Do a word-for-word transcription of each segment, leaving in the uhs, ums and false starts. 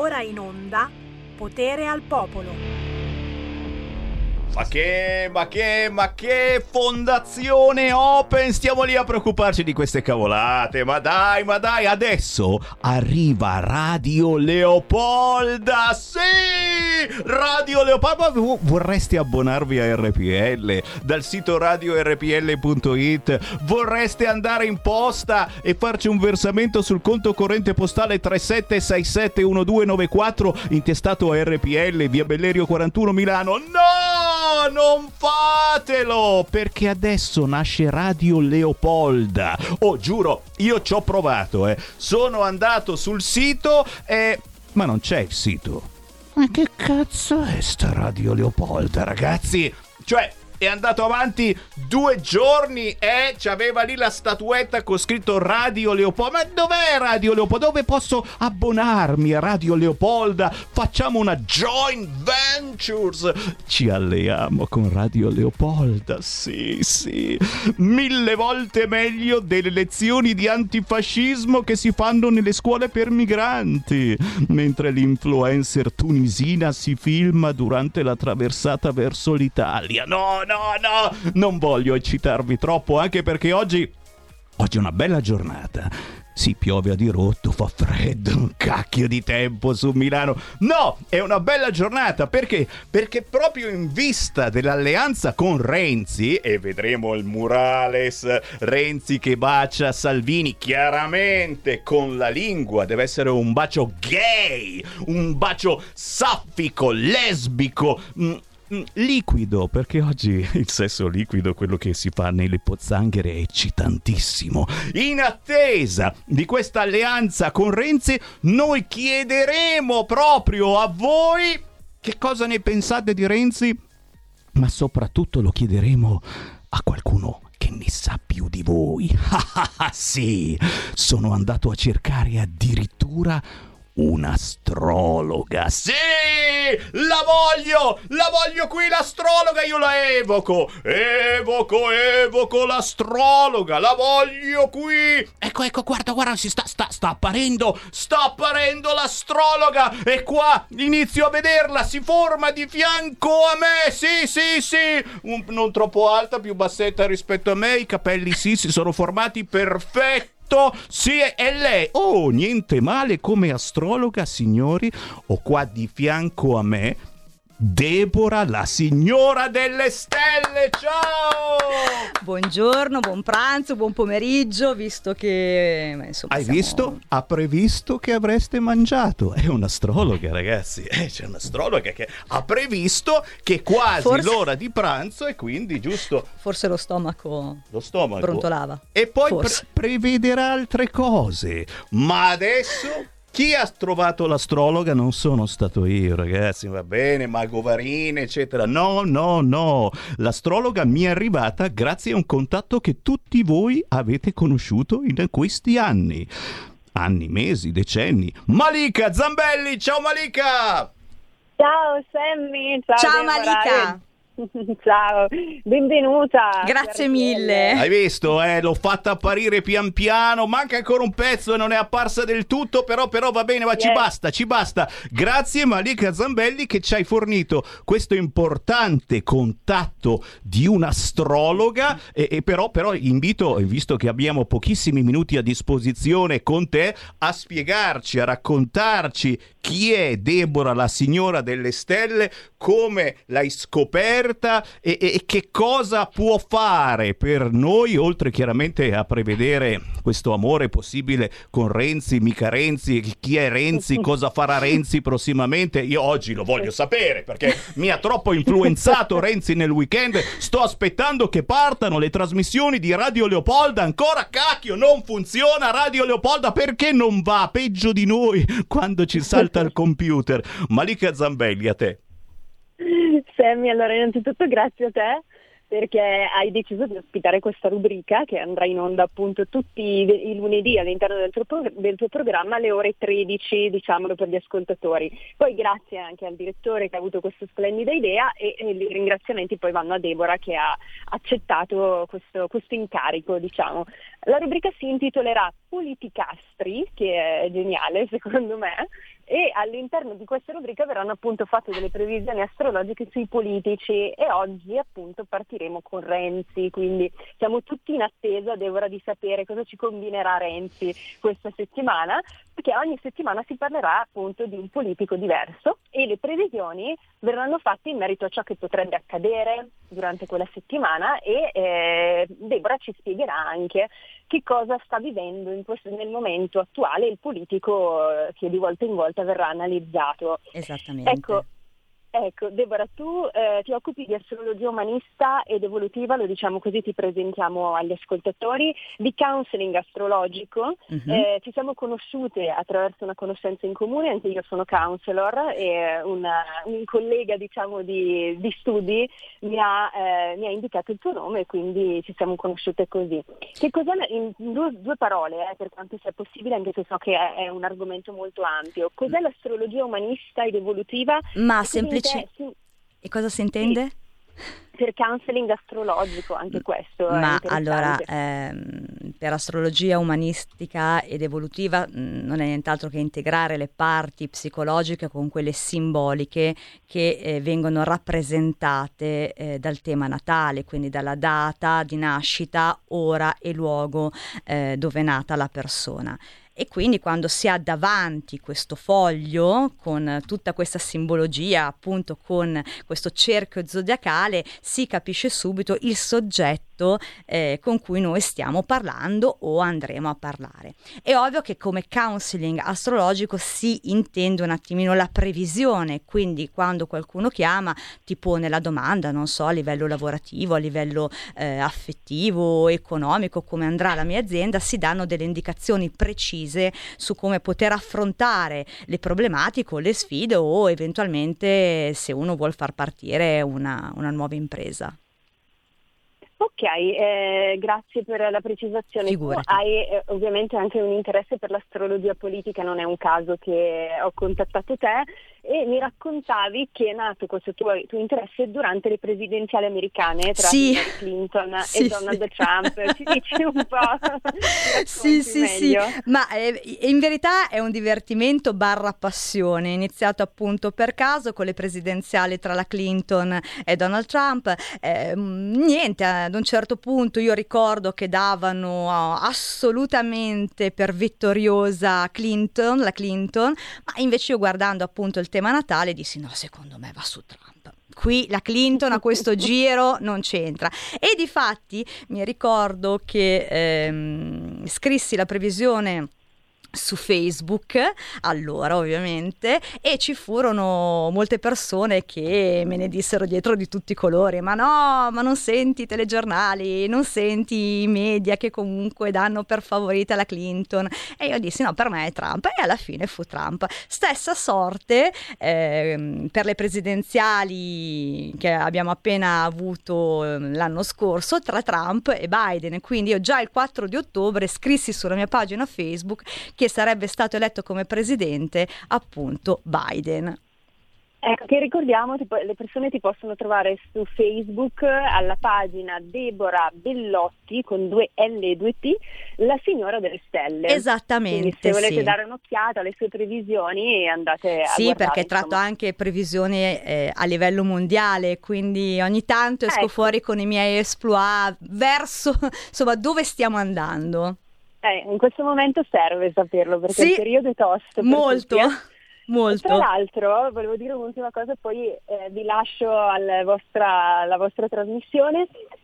ora in onda Potere al Popolo. Ma che, ma che, ma che fondazione Open? Stiamo lì a preoccuparci di queste cavolate. Ma dai, ma dai, adesso arriva Radio Leopolda. Sì, Radio Leopolda. Ma vorreste abbonarvi a R P L dal sito radio r p l punto i t? Vorreste andare in posta e farci un versamento sul conto corrente postale tre sette sei sette uno due nove quattro intestato a R P L, via Bellerio quarantuno, Milano? No! Non fatelo, perché adesso nasce Radio Leopolda. Oh, giuro, io ci ho provato, eh. Sono andato sul sito e... ma non c'è il sito. Ma che cazzo è sta Radio Leopolda, ragazzi? Cioè, è andato avanti due giorni e c'aveva lì la statuetta con scritto Radio Leopolda. Ma dov'è Radio Leopolda? Dove posso abbonarmi a Radio Leopolda? Facciamo una joint ventures. Ci alleiamo con Radio Leopolda. Sì, sì. Mille volte meglio delle lezioni di antifascismo che si fanno nelle scuole per migranti, mentre l'influencer tunisina si filma durante la traversata verso l'Italia. No, no, no, non voglio eccitarvi troppo, anche perché oggi oggi è una bella giornata. Sì, piove a dirotto, fa freddo, un cacchio di tempo su Milano. No, è una bella giornata, perché? Perché proprio in vista dell'alleanza con Renzi, e vedremo il murales, Renzi che bacia Salvini, chiaramente con la lingua, deve essere un bacio gay, un bacio saffico, lesbico, mh, liquido, perché oggi il sesso liquido, quello che si fa nelle pozzanghere, è eccitantissimo. In attesa di questa alleanza con Renzi, noi chiederemo proprio a voi che cosa ne pensate di Renzi, ma soprattutto lo chiederemo a qualcuno che ne sa più di voi. Sì, sono andato a cercare addirittura un'astrologa. Sì, la voglio, la voglio qui l'astrologa, io la evoco, evoco, evoco l'astrologa, la voglio qui. Ecco, ecco, guarda, guarda, si sta, sta, sta apparendo, sta apparendo l'astrologa, e qua inizio a vederla, si forma di fianco a me, sì, sì, sì, Un, non troppo alta, più bassetta rispetto a me, i capelli sì, si sono formati perfetti. Sì, è lei. Oh, niente male come astrologa, signori. Ho qua di fianco a me Deborah, la signora delle stelle. Ciao! Buongiorno, buon pranzo, buon pomeriggio, visto che insomma, hai siamo... visto? Ha previsto che avreste mangiato. È un'astrologa, ragazzi. Eh, c'è un'astrologa che ha previsto che quasi Forse... l'ora di pranzo, e quindi giusto. Forse lo stomaco. Lo stomaco brontolava. E poi pre- prevederà altre cose. Ma adesso. Chi ha trovato l'astrologa non sono stato io, ragazzi, va bene, Mago Varine, eccetera. No, no, no. L'astrologa mi è arrivata grazie a un contatto che tutti voi avete conosciuto in questi anni. Anni, mesi, decenni. Malika Zambelli, ciao Malika! Ciao Sammy, ciao, ciao Deborah. Malika! Ciao, benvenuta. Grazie mille. Hai visto, eh? L'ho fatta apparire pian piano, manca ancora un pezzo e non è apparsa del tutto, però, però va bene, ma yeah. ci basta, ci basta. Grazie Malika Zambelli che ci hai fornito questo importante contatto di un'astrologa, e, e però, però invito, visto che abbiamo pochissimi minuti a disposizione con te, a spiegarci, a raccontarci chi è Deborah, la signora delle stelle, come l'hai scoperta e, e che cosa può fare per noi, oltre chiaramente a prevedere questo amore possibile con Renzi, mica Renzi, chi è Renzi, cosa farà Renzi prossimamente. Io oggi lo voglio sapere perché mi ha troppo influenzato Renzi nel weekend. Sto aspettando che partano le trasmissioni di Radio Leopolda, ancora cacchio non funziona Radio Leopolda, perché non va? Peggio di noi quando ci salta il computer. Malika Zambelli, a te. Sammy, allora innanzitutto grazie a te perché hai deciso di ospitare questa rubrica che andrà in onda appunto tutti i lunedì all'interno del tuo, del tuo programma alle ore tredici, diciamolo per gli ascoltatori. Poi grazie anche al direttore che ha avuto questa splendida idea, e, e i ringraziamenti poi vanno a Deborah che ha accettato questo, questo incarico, diciamo. La rubrica si intitolerà Politicastri, che è geniale secondo me, e all'interno di questa rubrica verranno appunto fatte delle previsioni astrologiche sui politici e oggi appunto partiremo con Renzi, quindi siamo tutti in attesa, Deborah, di sapere cosa ci combinerà Renzi questa settimana, perché ogni settimana si parlerà appunto di un politico diverso e le previsioni verranno fatte in merito a ciò che potrebbe accadere durante quella settimana e eh, Deborah ci spiegherà anche che cosa sta vivendo in questo, nel momento attuale il politico eh, che di volta in volta verrà analizzato. Esattamente. Ecco, ecco Deborah, tu eh, ti occupi di astrologia umanista ed evolutiva, lo diciamo così, ti presentiamo agli ascoltatori, di counseling astrologico. Mhm. Eh, ci siamo conosciute attraverso una conoscenza in comune, anche io sono counselor e una, un collega diciamo di, di studi mi ha, eh, mi ha indicato il tuo nome e quindi ci siamo conosciute così. Che cos'è, in due, due parole, eh, per quanto sia possibile, anche se so che è, è un argomento molto ampio, cos'è l'astrologia umanista ed evolutiva? Ma E semplice... sì, E cosa si intende? per counseling astrologico, anche questo è Ma interessante. allora, ehm, per astrologia umanistica ed evolutiva mh, non è nient'altro che integrare le parti psicologiche con quelle simboliche che eh, vengono rappresentate eh, dal tema natale, quindi dalla data di nascita, ora e luogo eh, dove è nata la persona. E quindi quando si ha davanti questo foglio con tutta questa simbologia, appunto con questo cerchio zodiacale, si capisce subito il soggetto eh, con cui noi stiamo parlando o andremo a parlare. È ovvio che come counseling astrologico si intende un attimino la previsione, quindi quando qualcuno chiama ti pone la domanda, non so, a livello lavorativo, a livello eh, affettivo, economico, come andrà la mia azienda, si danno delle indicazioni precise su come poter affrontare le problematiche o le sfide o eventualmente se uno vuol far partire una, una nuova impresa. Ok, eh, grazie per la precisazione. Figurati. Tu hai eh, ovviamente anche un interesse per l'astrologia politica, non è un caso che ho contattato te e mi raccontavi che è nato questo tuo, tuo interesse durante le presidenziali americane tra Sì. Hillary Clinton Sì, e Donald sì. Trump. Ci dici un po'? Sì, sì, sì, meglio? ma eh, in verità è un divertimento barra passione, iniziato appunto per caso con le presidenziali tra la Clinton e Donald Trump. Eh, niente, ad un certo punto io ricordo che davano oh, assolutamente per vittoriosa Clinton, la Clinton, ma invece io guardando appunto il tema natale dissi no, secondo me va su Trump. Qui la Clinton a questo giro non c'entra. E difatti mi ricordo che ehm, scrissi la previsione su Facebook, allora ovviamente, e ci furono molte persone che me ne dissero dietro di tutti i colori, ma no, ma non senti i telegiornali, non senti i media che comunque danno per favorita la Clinton, e io dissi no, per me è Trump, e alla fine fu Trump. Stessa sorte ehm, per le presidenziali che abbiamo appena avuto ehm, l'anno scorso tra Trump e Biden, quindi io già il quattro di ottobre scrissi sulla mia pagina Facebook che sarebbe stato eletto come presidente appunto Biden. Ecco, che ricordiamo, tipo, le persone ti possono trovare su Facebook alla pagina Deborah Bellotti con due L e due T, la signora delle stelle. Esattamente. Quindi se volete sì. dare un'occhiata alle sue previsioni andate a Sì, guardare, perché insomma. tratto anche previsioni eh, a livello mondiale, quindi ogni tanto esco Ecco. fuori con i miei exploit verso insomma dove stiamo andando. Eh, in questo momento serve saperlo perché Sì, il periodo è tosto per molto, tutti, eh. molto. Tra l'altro volevo dire un'ultima cosa, poi eh, vi lascio alla vostra, alla vostra trasmissione.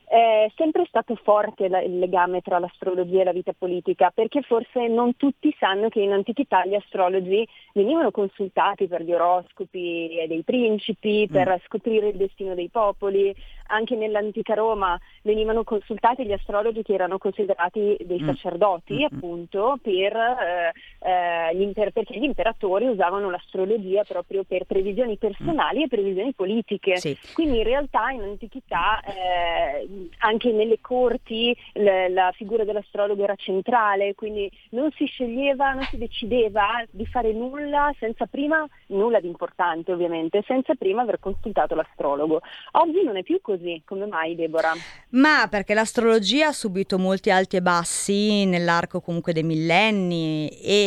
È sempre stato forte la- il legame tra l'astrologia e la vita politica, perché forse non tutti sanno che in antichità gli astrologi venivano consultati per gli oroscopi dei principi, per Mm. scoprire il destino dei popoli. Anche nell'antica Roma venivano consultati gli astrologi che erano considerati dei Mm. sacerdoti, Mm-mm. appunto, per, eh, eh, gli imper- perché gli imperatori usavano l'astrologia proprio per previsioni personali e previsioni politiche. Sì. Quindi in realtà in antichità eh, anche nelle corti l- la figura dell'astrologo era centrale, quindi non si sceglieva, non si decideva di fare nulla senza prima, nulla di importante ovviamente, senza prima aver consultato l'astrologo. Oggi non è più così, come mai, Deborah? Ma perché l'astrologia ha subito molti alti e bassi nell'arco comunque dei millenni e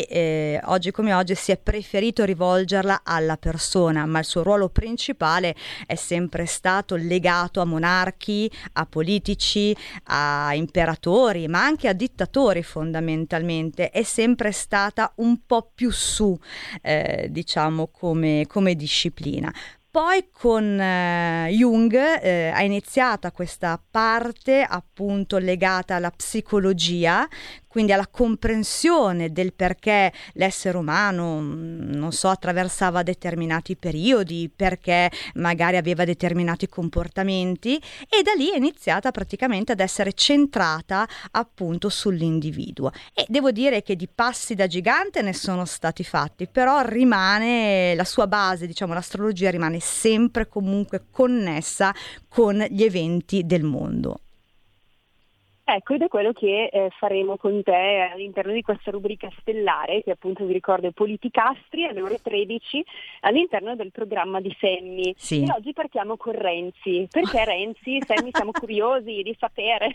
eh, oggi come oggi si è preferito rivolgerla alla persona, ma il suo ruolo principale è sempre stato legato a monarchi, a politici, a imperatori, ma anche a dittatori fondamentalmente. È sempre stata un po' più su, eh, diciamo, come, come disciplina. Poi con eh, Jung eh, è iniziata questa parte appunto legata alla psicologia, quindi alla comprensione del perché l'essere umano, non so, attraversava determinati periodi, perché magari aveva determinati comportamenti, e da lì è iniziata praticamente ad essere centrata appunto sull'individuo. E devo dire che di passi da gigante ne sono stati fatti, però rimane la sua base, diciamo, l'astrologia rimane sempre comunque connessa con gli eventi del mondo. Ecco, ed è quello che eh, faremo con te all'interno di questa rubrica stellare, che appunto vi ricordo è Politicastri alle ore tredici all'interno del programma di Sammy. Sì. E oggi partiamo con Renzi. Perché Renzi? Sammy, siamo curiosi di sapere.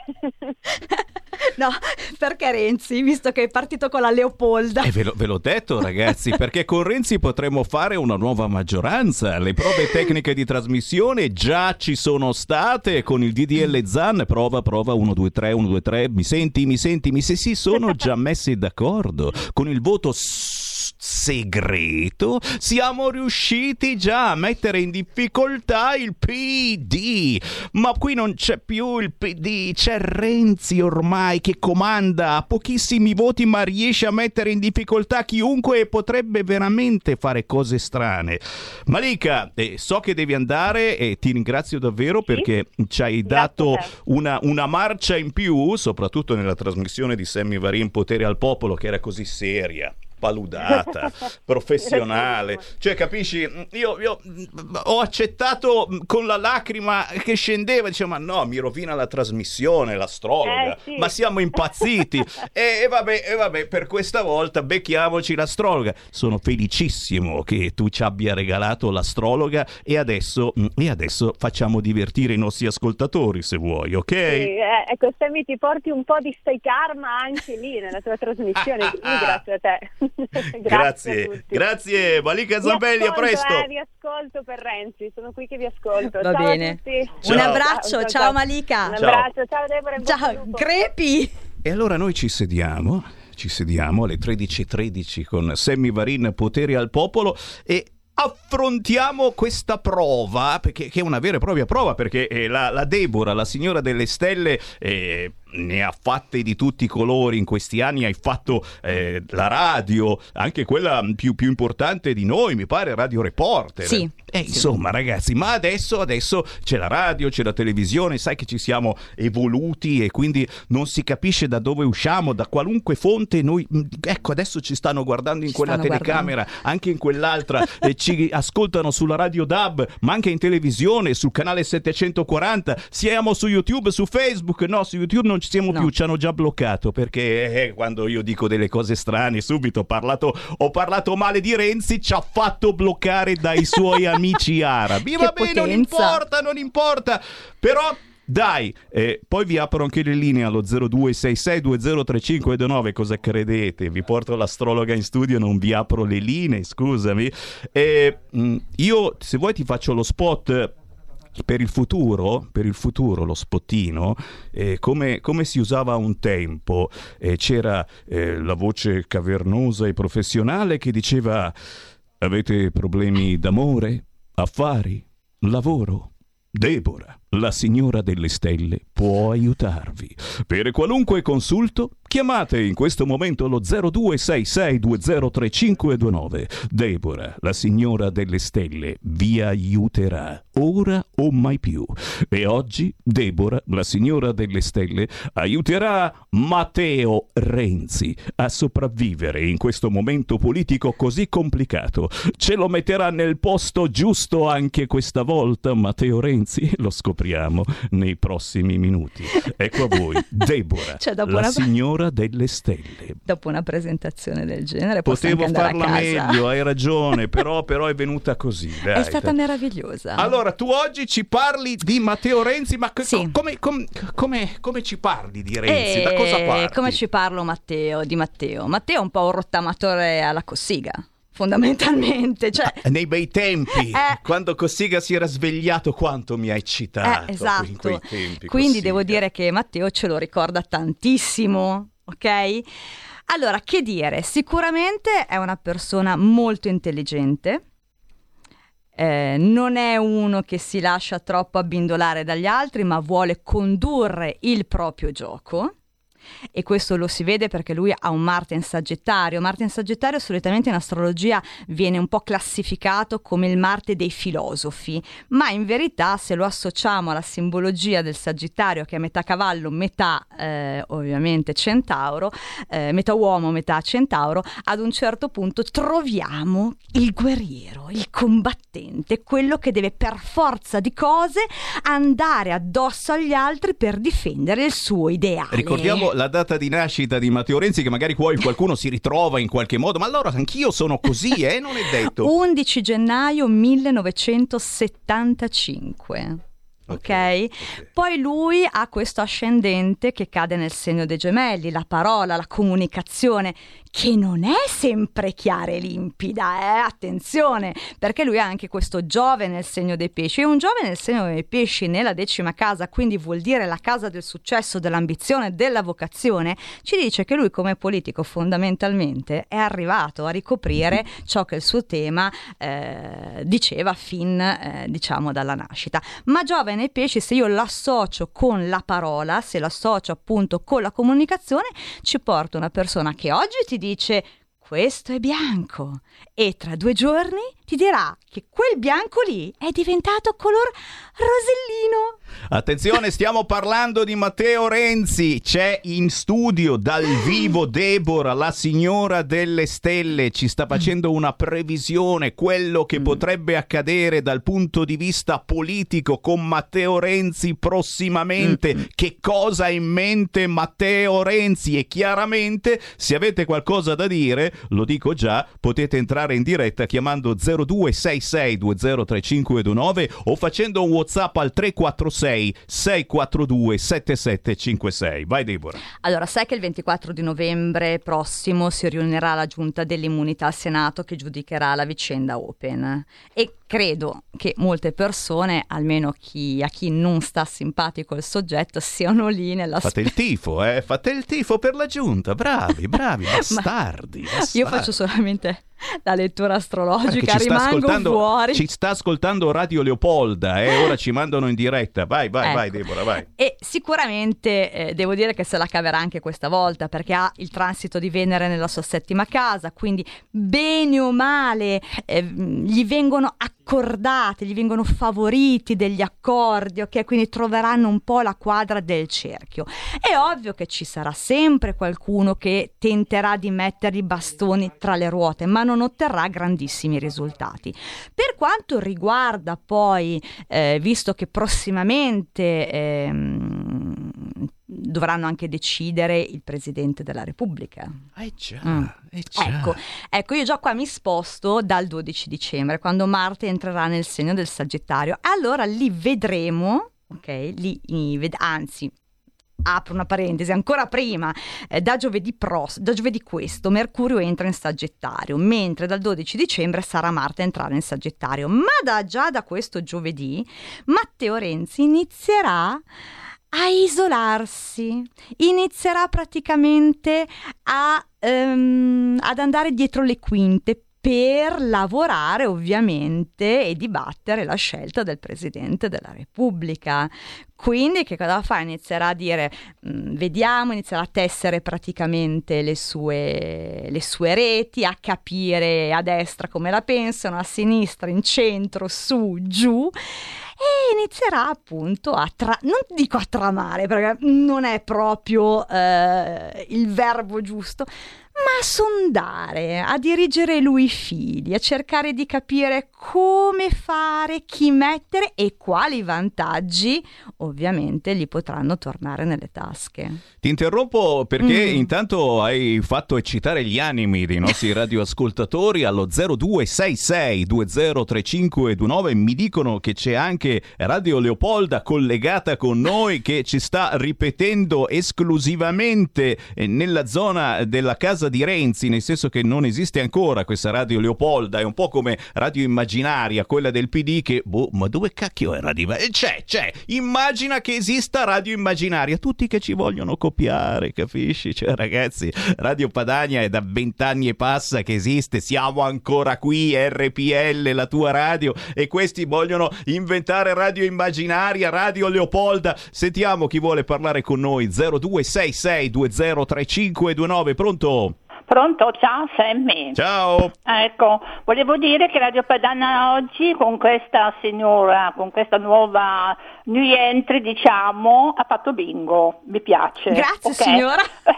No, perché Renzi, visto che è partito con la Leopolda? E ve, lo, ve l'ho detto, ragazzi, perché con Renzi potremmo fare una nuova maggioranza. Le prove tecniche di trasmissione già ci sono state con il D D L Zan. Prova, prova, uno, due, tre, uno, due, tre. Mi senti, mi senti, mi se si sono già messi d'accordo. Con il voto s- segreto siamo riusciti già a mettere in difficoltà il P D. Ma qui non c'è più il P D, c'è Renzi ormai che comanda a pochissimi voti, ma riesce a mettere in difficoltà chiunque e potrebbe veramente fare cose strane. Malika, eh, so che devi andare e ti ringrazio davvero, sì, perché ci hai dato una, una marcia in più, soprattutto nella trasmissione di Sammy Varin Potere al Popolo, che era così seria, paludata, professionale. Cioè, capisci? Io, io ho accettato con la lacrima che scendeva, dicevo, ma no, mi rovina la trasmissione, l'astrologa, eh, sì. ma siamo impazziti. e, e, vabbè, e vabbè, per questa volta becchiamoci l'astrologa. Sono felicissimo che tu ci abbia regalato l'astrologa e adesso, e adesso facciamo divertire i nostri ascoltatori, se vuoi, ok? Sì, eh, ecco, Sammy, ti porti un po' di stai karma anche lì nella tua trasmissione, quindi grazie a te. grazie, grazie, grazie Malika Zambelli, a presto. Eh, vi ascolto per Renzi, sono qui che vi ascolto. Va ciao bene. A tutti. Un abbraccio, ciao, ciao Malika. Un ciao. abbraccio, ciao Deborah. Ciao, Crepi. E allora noi ci sediamo, ci sediamo alle tredici e tredici con Sammy Varin Potere al Popolo e affrontiamo questa prova, perché che è una vera e propria prova, perché eh, la, la Deborah, la signora delle stelle, eh, ne ha fatte di tutti i colori in questi anni. Hai fatto eh, la radio, anche quella più, più importante di noi, mi pare, Radio Reporter. Sì. Eh, insomma, ragazzi, ma adesso, adesso c'è la radio, c'è la televisione, sai che ci siamo evoluti e quindi non si capisce da dove usciamo, da qualunque fonte noi, ecco, adesso ci stanno guardando in Ci quella stanno telecamera, guardando. anche in quell'altra, eh, ci ascoltano sulla radio D A B, ma anche in televisione, sul canale settecentoquaranta, siamo su YouTube, su Facebook, no, su YouTube non ci siamo No. più, ci hanno già bloccato, perché eh, quando io dico delle cose strane, subito ho parlato, ho parlato male di Renzi, ci ha fatto bloccare dai suoi amici arabi. Che Vabbè, non potenza. importa, non importa, però dai, eh, poi vi apro anche le linee allo zero due sei sei due zero tre cinque due nove. Cosa credete? Vi porto l'astrologa in studio, non vi apro le linee, scusami. Eh, mh, io, se vuoi, ti faccio lo spot per il futuro, per il futuro lo spottino, eh, come, come si usava un tempo. Eh, c'era eh, la voce cavernosa e professionale che diceva: avete problemi d'amore, affari, lavoro? Deborah, la signora delle stelle, può aiutarvi. Per qualunque consulto, chiamate in questo momento lo zero due sei sei due zero tre cinque due nove. Deborah, la signora delle stelle, vi aiuterà, ora o mai più. E oggi Deborah, la signora delle stelle, aiuterà Matteo Renzi a sopravvivere in questo momento politico così complicato. Ce lo metterà nel posto giusto anche questa volta Matteo Renzi? Lo scopriremo scopriamo nei prossimi minuti. Ecco a voi, Deborah, cioè, dopo la una... signora delle stelle. Dopo una presentazione del genere potevo farla meglio, hai ragione, però, però è venuta così. Dai, è stata dai. meravigliosa. Allora, tu oggi ci parli di Matteo Renzi, ma co- sì. come, com- come, come ci parli di Renzi? Da cosa parli? Come ci parlo Matteo, di Matteo? Matteo è un po' un rottamatore alla Cossiga, fondamentalmente, cioè... ah, nei bei tempi, eh, quando Cossiga si era svegliato, quanto mi ha eccitato eh, esatto. in quei tempi. Quindi Cossiga. devo dire che Matteo ce lo ricorda tantissimo, ok? Allora, che dire, sicuramente è una persona molto intelligente, eh, non è uno che si lascia troppo abbindolare dagli altri, ma vuole condurre il proprio gioco. E questo lo si vede perché lui ha un Marte in Sagittario. Marte in Sagittario solitamente in astrologia viene un po' classificato come il Marte dei filosofi, ma in verità, se lo associamo alla simbologia del Sagittario, che è metà cavallo, metà eh, ovviamente centauro, eh, metà uomo, metà centauro, ad un certo punto troviamo il guerriero, il combattente, quello che deve per forza di cose andare addosso agli altri per difendere il suo ideale. Ricordiamo la data di nascita di Matteo Renzi, che magari poi qualcuno si ritrova in qualche modo, ma allora anch'io sono così, eh? Non è detto. undici gennaio millenovecentosettantacinque. Okay. ok, poi lui ha questo ascendente che cade nel segno dei gemelli, la parola, la comunicazione, che non è sempre chiara e limpida, eh? Attenzione, perché lui ha anche questo Giove nel segno dei pesci, e un Giove nel segno dei pesci nella decima casa, quindi vuol dire la casa del successo, dell'ambizione, della vocazione, ci dice che lui come politico fondamentalmente è arrivato a ricoprire ciò che il suo tema eh, diceva fin eh, diciamo dalla nascita. Ma Giove nei pesci, se io l'associo con la parola, se l'associo appunto con la comunicazione, ci porta una persona che oggi ti dice questo è bianco e tra due giorni ti dirà che quel bianco lì è diventato color rosellino. Attenzione, stiamo parlando di Matteo Renzi. C'è in studio dal vivo Deborah, la signora delle stelle, ci sta facendo una previsione, quello che potrebbe accadere dal punto di vista politico con Matteo Renzi prossimamente. Che cosa ha in mente Matteo Renzi? E chiaramente, se avete qualcosa da dire, lo dico già, potete entrare in diretta chiamando zero due sei sei due zero tre cinque due nove o facendo un WhatsApp al tre quattro sei sei quattro due sette sette cinque sei. Vai Deborah. Allora, sai che il ventiquattro di novembre prossimo si riunirà la giunta dell'immunità al Senato che giudicherà la vicenda Open, e credo che molte persone, almeno chi, a chi non sta simpatico il soggetto, siano lì nella Fate il tifo, eh? Fate il tifo per la giunta, bravi, bravi, bastardi, bastardi. Io faccio solamente la lettura astrologica, ci rimango sta fuori. Ci sta ascoltando Radio Leopolda, eh? Ora ci mandano in diretta. Vai, vai, ecco. vai Deborah, vai. E sicuramente eh, devo dire che se la caverà anche questa volta, perché ha il transito di Venere nella sua settima casa, quindi bene o male eh, gli vengono accordati, gli vengono favoriti degli accordi, ok? Quindi troveranno un po' la quadra del cerchio. È ovvio che ci sarà sempre qualcuno che tenterà di mettere i bastoni tra le ruote, ma non otterrà grandissimi risultati. Per quanto riguarda poi, eh, visto che prossimamente ehm, dovranno anche decidere il Presidente della Repubblica. Eh già, Mm. eh già. Ecco, ecco, io già qua mi sposto dal dodici dicembre, quando Marte entrerà nel segno del Sagittario. Allora lì vedremo, ok, lì, ved- anzi, apro una parentesi, ancora prima, eh, da giovedì pros, da giovedì questo, Mercurio entra in Sagittario, mentre dal dodici dicembre sarà Marte a entrare in Sagittario. Ma da, già da questo giovedì Matteo Renzi inizierà a isolarsi, inizierà praticamente a, um, ad andare dietro le quinte per lavorare ovviamente e dibattere la scelta del Presidente della Repubblica. Quindi che cosa fa? Inizierà a dire, mh, vediamo, inizierà a tessere praticamente le sue, le sue reti, a capire a destra come la pensano, a sinistra, in centro, su, giù, e inizierà appunto a, tra- non dico a tramare perché non è proprio eh, il verbo giusto, ma a sondare, a dirigere lui i fili, a cercare di capire come fare, chi mettere e quali vantaggi ovviamente gli potranno tornare nelle tasche. Ti interrompo perché Mm. intanto hai fatto eccitare gli animi dei nostri radioascoltatori allo zero due sei sei due zero tre cinque due nove. Mi dicono che c'è anche Radio Leopolda collegata con noi, che ci sta ripetendo esclusivamente eh, nella zona della casa di Renzi, nel senso che non esiste ancora questa Radio Leopolda, è un po' come Radio Immaginaria, quella del P D, che boh, ma dove cacchio è Radio Immaginaria? C'è, c'è, immagina che esista Radio Immaginaria, tutti che ci vogliono copiare, capisci? Cioè ragazzi, Radio Padania è da vent'anni e passa che esiste, siamo ancora qui, R P L, la tua radio, e questi vogliono inventare Radio Immaginaria, Radio Leopolda. Sentiamo chi vuole parlare con noi. Zero due sei sei due zero tre cinque due nove. Pronto? Pronto, ciao Sammy. Ciao. Ecco, volevo dire che Radio Padana oggi con questa signora, con questa nuova new entry, diciamo, ha fatto bingo, mi piace. Grazie ok? signora.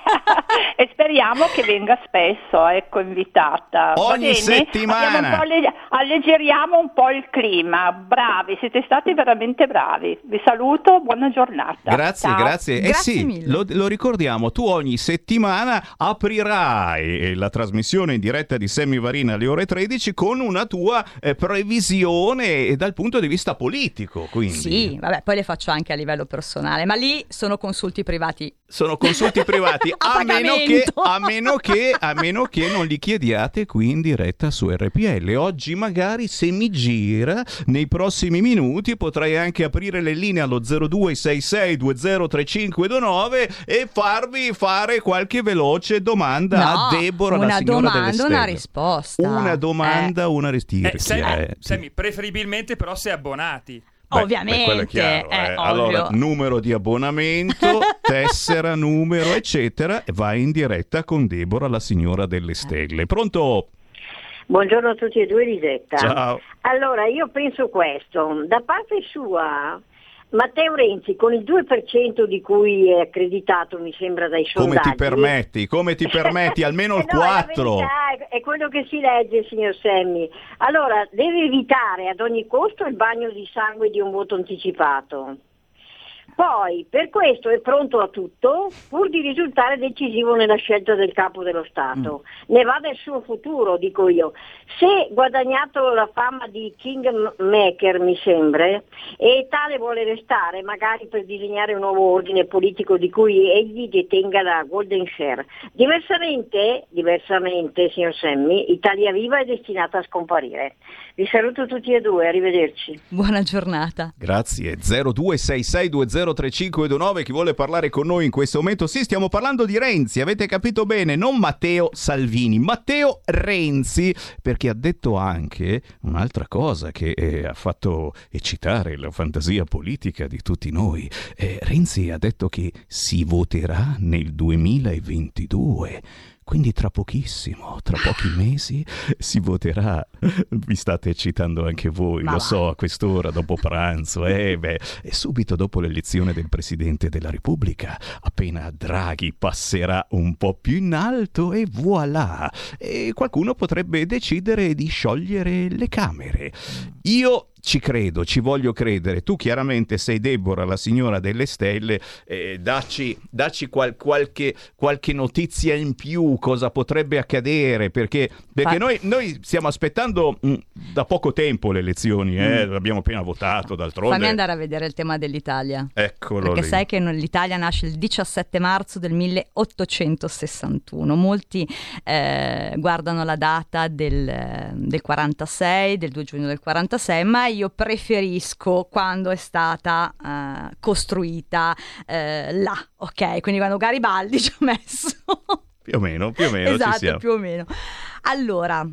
E speriamo che venga spesso, ecco, invitata. Va Ogni bene? settimana. Abbiamo un po' alle- alleggeriamo un po' il clima, bravi, siete stati veramente bravi. Vi saluto, buona giornata. Grazie, Ciao. grazie. Eh Grazie sì, mille. lo, lo ricordiamo, tu ogni settimana aprirai la trasmissione in diretta di Sammy Varin alle ore tredici con una tua eh, previsione dal punto di vista politico, quindi. Sì, vabbè, poi le faccio anche a livello personale, ma lì sono consulti privati. Sono consulti privati, A a, meno che, pagamento. a, meno che, a meno che non li chiediate qui in diretta su R P L. Oggi magari, se mi gira, nei prossimi minuti potrei anche aprire le linee allo zero due sei sei due zero tre cinque due nove e farvi fare qualche veloce domanda No, a Deborah, la una signora delle domanda, stelle. una risposta. Una domanda, una risposta. Eh, Sammy, Sammy, preferibilmente però se abbonati. Beh, Ovviamente, beh, quello è chiaro, è eh. ovvio. Allora, numero di abbonamento, tessera, numero, eccetera, e vai in diretta con Deborah, la signora delle stelle. Pronto? Buongiorno a tutti e due, Lisetta. Ciao. Allora, io penso questo, da parte sua Matteo Renzi con il due per cento di cui è accreditato, mi sembra, dai Come sondaggi. ti permetti? Come ti permetti? Almeno il Eh no, è la quattro. verità, è quello che si legge, signor Semmi. Allora, deve evitare ad ogni costo il bagno di sangue di un voto anticipato. Poi, per questo è pronto a tutto, pur di risultare decisivo nella scelta del capo dello Stato. Mm. Ne va del suo futuro, dico io. Se guadagnato la fama di kingmaker, mi sembra, e tale vuole restare, magari per disegnare un nuovo ordine politico di cui egli detenga la golden share. Diversamente, diversamente, signor Semmi, Italia Viva è destinata a scomparire. Vi saluto tutti e due, arrivederci. Buona giornata. Grazie. zero due sei sei due zero tre cinque due nove. Chi vuole parlare con noi in questo momento? Sì, stiamo parlando di Renzi, avete capito bene, non Matteo Salvini, Matteo Renzi, perché ha detto anche un'altra cosa che eh, ha fatto eccitare la fantasia politica di tutti noi. Eh, Renzi ha detto che si voterà nel duemilaventidue. Quindi tra pochissimo, tra pochi mesi, si voterà. Vi state eccitando anche voi, Ma lo va. so, a quest'ora, dopo pranzo. Eh beh, e subito dopo l'elezione del Presidente della Repubblica, appena Draghi passerà un po' più in alto e voilà. E qualcuno potrebbe decidere di sciogliere le Camere. Io ci credo, ci voglio credere. Tu chiaramente sei Deborah, la signora delle stelle, eh, dacci, dacci qual- qualche, qualche notizia in più, cosa potrebbe accadere, perché, perché Fa- noi, noi stiamo aspettando mh, da poco tempo le elezioni, eh, abbiamo appena votato, d'altronde. Fammi andare a vedere il tema dell'Italia. Eccolo Perché lì. sai che l'Italia nasce il diciassette marzo del milleottocentosessantuno. Molti eh, guardano la data del, del quarantasei, del due giugno del quarantasei, ma io preferisco quando è stata eh, costruita eh, là, ok? Quindi quando Garibaldi ci ha messo. Più o meno, più o meno ci Esatto, siamo. più o meno. Allora,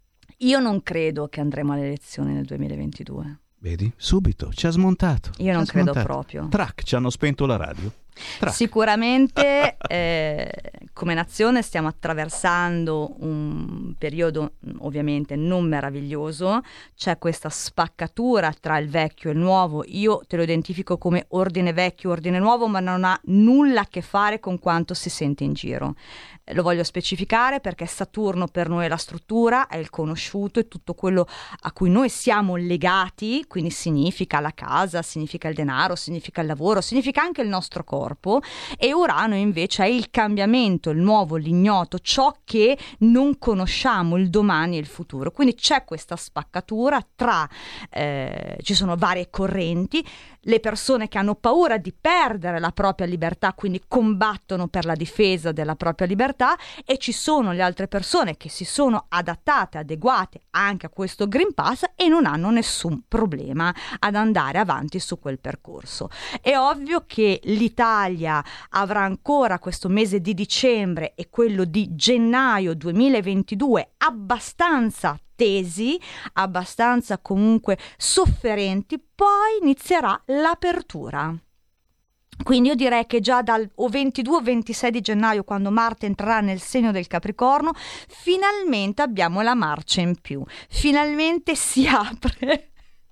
io non credo che andremo alle elezioni nel duemilaventidue. Vedi? Subito, ci ha smontato. Io ci non ha credo smontato. proprio. Trac, ci hanno spento la radio. Trac. Sicuramente eh, come nazione stiamo attraversando un periodo ovviamente non meraviglioso, c'è questa spaccatura tra il vecchio e il nuovo. Io te lo identifico come ordine vecchio, ordine nuovo, ma non ha nulla a che fare con quanto si sente in giro. Eh, lo voglio specificare perché Saturno per noi è la struttura, è il conosciuto, è tutto quello a cui noi siamo legati, quindi significa la casa, significa il denaro, significa il lavoro, significa anche il nostro corpo. E Urano invece è il cambiamento, il nuovo, l'ignoto, ciò che non conosciamo, il domani e il futuro. Quindi c'è questa spaccatura tra, eh, ci sono varie correnti, le persone che hanno paura di perdere la propria libertà, quindi combattono per la difesa della propria libertà, e ci sono le altre persone che si sono adattate, adeguate anche a questo Green Pass e non hanno nessun problema ad andare avanti su quel percorso. È ovvio che l'Italia avrà ancora questo mese di dicembre e quello di gennaio duemilaventidue abbastanza tesi, abbastanza comunque sofferenti, poi inizierà l'apertura. Quindi io direi che già dal o ventidue o ventisei di gennaio, quando Marte entrerà nel segno del Capricorno, finalmente abbiamo la marcia in più, finalmente si apre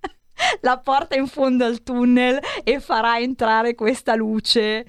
la porta in fondo al tunnel e farà entrare questa luce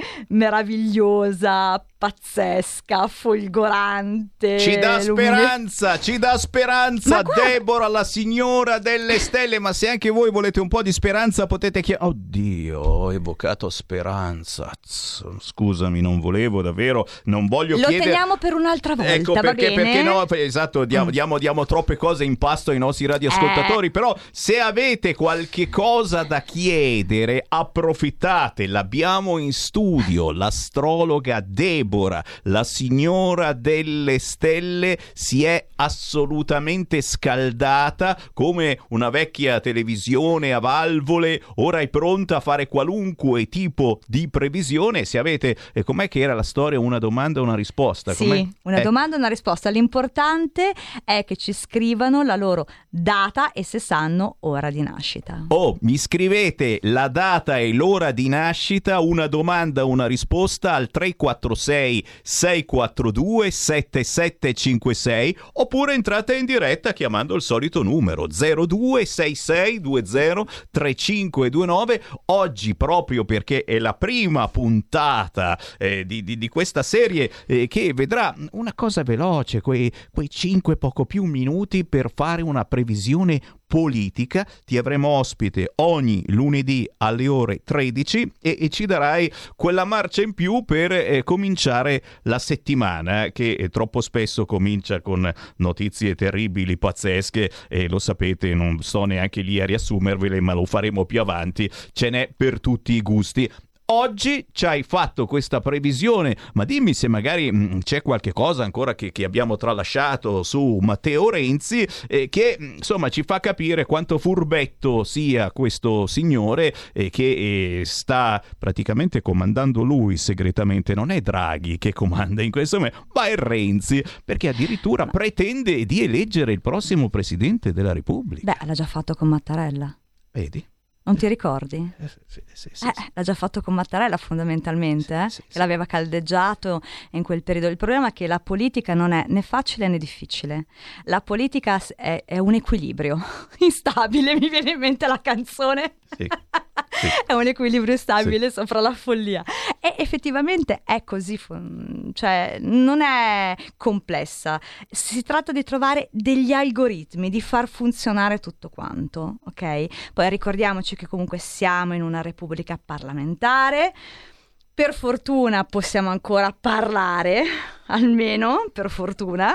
meravigliosa, pazzesca, folgorante. Ci dà lumine... speranza, ci dà speranza, Deborah, la signora delle stelle. Ma se anche voi volete un po' di speranza potete chiamare... Oddio, ho evocato speranza. Scusami, non volevo davvero, non voglio Lo chiedere... Lo teniamo per un'altra volta, ecco, va perché, bene? perché no, esatto, diamo, Mm. diamo, diamo troppe cose in pasto ai nostri radioascoltatori, Eh. però se avete qualche cosa da chiedere, approfittate, l'abbiamo in studio, l'astrologa Deborah, la signora delle stelle, si è assolutamente scaldata come una vecchia televisione a valvole, ora è pronta a fare qualunque tipo di previsione. Se avete, eh, com'è che era la storia, una domanda, una risposta? Com'è? Sì, una Eh. domanda e una risposta. L'importante è che ci scrivano la loro data e se sanno ora di nascita. Oh, mi scrivete la data e l'ora di nascita, una domanda, una risposta al tre quattro sei sei quattro due sette sette cinque sei, oppure entrate in diretta chiamando il solito numero zero due sei sei due zero tre cinque due nove. Oggi, proprio perché è la prima puntata eh, di, di, di questa serie eh, che vedrà una cosa veloce, quei, quei cinque poco più minuti per fare una previsione politica, ti avremo ospite ogni lunedì alle ore tredici e, e ci darai quella marcia in più per eh, cominciare la settimana, che eh, troppo spesso comincia con notizie terribili, pazzesche, e lo sapete, non sto neanche lì a riassumervele, ma lo faremo più avanti, ce n'è per tutti i gusti. Oggi ci hai fatto questa previsione, ma dimmi se magari mh, c'è qualche cosa ancora che, che abbiamo tralasciato su Matteo Renzi, eh, che insomma ci fa capire quanto furbetto sia questo signore, eh, che eh, sta praticamente comandando lui segretamente. Non è Draghi che comanda in questo momento, ma è Renzi, perché addirittura pretende di eleggere il prossimo presidente della Repubblica. Beh, l'ha già fatto con Mattarella. Vedi? Non ti ricordi? Eh, sì, sì, sì, Eh, sì. l'ha già fatto con Mattarella fondamentalmente, eh? Sì, sì, che sì. l'aveva caldeggiato in quel periodo. Il problema è che la politica non è né facile né difficile. La politica è, è un equilibrio instabile, mi viene in mente la canzone. Sì, sì. È un equilibrio stabile sopra la follia. E effettivamente è così, fu- cioè non è complessa. Si tratta di trovare degli algoritmi, di far funzionare tutto quanto, ok? Poi ricordiamoci che comunque siamo in una repubblica parlamentare. Per fortuna possiamo ancora parlare, almeno per fortuna.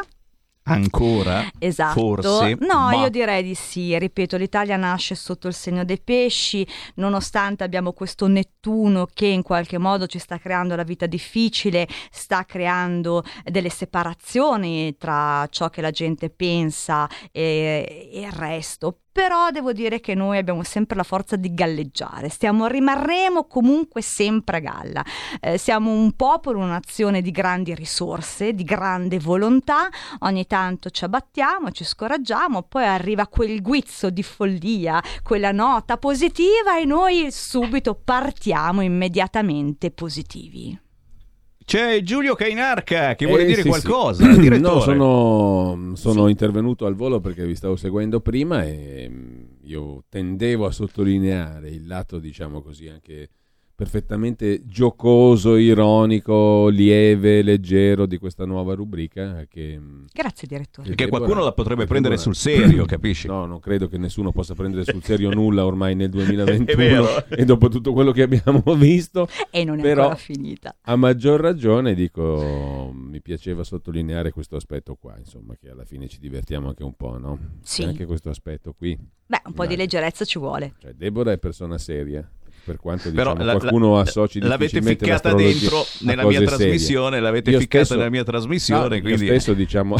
Ancora? Esatto. Forse? No, ma... io direi di sì. Ripeto, l'Italia nasce sotto il segno dei pesci, nonostante abbiamo questo Nettuno che in qualche modo ci sta creando la vita difficile, sta creando delle separazioni tra ciò che la gente pensa e, e il resto. però devo dire che noi abbiamo sempre la forza di galleggiare, stiamo, rimarremo comunque sempre a galla, eh, siamo un popolo, una nazione di grandi risorse, di grande volontà, ogni tanto ci abbattiamo, ci scoraggiamo, poi arriva quel guizzo di follia, quella nota positiva e noi subito partiamo immediatamente positivi. C'è Giulio Cainarca che vuole eh, dire sì, qualcosa, sì. direttore. No, sono, sono sì. intervenuto al volo perché vi stavo seguendo prima e io tendevo a sottolineare il lato, diciamo così, anche perfettamente giocoso, ironico, lieve, leggero di questa nuova rubrica che, grazie direttore, perché Deborah, qualcuno la potrebbe prendere Deborah, sul serio, capisci? No, non credo che nessuno possa prendere sul serio nulla ormai nel duemilaventuno È vero. e dopo tutto quello che abbiamo visto, e non è però, ancora finita. a maggior ragione dico, mi piaceva sottolineare questo aspetto qua, insomma, che alla fine ci divertiamo anche un po', no? Sì. C'è anche questo aspetto qui. Beh, un po' Dai. di leggerezza ci vuole. Cioè, Deborah è persona seria, per quanto Però diciamo, la- qualcuno la- associ l'avete difficilmente ficcata l'astrologia dentro a nella cose mia serie. trasmissione, l'avete Io ficcata spesso- nella mia trasmissione, No, quindi io spesso diciamo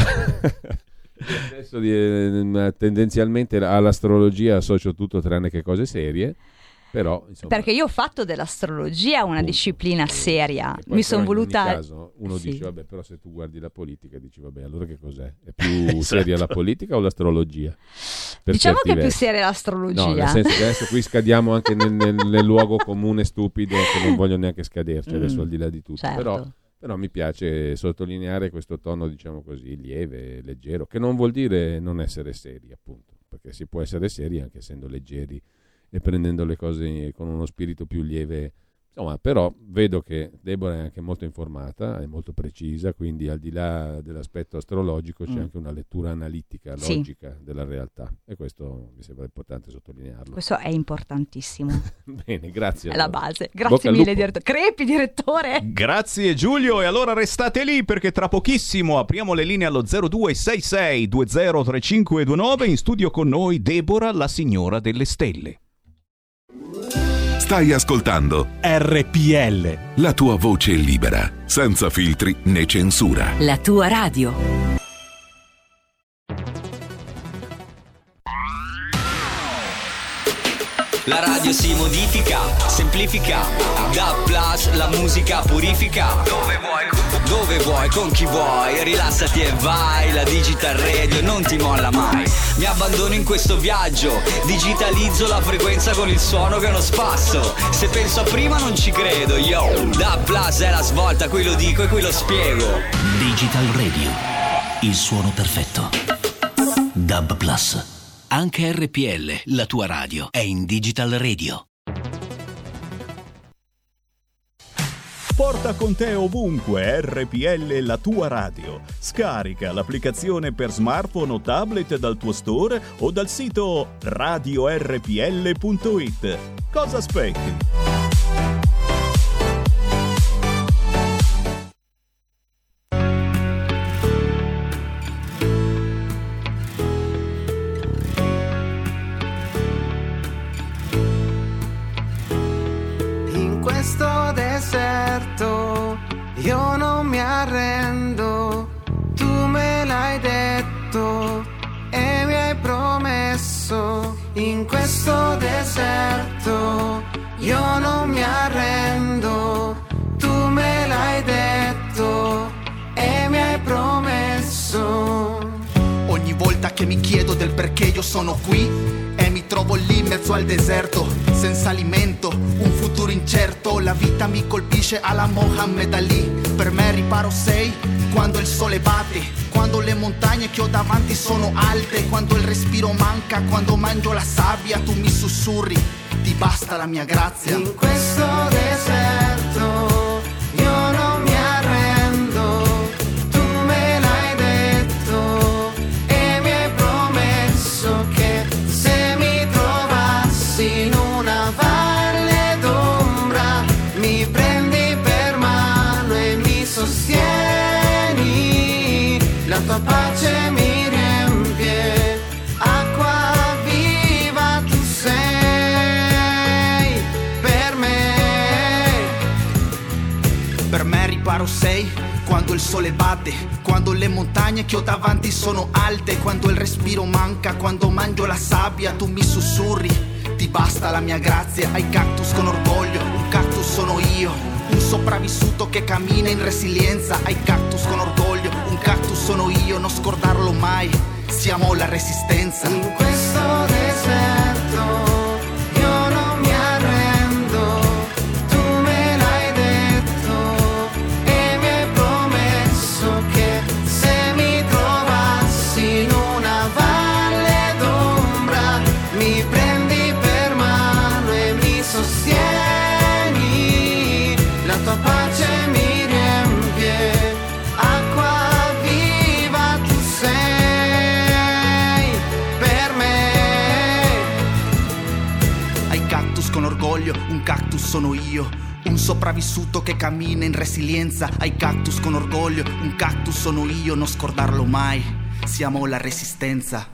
io spesso di, eh, tendenzialmente all'astrologia associo tutto tranne che cose serie, però insomma, Perché io ho fatto dell'astrologia una appunto, disciplina eh, seria, e poi mi sono però in ogni voluta... caso uno Sì. dice vabbè, però se tu guardi la politica dici vabbè, allora che cos'è? È più seria la politica o l'astrologia? Per Diciamo certi che è più versi. seria l'astrologia. No, nel senso che adesso qui scadiamo anche nel, nel- nel luogo comune stupido che non voglio neanche scaderci adesso Mm, al di là di tutto, certo. però, però mi piace sottolineare questo tono, diciamo così, lieve, leggero, che non vuol dire non essere seri, appunto, perché si può essere seri anche essendo leggeri e prendendo le cose con uno spirito più lieve. Insomma, però vedo che Deborah è anche molto informata, è molto precisa, quindi al di là dell'aspetto astrologico c'è Mm. anche una lettura analitica, Sì. logica della realtà, e questo mi sembra importante sottolinearlo. Questo è importantissimo, Bene, grazie. è la allora. base. Bocca Grazie al mille, lupo. direttore. Crepi, direttore! grazie Giulio, e allora restate lì perché tra pochissimo apriamo le linee allo zero due sei sei due zero tre cinque due nove. In studio con noi Deborah, la signora delle stelle. Stai ascoltando R P L, la tua voce libera, senza filtri né censura. La tua radio. La radio si modifica, semplifica, da plus la musica purifica. Dove vuoi, dove vuoi, con chi vuoi, rilassati e vai. La Digital Radio non ti molla mai. Mi abbandono in questo viaggio, digitalizzo la frequenza con il suono che è uno spasso. Se penso a prima non ci credo, yo. Da plus è la svolta, qui lo dico e qui lo spiego. Digital Radio, il suono perfetto. Dub Plus. Anche R P L, la tua radio, è in Digital Radio. Porta con te ovunque R P L, la tua radio. Scarica l'applicazione per smartphone o tablet dal tuo store o dal sito radio erre pi elle punto it. Cosa aspetti? In questo deserto io non mi arrendo, tu me l'hai detto e mi hai promesso. In questo deserto io non mi arrendo, tu me l'hai detto e mi hai promesso. Ogni volta che mi chiedo del perché io sono qui e mi trovo lì in mezzo al deserto, senza alimento, un futuro incerto, la vita mi colpisce alla Mohammed Ali. Per me riparo sei quando il sole batte, quando le montagne che ho davanti sono alte, quando il respiro manca, quando mangio la sabbia, tu mi sussurri, ti basta la mia grazia. In questo deserto io non mi arrendo, tu me l'hai detto e mi hai promesso che se mi trovassi in una valle d'ombra mi prendi per mano e mi sostieni, la tua pace mi riempie, acqua viva tu sei per me. il sole batte, quando le montagne che ho davanti sono alte, quando il respiro manca, quando mangio la sabbia, tu mi sussurri, ti basta la mia grazia. Ai cactus con orgoglio, un cactus sono io, un sopravvissuto che cammina in resilienza. Ai cactus con orgoglio, un cactus sono io, non scordarlo mai, siamo la resistenza. In questo deserto io non mi arrendo, tu me l'hai detto e mi hai promesso che se mi trovassi in una valle d'ombra mi prendi per mano e mi sostieni, la tua pace mi riempie, acqua viva tu sei per me. Ai cactus con orgoglio, un cactus sono io, un sopravvissuto che cammina in resilienza. Ai cactus con orgoglio, un cactus sono io, non scordarlo mai, siamo la resistenza.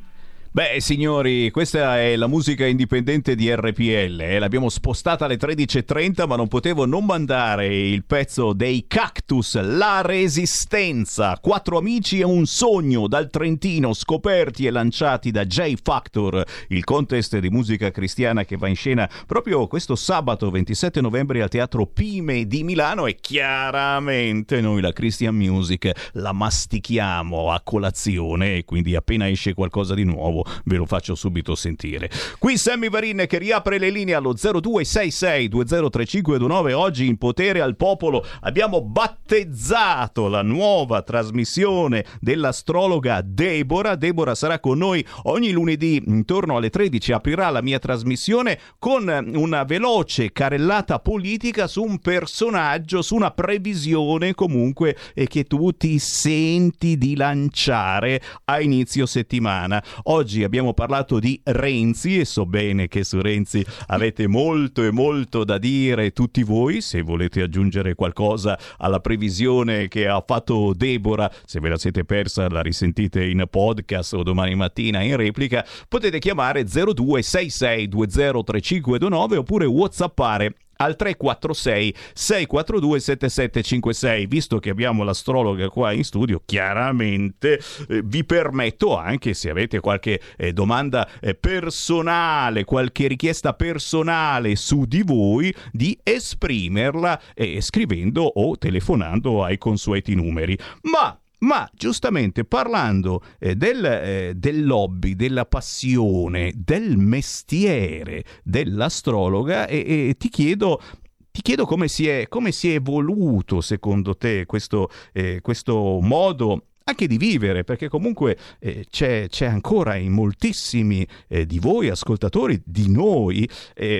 Beh, signori, questa è la musica indipendente di R P L, eh? L'abbiamo spostata alle tredici e trenta, ma non potevo non mandare il pezzo dei Cactus, La Resistenza, quattro amici e un sogno dal Trentino, scoperti e lanciati da J Factor, il contest di musica cristiana che va in scena proprio questo sabato ventisette novembre al Teatro Pime di Milano, e chiaramente noi la Christian Music la mastichiamo a colazione, e quindi appena esce qualcosa di nuovo ve lo faccio subito sentire. Qui Sammy Varin che riapre le linee allo zero due sei sei due zero tre cinque due nove. Oggi in Potere al Popolo abbiamo battezzato la nuova trasmissione dell'astrologa Deborah. Deborah sarà con noi ogni lunedì intorno alle tredici, aprirà la mia trasmissione con una veloce carrellata politica su un personaggio, su una previsione comunque e che tu ti senti di lanciare a inizio settimana. Oggi abbiamo parlato di Renzi e so bene che su Renzi avete molto e molto da dire tutti voi. Se volete aggiungere qualcosa alla previsione che ha fatto Deborah, se ve la siete persa la risentite in podcast o domani mattina in replica, potete chiamare zero due sei sei due zero tre cinque due nove oppure whatsappare al tre quattro sei sei quattro due sette sette cinque sei. Visto che abbiamo l'astrologa qua in studio, chiaramente eh, vi permetto anche, se avete qualche eh, domanda eh, personale, qualche richiesta personale su di voi, di esprimerla eh, scrivendo o telefonando ai consueti numeri. Ma Ma giustamente parlando eh, del, eh, dell'hobby, della passione, del mestiere dell'astrologa, e, e ti chiedo ti chiedo come si è, come si è evoluto secondo te questo, eh, questo modo anche di vivere, perché comunque eh, c'è, c'è ancora in moltissimi eh, di voi ascoltatori, di noi, eh,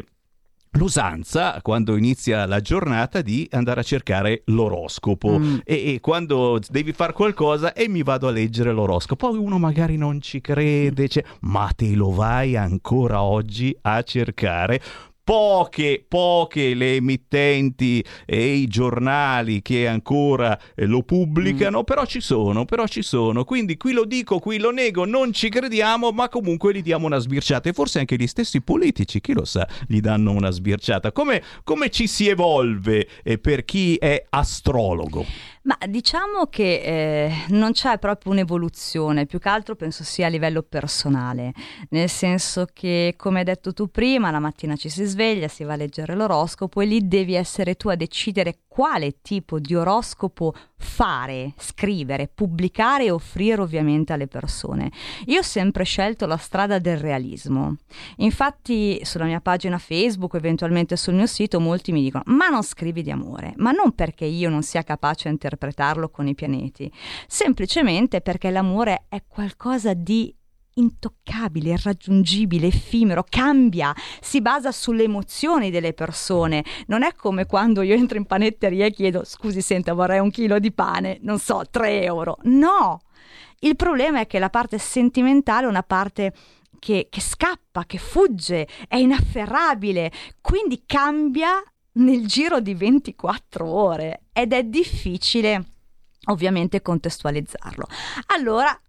l'usanza quando inizia la giornata di andare a cercare l'oroscopo mm. e, e quando devi fare qualcosa e mi vado a leggere l'oroscopo, poi uno magari non ci crede, cioè, ma te lo vai ancora oggi a cercare? Poche, poche le emittenti e i giornali che ancora eh, lo pubblicano, mm. però ci sono, però ci sono. Quindi qui lo dico, qui lo nego, non ci crediamo, ma comunque gli diamo una sbirciata. E forse anche gli stessi politici, chi lo sa, gli danno una sbirciata. Come, come ci si evolve eh, per chi è astrologo? Ma diciamo che eh, non c'è proprio un'evoluzione, più che altro penso sia a livello personale, nel senso che, come hai detto tu prima, la mattina ci si sveglia, si va a leggere l'oroscopo e lì devi essere tu a decidere quale tipo di oroscopo fare, scrivere, pubblicare e offrire ovviamente alle persone. Io ho sempre scelto la strada del realismo. Infatti sulla mia pagina Facebook, eventualmente sul mio sito, molti mi dicono: ma non scrivi di amore? Ma non perché io non sia capace a interpretarlo con i pianeti, semplicemente perché l'amore è qualcosa di intoccabile, irraggiungibile, effimero, cambia, si basa sulle emozioni delle persone. Non è come quando io entro in panetteria e chiedo: scusi, senta, vorrei un chilo di pane, non so, tre euro. No, il problema è che la parte sentimentale è una parte che, che scappa, che fugge, è inafferrabile, quindi cambia nel giro di ventiquattro ore ed è difficile ovviamente contestualizzarlo. Allora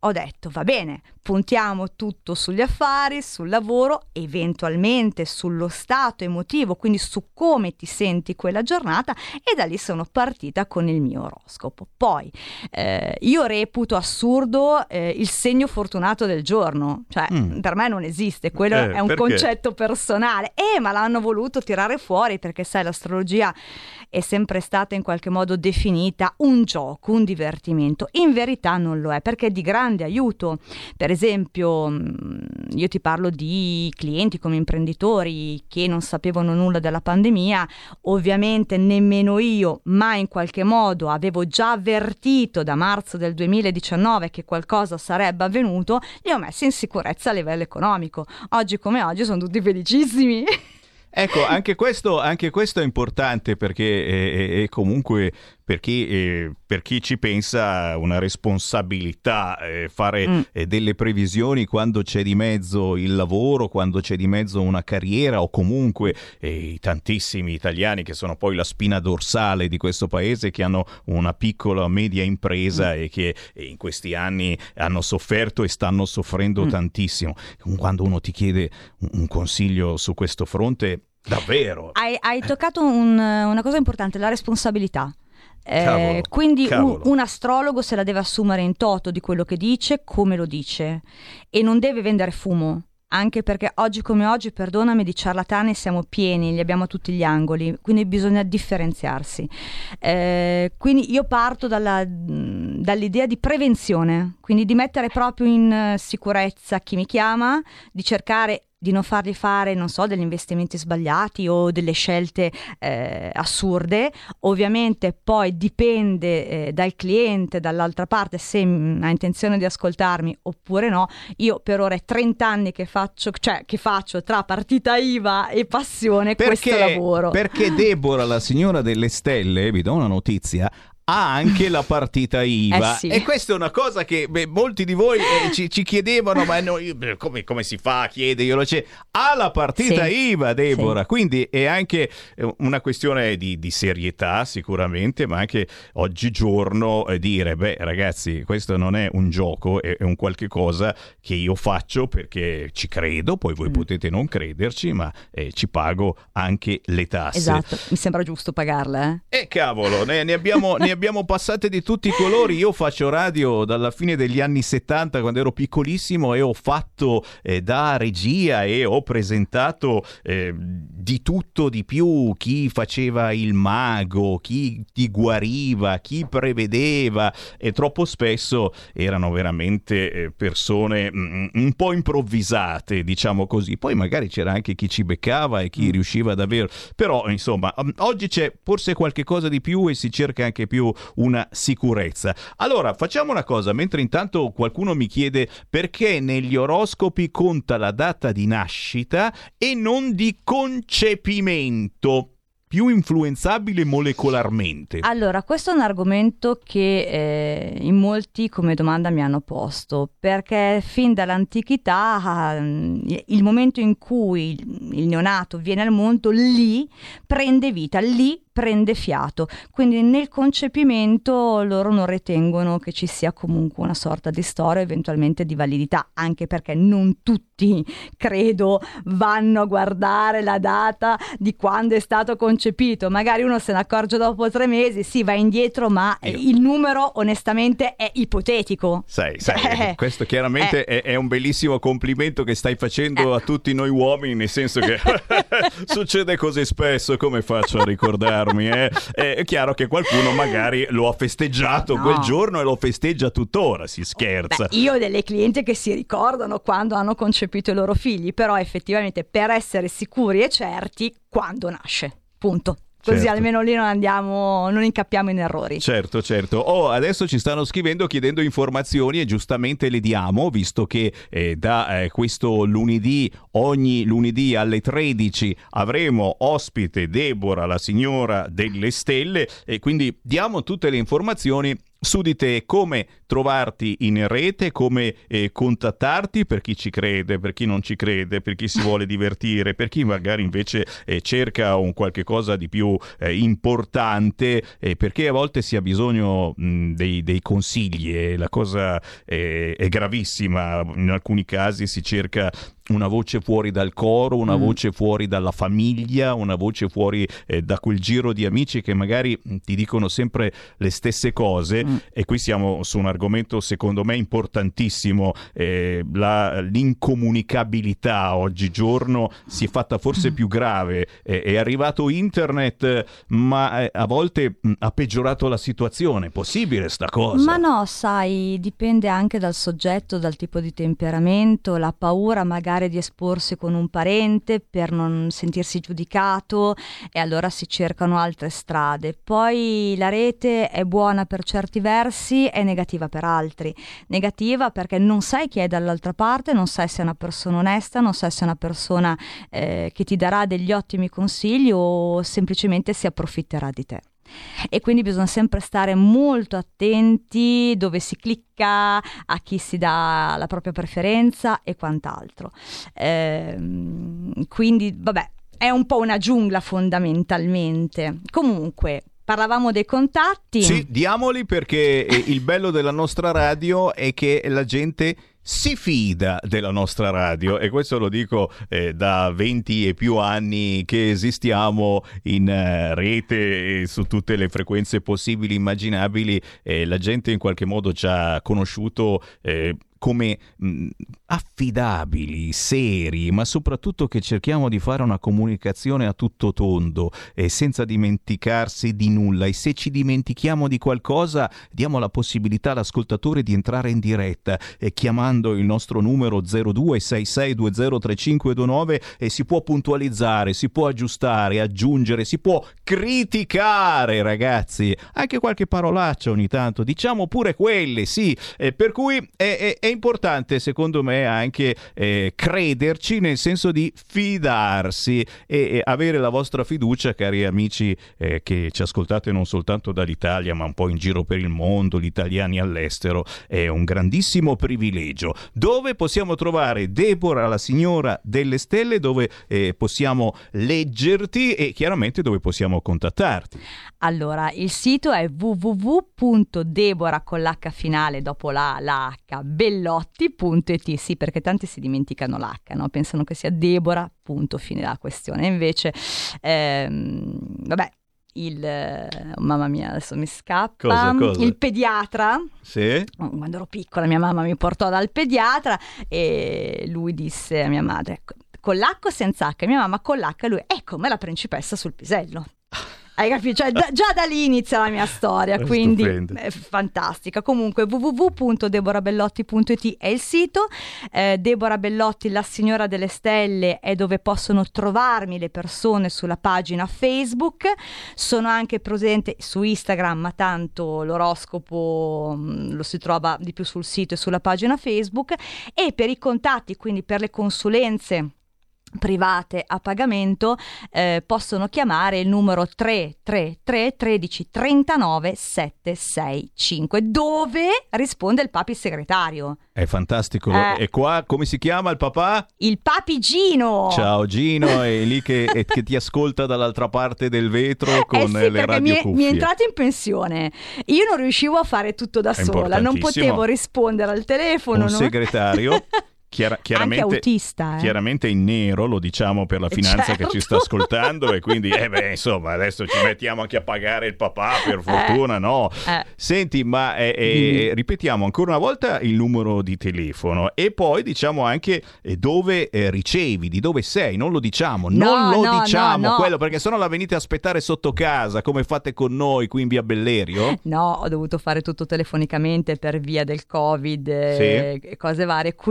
ho detto va bene, puntiamo tutto sugli affari, sul lavoro, eventualmente sullo stato emotivo, quindi su come ti senti quella giornata, e da lì sono partita con il mio oroscopo. Poi eh, io reputo assurdo eh, il segno fortunato del giorno, cioè mm. per me non esiste, quello eh, è un perché? concetto personale, eh, ma l'hanno voluto tirare fuori perché sai, l'astrologia è sempre stata in qualche modo definita un gioco, un divertimento. In verità non lo è, perché è di grande aiuto. Per esempio, io ti parlo di clienti come imprenditori che non sapevano nulla della pandemia, ovviamente nemmeno io, ma in qualche modo avevo già avvertito da marzo del duemiladiciannove che qualcosa sarebbe avvenuto, li ho messi in sicurezza a livello economico. Oggi come oggi sono tutti felicissimi. Ecco, anche questo, anche questo è importante, perché è, è comunque per chi, eh, per chi ci pensa una responsabilità eh, fare mm. eh, delle previsioni quando c'è di mezzo il lavoro, quando c'è di mezzo una carriera, o comunque eh, i tantissimi italiani che sono poi la spina dorsale di questo paese, che hanno una piccola o media impresa mm. e che eh, in questi anni hanno sofferto e stanno soffrendo mm. tantissimo. Quando uno ti chiede un, un consiglio su questo fronte, davvero hai, hai toccato un, una cosa importante, la responsabilità. Eh, Cavolo, quindi cavolo. Un, un astrologo se la deve assumere in toto di quello che dice, come lo dice, e non deve vendere fumo, anche perché oggi come oggi, perdonami, di ciarlatani siamo pieni, li abbiamo a tutti gli angoli, quindi bisogna differenziarsi. Eh, quindi io parto dalla, dall'idea di prevenzione, quindi di mettere proprio in sicurezza chi mi chiama, di cercare di non fargli fare, non so, degli investimenti sbagliati o delle scelte eh, assurde. Ovviamente poi dipende eh, dal cliente, dall'altra parte, se mh, ha intenzione di ascoltarmi oppure no. Io per ora è trenta anni che faccio, cioè che faccio tra partita I V A e passione perché, questo lavoro. Perché Deborah, la signora delle stelle, vi do una notizia, ha anche la partita I V A, eh sì. e questa è una cosa che beh, molti di voi eh, ci, ci chiedevano, ma no, io, come, come si fa a chiederglielo? Cioè, ha la partita sì. I V A, Deborah, sì. Quindi è anche una questione di, di serietà sicuramente, ma anche oggigiorno eh, dire, beh ragazzi, questo non è un gioco, è, è un qualche cosa che io faccio perché ci credo, poi voi mm. potete non crederci, ma eh, ci pago anche le tasse. Esatto, mi sembra giusto pagarle. E eh, cavolo, ne, ne abbiamo... ne abbiamo passate di tutti i colori. Io faccio radio dalla fine degli anni settanta, quando ero piccolissimo, e ho fatto eh, da regia e ho presentato eh, di tutto di più. Chi faceva il mago, chi ti guariva, chi prevedeva, e troppo spesso erano veramente eh, persone mm, un po' improvvisate, diciamo così. Poi magari c'era anche chi ci beccava e chi mm. riusciva davvero, però insomma oggi c'è forse qualche cosa di più e si cerca anche più una sicurezza. Allora facciamo una cosa, mentre intanto qualcuno mi chiede perché negli oroscopi conta la data di nascita e non di concepimento, più influenzabile molecolarmente. Allora, questo è un argomento che eh, in molti come domanda mi hanno posto, perché fin dall'antichità eh, il momento in cui il neonato viene al mondo, lì prende vita, lì prende fiato, quindi nel concepimento loro non ritengono che ci sia comunque una sorta di storia, eventualmente di validità, anche perché non tutti, credo, vanno a guardare la data di quando è stato concepito. Magari uno se ne accorge dopo tre mesi, sì, va indietro, ma Io. il numero onestamente è ipotetico. Sai, sai eh, questo chiaramente eh. è, è un bellissimo complimento che stai facendo eh. a tutti noi uomini, nel senso che succede così spesso, come faccio a ricordare? Eh? È chiaro che qualcuno magari lo ha festeggiato no. quel giorno e lo festeggia tuttora, si scherza. Beh, io ho delle clienti che si ricordano quando hanno concepito i loro figli, però effettivamente per essere sicuri e certi quando nasce, punto. Così certo. almeno lì non andiamo, non incappiamo in errori. Certo, certo. Oh, adesso ci stanno scrivendo chiedendo informazioni e giustamente le diamo, visto che eh, da eh, questo lunedì, ogni lunedì alle tredici avremo ospite Deborah, la signora delle stelle, e quindi diamo tutte le informazioni su di te come trovarti in rete, come eh, contattarti per chi ci crede, per chi non ci crede, per chi si vuole divertire, per chi magari invece eh, cerca un qualche cosa di più eh, importante, eh, perché a volte si ha bisogno mh, dei, dei consigli e la cosa eh, è gravissima. In alcuni casi si cerca una voce fuori dal coro, una mm. voce fuori dalla famiglia, una voce fuori eh, da quel giro di amici che magari ti dicono sempre le stesse cose. Mm. E qui siamo su un argomento secondo me importantissimo, eh, la, l'incomunicabilità oggigiorno si è fatta forse più grave, eh, è arrivato internet ma eh, a volte mh, ha peggiorato la situazione. Possibile sta cosa? Ma no, sai, dipende anche dal soggetto, dal tipo di temperamento, la paura magari di esporsi con un parente per non sentirsi giudicato, e allora si cercano altre strade. Poi la rete è buona per certi versi, è negativa per altri. Negativa perché non sai chi è dall'altra parte, non sai se è una persona onesta, non sai se è una persona eh, che ti darà degli ottimi consigli o semplicemente si approfitterà di te. E quindi bisogna sempre stare molto attenti dove si clicca, a chi si dà la propria preferenza e quant'altro. Ehm, quindi vabbè, è un po' una giungla fondamentalmente. Comunque parlavamo dei contatti. Sì, diamoli, perché il bello della nostra radio è che la gente si fida della nostra radio, e questo lo dico eh, da venti e più anni che esistiamo in uh, rete e su tutte le frequenze possibili e immaginabili. Eh, la gente in qualche modo ci ha conosciuto eh, come mh, affidabili, seri, ma soprattutto che cerchiamo di fare una comunicazione a tutto tondo e senza dimenticarsi di nulla. E se ci dimentichiamo di qualcosa, diamo la possibilità all'ascoltatore di entrare in diretta e chiamando il nostro numero zero due sei sei due zero tre cinque due nove, e si può puntualizzare, si può aggiustare, aggiungere, si può criticare, ragazzi, anche qualche parolaccia ogni tanto, diciamo pure quelle, sì, eh, per cui è, è, è importante secondo me anche eh, crederci, nel senso di fidarsi e, e avere la vostra fiducia, cari amici eh, che ci ascoltate non soltanto dall'Italia ma un po' in giro per il mondo, gli italiani all'estero. È un grandissimo privilegio. Dove possiamo trovare Deborah, la signora delle stelle, dove eh, possiamo leggerti e chiaramente dove possiamo contattarti? Allora, il sito è w w w punto deborah con l'H finale dopo la, la H bellotti punto i t. Sì, perché tanti si dimenticano l'H, no? Pensano che sia Deborah, punto, fine la questione. Invece, ehm, vabbè, il mamma mia, adesso mi scappa. Cosa, cosa? Il pediatra. Sì. Quando ero piccola mia mamma mi portò dal pediatra e lui disse a mia madre con l'H o senza H, mia mamma con l'H, lui è come la principessa sul pisello. Hai capito? Cioè, da, già da lì inizia la mia storia, è quindi stupendo. È fantastica. Comunque w w w punto deborah bellotti punto i t è il sito. eh, Deborah Bellotti, la signora delle stelle, è dove possono trovarmi le persone sulla pagina Facebook. Sono anche presente su Instagram, ma tanto l'oroscopo mh, lo si trova di più sul sito e sulla pagina Facebook. E per i contatti, quindi per le consulenze private a pagamento, eh, possono chiamare il numero tre tre tre tredici trentanove settecentosessantacinque, dove risponde il papi segretario. È fantastico. Eh. E qua come si chiama il papà? Il papi Gino. Ciao Gino, è lì che, è, che ti ascolta dall'altra parte del vetro con eh sì, le perché radio mi è, cuffie. mi è entrato in pensione. Io non riuscivo a fare tutto da È sola, non importantissimo. potevo rispondere al telefono. Un non- segretario chiara- chiaramente, Anche autista, eh. chiaramente in nero, lo diciamo per la finanza certo. che ci sta ascoltando, e quindi eh beh, insomma adesso ci mettiamo anche a pagare il papà, per fortuna, no? Eh. Senti, ma eh, eh, ripetiamo ancora una volta il numero di telefono e poi diciamo anche eh, dove eh, ricevi, di dove sei, non lo diciamo, No, non lo no, diciamo no, no. quello, perché sennò la venite a aspettare sotto casa come fate con noi qui in via Bellerio. No, ho dovuto fare tutto telefonicamente per via del Covid e e cose varie, quindi in questo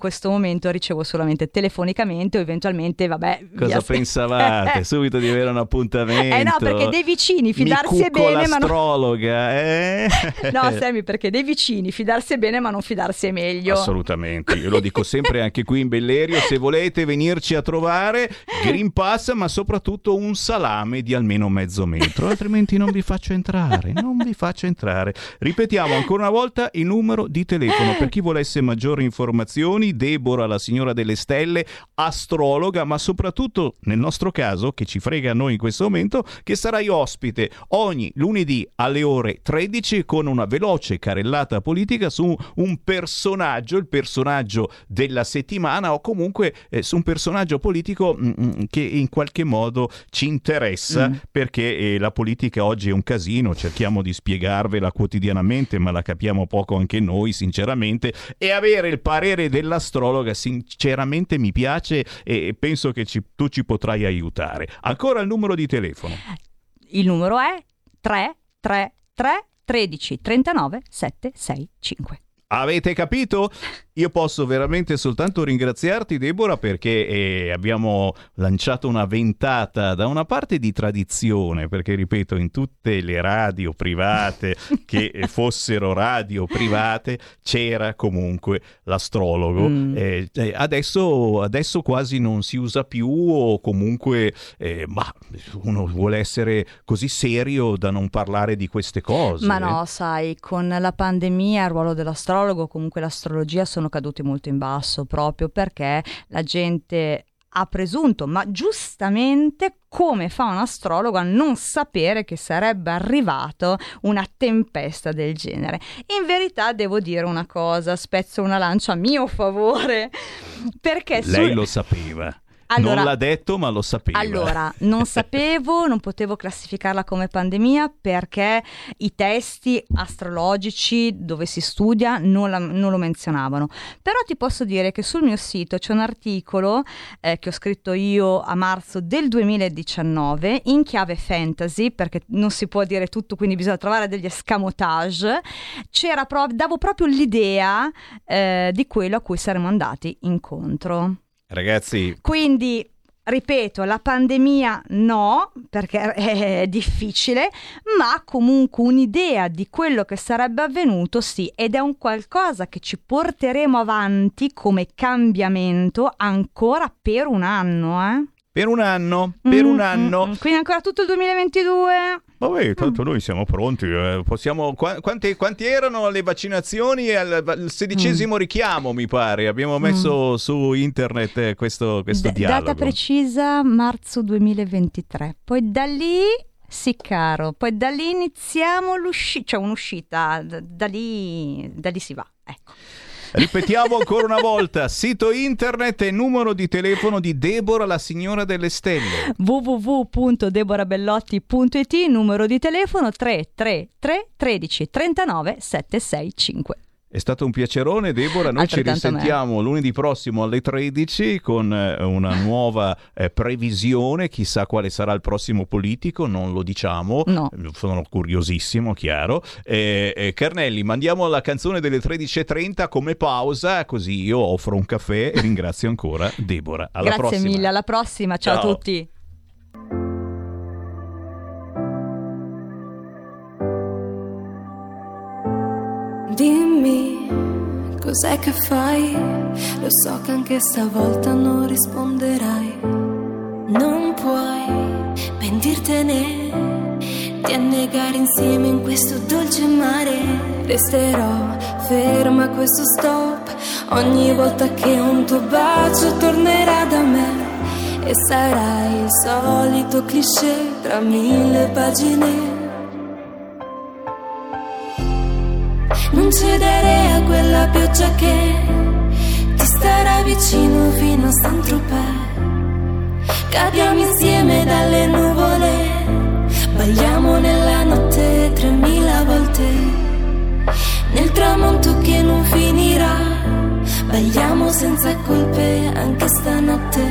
questo momento ricevo solamente telefonicamente o eventualmente, vabbè, Cosa via- pensavate? Subito di avere un appuntamento? Eh no, perché dei vicini fidarsi Mi è cucco bene, ma non... l'astrologa, eh? No, Sammy, perché dei vicini fidarsi è bene, ma non fidarsi è meglio. Assolutamente, io lo dico sempre anche qui in Bellerio, se volete venirci a trovare, Green Pass, ma soprattutto un salame di almeno mezzo metro, altrimenti non vi faccio entrare, non vi faccio entrare. Ripetiamo ancora una volta il numero di telefono per chi volesse maggiori informazioni. Deborah, la signora delle stelle, astrologa, ma soprattutto nel nostro caso, che ci frega a noi in questo momento, che sarai ospite ogni lunedì alle ore tredici con una veloce carrellata politica su un personaggio, il personaggio della settimana, o comunque eh, su un personaggio politico mh, che in qualche modo ci interessa, mm. perché eh, la politica oggi è un casino, cerchiamo di spiegarvela quotidianamente, ma la capiamo poco anche noi, sinceramente, e avere il parere dell'astrologa sinceramente mi piace e penso che ci, tu ci potrai aiutare. Ancora il numero di telefono. Il numero è tre tre tre tredici trentanove settecentosessantacinque. Avete capito? Io posso veramente soltanto ringraziarti, Deborah, perché eh, abbiamo lanciato una ventata da una parte di tradizione, perché ripeto, in tutte le radio private che fossero radio private c'era comunque l'astrologo. Mm. Eh, eh, adesso, adesso quasi non si usa più, o comunque eh, ma uno vuole essere così serio da non parlare di queste cose. Ma no, sai, con la pandemia il ruolo dell'astrologo, comunque l'astrologia, sono caduti molto in basso, proprio perché la gente ha presunto, ma giustamente, come fa un astrologo a non sapere che sarebbe arrivato una tempesta del genere. In verità devo dire una cosa, spezzo una lancia a mio favore, perché lei sul... lo sapeva. Allora, non l'ha detto, ma lo sapeva. Allora, non sapevo, non potevo classificarla come pandemia perché i testi astrologici dove si studia non, la, non lo menzionavano. Però ti posso dire che sul mio sito c'è un articolo eh, che ho scritto io a marzo del duemiladiciannove in chiave fantasy, perché non si può dire tutto, quindi bisogna trovare degli escamotage. C'era pro- davo proprio l'idea eh, di quello a cui saremmo andati incontro. Ragazzi, quindi ripeto, la pandemia no, perché è difficile, ma comunque un'idea di quello che sarebbe avvenuto sì, ed è un qualcosa che ci porteremo avanti come cambiamento ancora per un anno, eh? Per un anno, per mm, un anno. Mm, quindi ancora tutto il duemilaventidue. Vabbè, tanto noi siamo pronti. Eh, possiamo. Qu- quanti, quanti erano le vaccinazioni? Al, al sedicesimo mm. richiamo, mi pare. Abbiamo messo mm. su internet eh, questo, questo D- dialogo. Data precisa, marzo duemilaventitré. Poi da lì, sì, caro. Poi da lì iniziamo l'uscita, cioè un'uscita. Da, da lì, da lì si va. Ecco. Ripetiamo ancora una volta, sito internet e numero di telefono di Deborah, la signora delle stelle. w w w punto deborah bellotti punto i t, numero di telefono tre tre tre tredici trentanove settecentosessantacinque. È stato un piacerone, Deborah. Noi ci risentiamo lunedì prossimo alle tredici con una nuova eh, previsione. Chissà quale sarà il prossimo politico, non lo diciamo. No. Sono curiosissimo, chiaro. Eh, eh, Carnelli, mandiamo la canzone delle tredici e trenta come pausa, così io offro un caffè e ringrazio ancora Deborah. Alla Grazie prossima. mille, alla prossima. Ciao, Ciao a tutti. Dimmi, cos'è che fai? Lo so che anche stavolta non risponderai. Non puoi pentirtene di annegare insieme in questo dolce mare. Resterò ferma a questo stop ogni volta che un tuo bacio tornerà da me. E sarai il solito cliché tra mille pagine. Non cedere a quella pioggia che ti starà vicino fino a Saint-Tropez. Cadiamo insieme dalle nuvole, balliamo nella notte tremila volte. Nel tramonto che non finirà, balliamo senza colpe anche stanotte.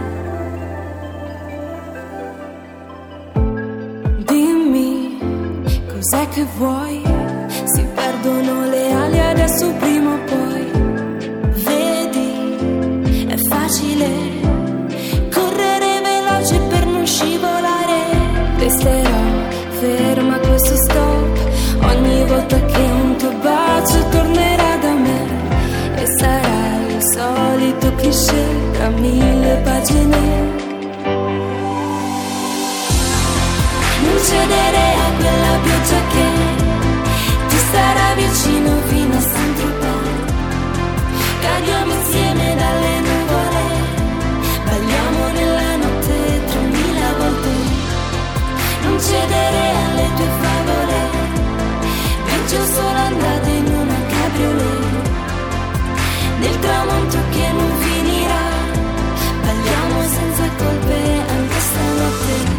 Dimmi, cos'è che vuoi? Si perdono le ali adesso prima o poi. Vedi finisce tra mille pagine. Non cedere a quella pioggia che ti starà vicino fino a Saint-Tropez. Cadiamo insieme dalle nuvole, balliamo nella notte tremila volte. Non cedere alle tue favole, peggio solo andate in una cabriolet. Nel tramonto che non finirà, balliamo senza colpe anche stanotte.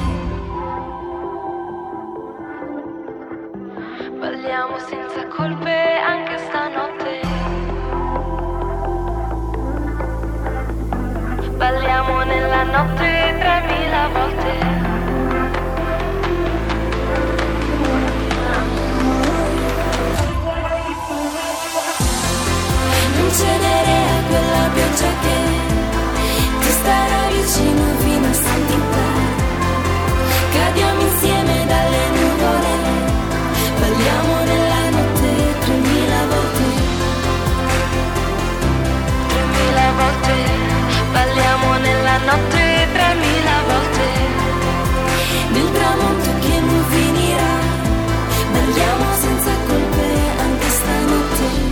Balliamo senza colpe anche stanotte. Balliamo nella notte tremila volte. Non cedere a quella pioggia che ti starà vicino fino a Saint-Tropez. Cadiamo insieme dalle nuvole, balliamo nella notte tremila volte. Tremila volte, balliamo nella notte tremila volte. Nel tramonto che non finirà, balliamo senza colpe anche stanotte.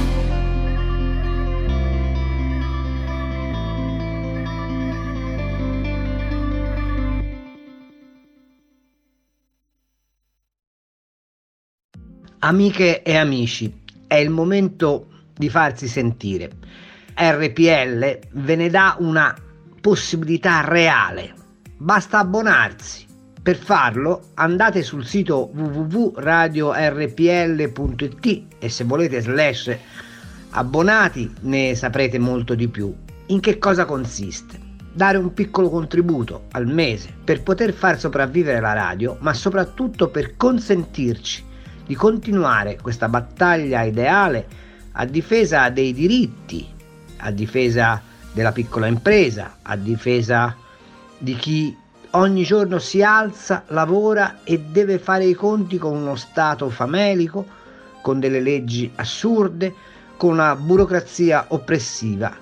Amiche e amici, è il momento di farsi sentire. R P L ve ne dà una possibilità reale. Basta abbonarsi. Per farlo andate sul sito w w w punto radio r p l punto i t e se volete slash abbonati ne saprete molto di più. In che cosa consiste? Dare un piccolo contributo al mese per poter far sopravvivere la radio, ma soprattutto per consentirci di continuare questa battaglia ideale a difesa dei diritti, a difesa della piccola impresa, a difesa di chi ogni giorno si alza, lavora e deve fare i conti con uno Stato famelico, con delle leggi assurde, con una burocrazia oppressiva.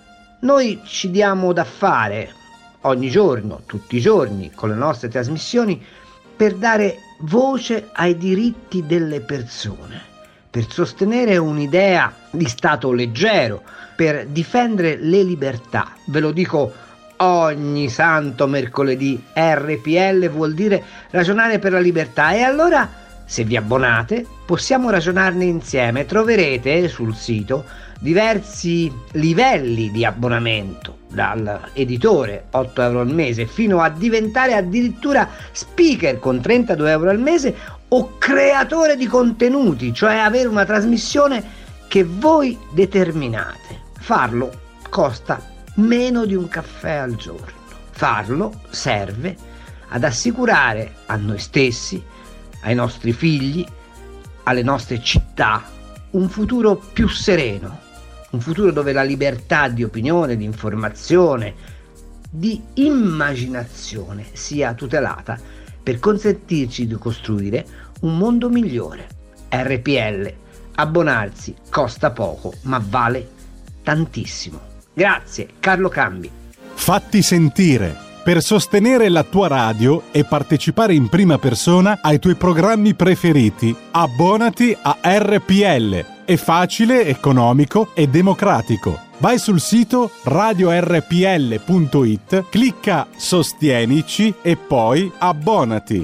Noi ci diamo da fare ogni giorno, tutti i giorni, con le nostre trasmissioni, per dare voce ai diritti delle persone, per sostenere un'idea di Stato leggero, per difendere le libertà. Ve lo dico ogni santo mercoledì, R P L vuol dire ragionare per la libertà, e allora se vi abbonate possiamo ragionarne insieme. Troverete sul sito diversi livelli di abbonamento, dal editore otto euro al mese fino a diventare addirittura speaker con trentadue euro al mese, o creatore di contenuti, cioè avere una trasmissione che voi determinate. Farlo costa meno di un caffè al giorno. Farlo serve ad assicurare a noi stessi, ai nostri figli, alle nostre città, un futuro più sereno, un futuro dove la libertà di opinione, di informazione, di immaginazione sia tutelata, per consentirci di costruire un mondo migliore. R P L, abbonarsi costa poco, ma vale tantissimo. Grazie, Carlo Cambi. Fatti sentire. Per sostenere la tua radio e partecipare in prima persona ai tuoi programmi preferiti, abbonati a R P L. È facile, economico e democratico. Vai sul sito radio r p l punto i t, clicca Sostienici e poi abbonati.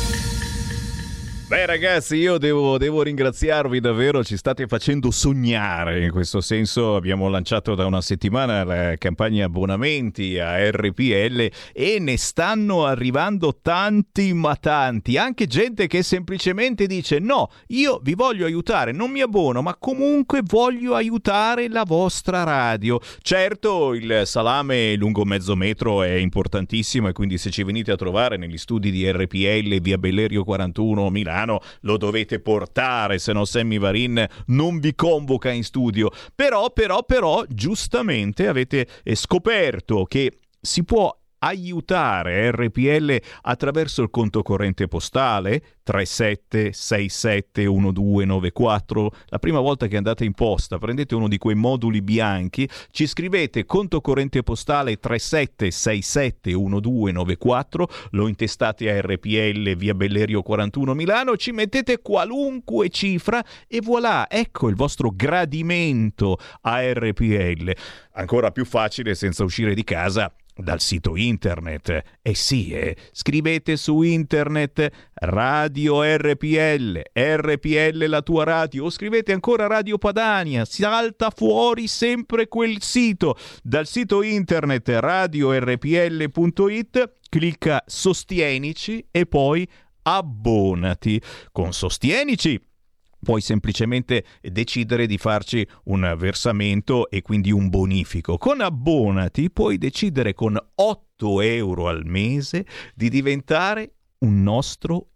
Beh ragazzi, io devo, devo ringraziarvi davvero, ci state facendo sognare. In questo senso abbiamo lanciato da una settimana la campagna abbonamenti a R P L e ne stanno arrivando tanti ma tanti, anche gente che semplicemente dice no, io vi voglio aiutare, non mi abbono, ma comunque voglio aiutare la vostra radio. Certo, il salame lungo mezzo metro è importantissimo, e quindi se ci venite a trovare negli studi di R P L via Bellerio quarantuno Milano lo dovete portare, se no Sammy Varin non vi convoca in studio. Però, però, però, giustamente avete scoperto che si può aiutare R P L attraverso il conto corrente postale tre sette sei sette uno due nove quattro. La prima volta che andate in posta prendete uno di quei moduli bianchi, ci scrivete conto corrente postale tre sette sei sette uno due nove quattro, lo intestate a R P L via Bellerio quarantuno Milano, ci mettete qualunque cifra e voilà, ecco il vostro gradimento a R P L. Ancora più facile senza uscire di casa, dal sito internet. Eh sì, eh. Scrivete su internet Radio R P L, R P L la tua radio, o scrivete ancora Radio Padania, salta fuori sempre quel sito. Dal sito internet radio r p l punto i t clicca Sostienici e poi abbonati. Con Sostienici puoi semplicemente decidere di farci un versamento e quindi un bonifico. Con Abbonati puoi decidere con otto euro al mese di diventare un nostro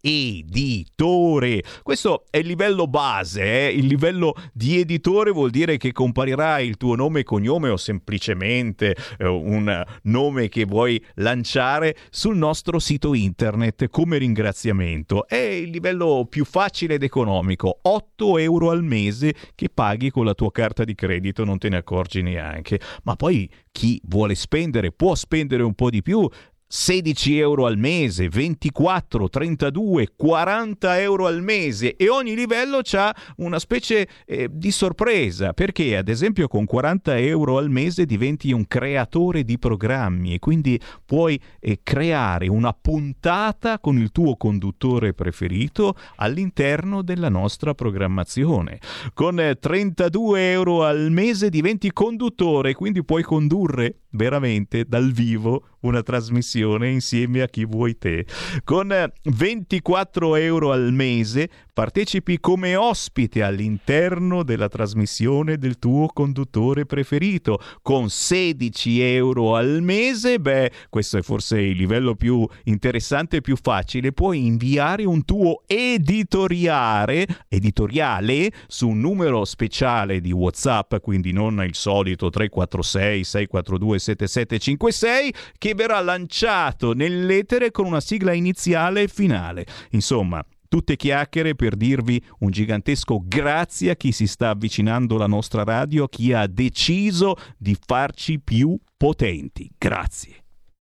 editore. Questo è il livello base, eh? Il livello di editore vuol dire che comparirà il tuo nome e cognome o semplicemente eh, un nome che vuoi lanciare sul nostro sito internet come ringraziamento. È il livello più facile ed economico, otto euro al mese che paghi con la tua carta di credito, non te ne accorgi neanche. Ma poi chi vuole spendere può spendere un po' di più, sedici euro al mese, ventiquattro, trentadue, quaranta euro al mese, e ogni livello c'ha una specie eh, di sorpresa, perché ad esempio con quaranta euro al mese diventi un creatore di programmi e quindi puoi eh, creare una puntata con il tuo conduttore preferito all'interno della nostra programmazione. Con eh, trentadue euro al mese diventi conduttore, quindi puoi condurre veramente dal vivo una trasmissione insieme a chi vuoi te. Con ventiquattro euro al mese partecipi come ospite all'interno della trasmissione del tuo conduttore preferito. Con sedici euro al mese, beh, questo è forse il livello più interessante e più facile, puoi inviare un tuo editoriale, editoriale su un numero speciale di WhatsApp, quindi non il solito tre quattro sei sei quattro due sette sette cinque sei, che verrà lanciato nell'etere con una sigla iniziale e finale. Insomma, tutte chiacchiere per dirvi un gigantesco grazie a chi si sta avvicinando alla nostra radio, a chi ha deciso di farci più potenti. Grazie.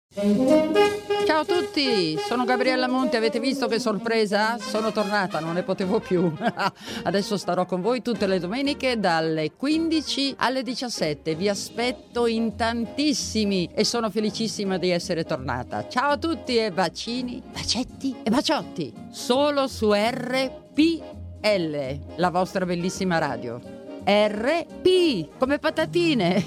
Ciao a tutti, sono Gabriella Monti, avete visto che sorpresa? Sono tornata, non ne potevo più. Adesso starò con voi tutte le domeniche dalle quindici alle diciassette, vi aspetto in tantissimi e sono felicissima di essere tornata. Ciao a tutti e bacini, bacetti e baciotti, solo su R P L, la vostra bellissima radio. R P come patatine,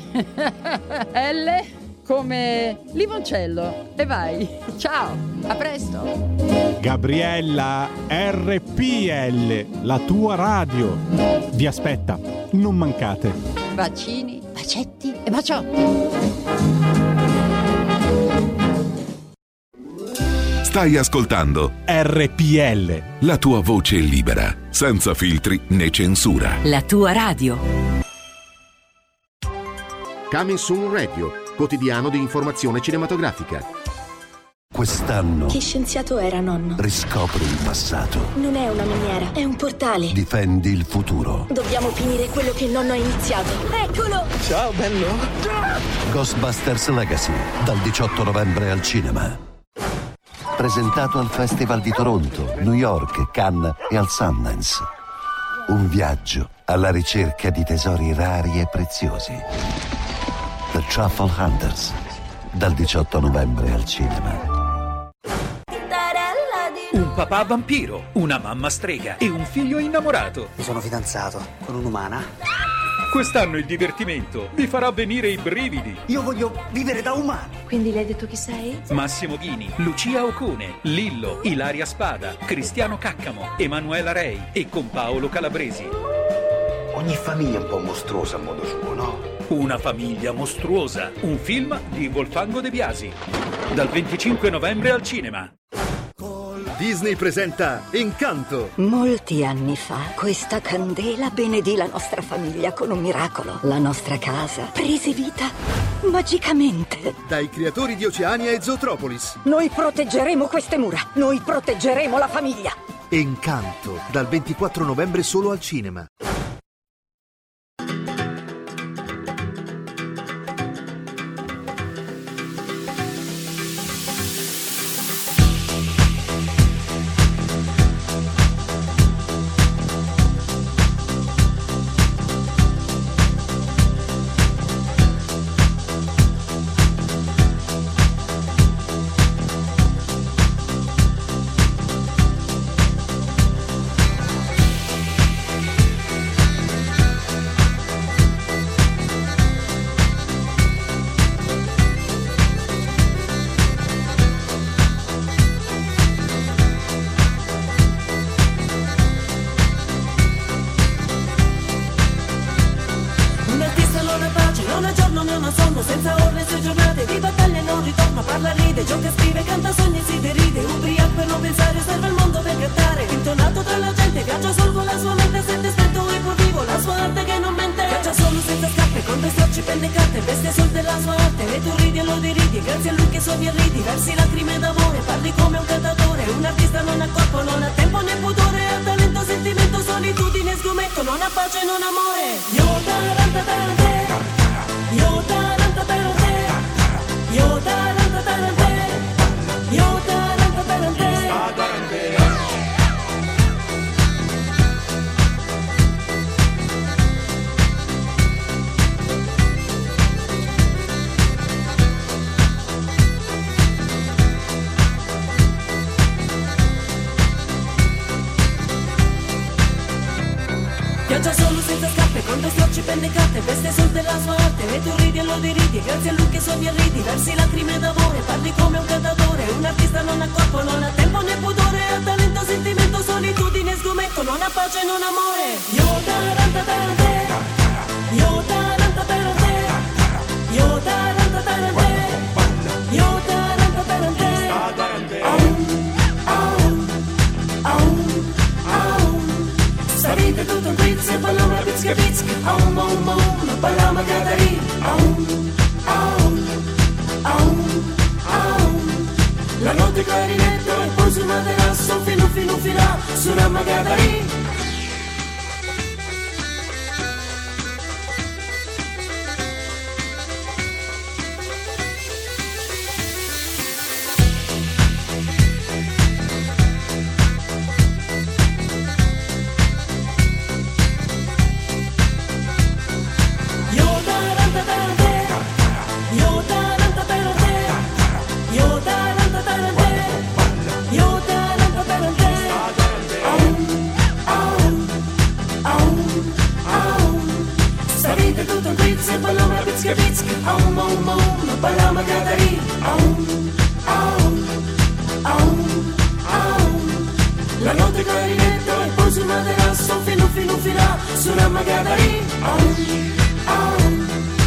L come limoncello. E vai, ciao, a presto. Gabriella, R P L, la tua radio, vi aspetta, non mancate. Bacini, bacetti e baciotti. Stai ascoltando R P L, la tua voce libera, senza filtri né censura. La tua radio. Coming Soon Radio, quotidiano di informazione cinematografica. Quest'anno Che scienziato era, nonno? riscopri il passato, Non è una miniera, è un portale. difendi il futuro. Dobbiamo finire quello che il nonno ha iniziato. Eccolo! Ciao bello. Ghostbusters Legacy, dal diciotto novembre al cinema. Presentato al Festival di Toronto, New York, Cannes e al Sundance. Un viaggio alla ricerca di tesori rari e preziosi. The Truffle Hunters, dal diciotto novembre al cinema. Un papà vampiro, una mamma strega e un figlio innamorato. Mi sono fidanzato con un'umana. Quest'anno il divertimento vi farà venire i brividi. Io voglio vivere da umano. Quindi le hai detto chi sei? Massimo Ghini, Lucia Ocone, Lillo, Ilaria Spada, Cristiano Caccamo, Emanuela Rei e con Paolo Calabresi. Ogni famiglia è un po' mostruosa a modo suo, no? Una famiglia mostruosa, un film di Volfango De Biasi. Dal venticinque novembre al cinema. Disney presenta Encanto. Molti anni fa questa candela benedì la nostra famiglia con un miracolo. La nostra casa prese vita magicamente. Dai creatori di Oceania e Zootropolis. Noi proteggeremo queste mura. Noi proteggeremo la famiglia. Encanto, dal ventiquattro novembre solo al cinema. Senza ore e sue giornate di battaglia e non ritorno. Parla, ride, gioca, scrive, canta, sogna e si deride. Ubriaco per non pensare, osserva il mondo per cantare. Intonato tra la gente, viaggia solo con la sua mente. Sente spento e pur vivo la sua arte che non mente. Viaggia solo senza scarpe, con stracci, penne e carte. Veste sol della sua arte e tu ridi e lo deridi. Grazie a lui che sogni e ridi, versi lacrime d'amore. Parli come un cantatore, un artista non ha corpo, non ha tempo né pudore. Ha talento, sentimento, solitudine, sgomento. Non ha pace, non amore. Io taranta tarante, io taranta tarante, io taranta tarante, io taranta tarante. Viaggia solo senza scarpe, con due stracci, penne e carte. Veste sol della sua arte e tu ridi e lo deridi. Grazie a lui che sogni e ridi, versi lacrime d'amore. Parli come un cantatore, un artista non ha corpo, non ha tempo né pudore. Ha talento, sentimento, solitudine, sgomento. Non ha pace, non amore. Io taranta tarante, io taranta tarante, io taranta tarante, io taranta tarante. Aum, aum, aum, aum. Sta vita è tutto un quiz e ballama pizzica pizzica. Aum, aum, aum, ballama gadari. Aum, aum, aum, aum. La notte clarinetto e poi sul materasso fino fino fino su una magadari. Aum, aum, aum, ballama gadari. Aum, aum, aum, aum. La notte clarinetto e poi sul materasso fino fino fino su una magadari. Aum, aum,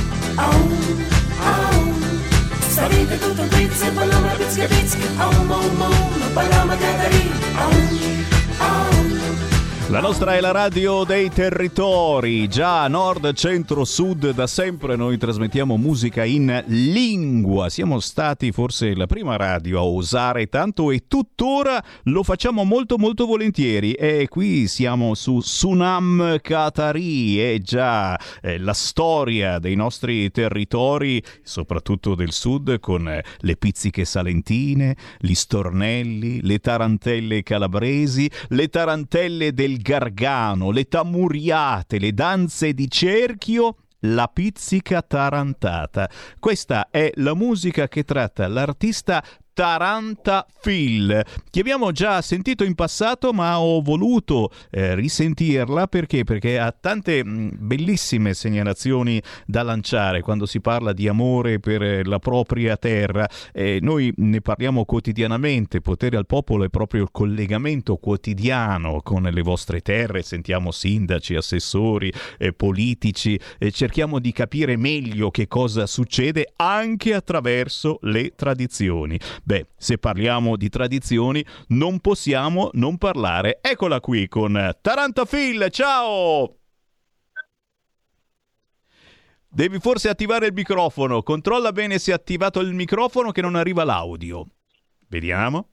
aum, aum. Sta vita è tutto un quiz e ballama pizzica pizzica. Aum, aum, aum, ballama gadari. Aum, aum. La nostra è la radio dei territori, già nord, centro, sud, da sempre noi trasmettiamo musica in lingua. Siamo stati forse la prima radio a osare tanto e tuttora lo facciamo molto molto volentieri. E qui siamo su Sunam Katari, e già eh, la storia dei nostri territori, soprattutto del sud, con eh, le pizziche salentine, gli stornelli, le tarantelle calabresi, le tarantelle del Gargano, le tamuriate, le danze di cerchio, la pizzica tarantata. Questa è la musica che tratta l'artista Taranta Phil, che abbiamo già sentito in passato, ma ho voluto eh, risentirla perché perché ha tante mh, bellissime segnalazioni da lanciare quando si parla di amore per eh, la propria terra. Eh, noi ne parliamo quotidianamente. Potere al Popolo è proprio il collegamento quotidiano con le vostre terre. Sentiamo sindaci, assessori, eh, politici, eh, cerchiamo di capire meglio che cosa succede anche attraverso le tradizioni. Beh, se parliamo di tradizioni non possiamo non parlare. Eccola qui con Taranta Phil, ciao! Devi forse attivare il microfono. Controlla bene se è attivato il microfono che non arriva l'audio. Vediamo.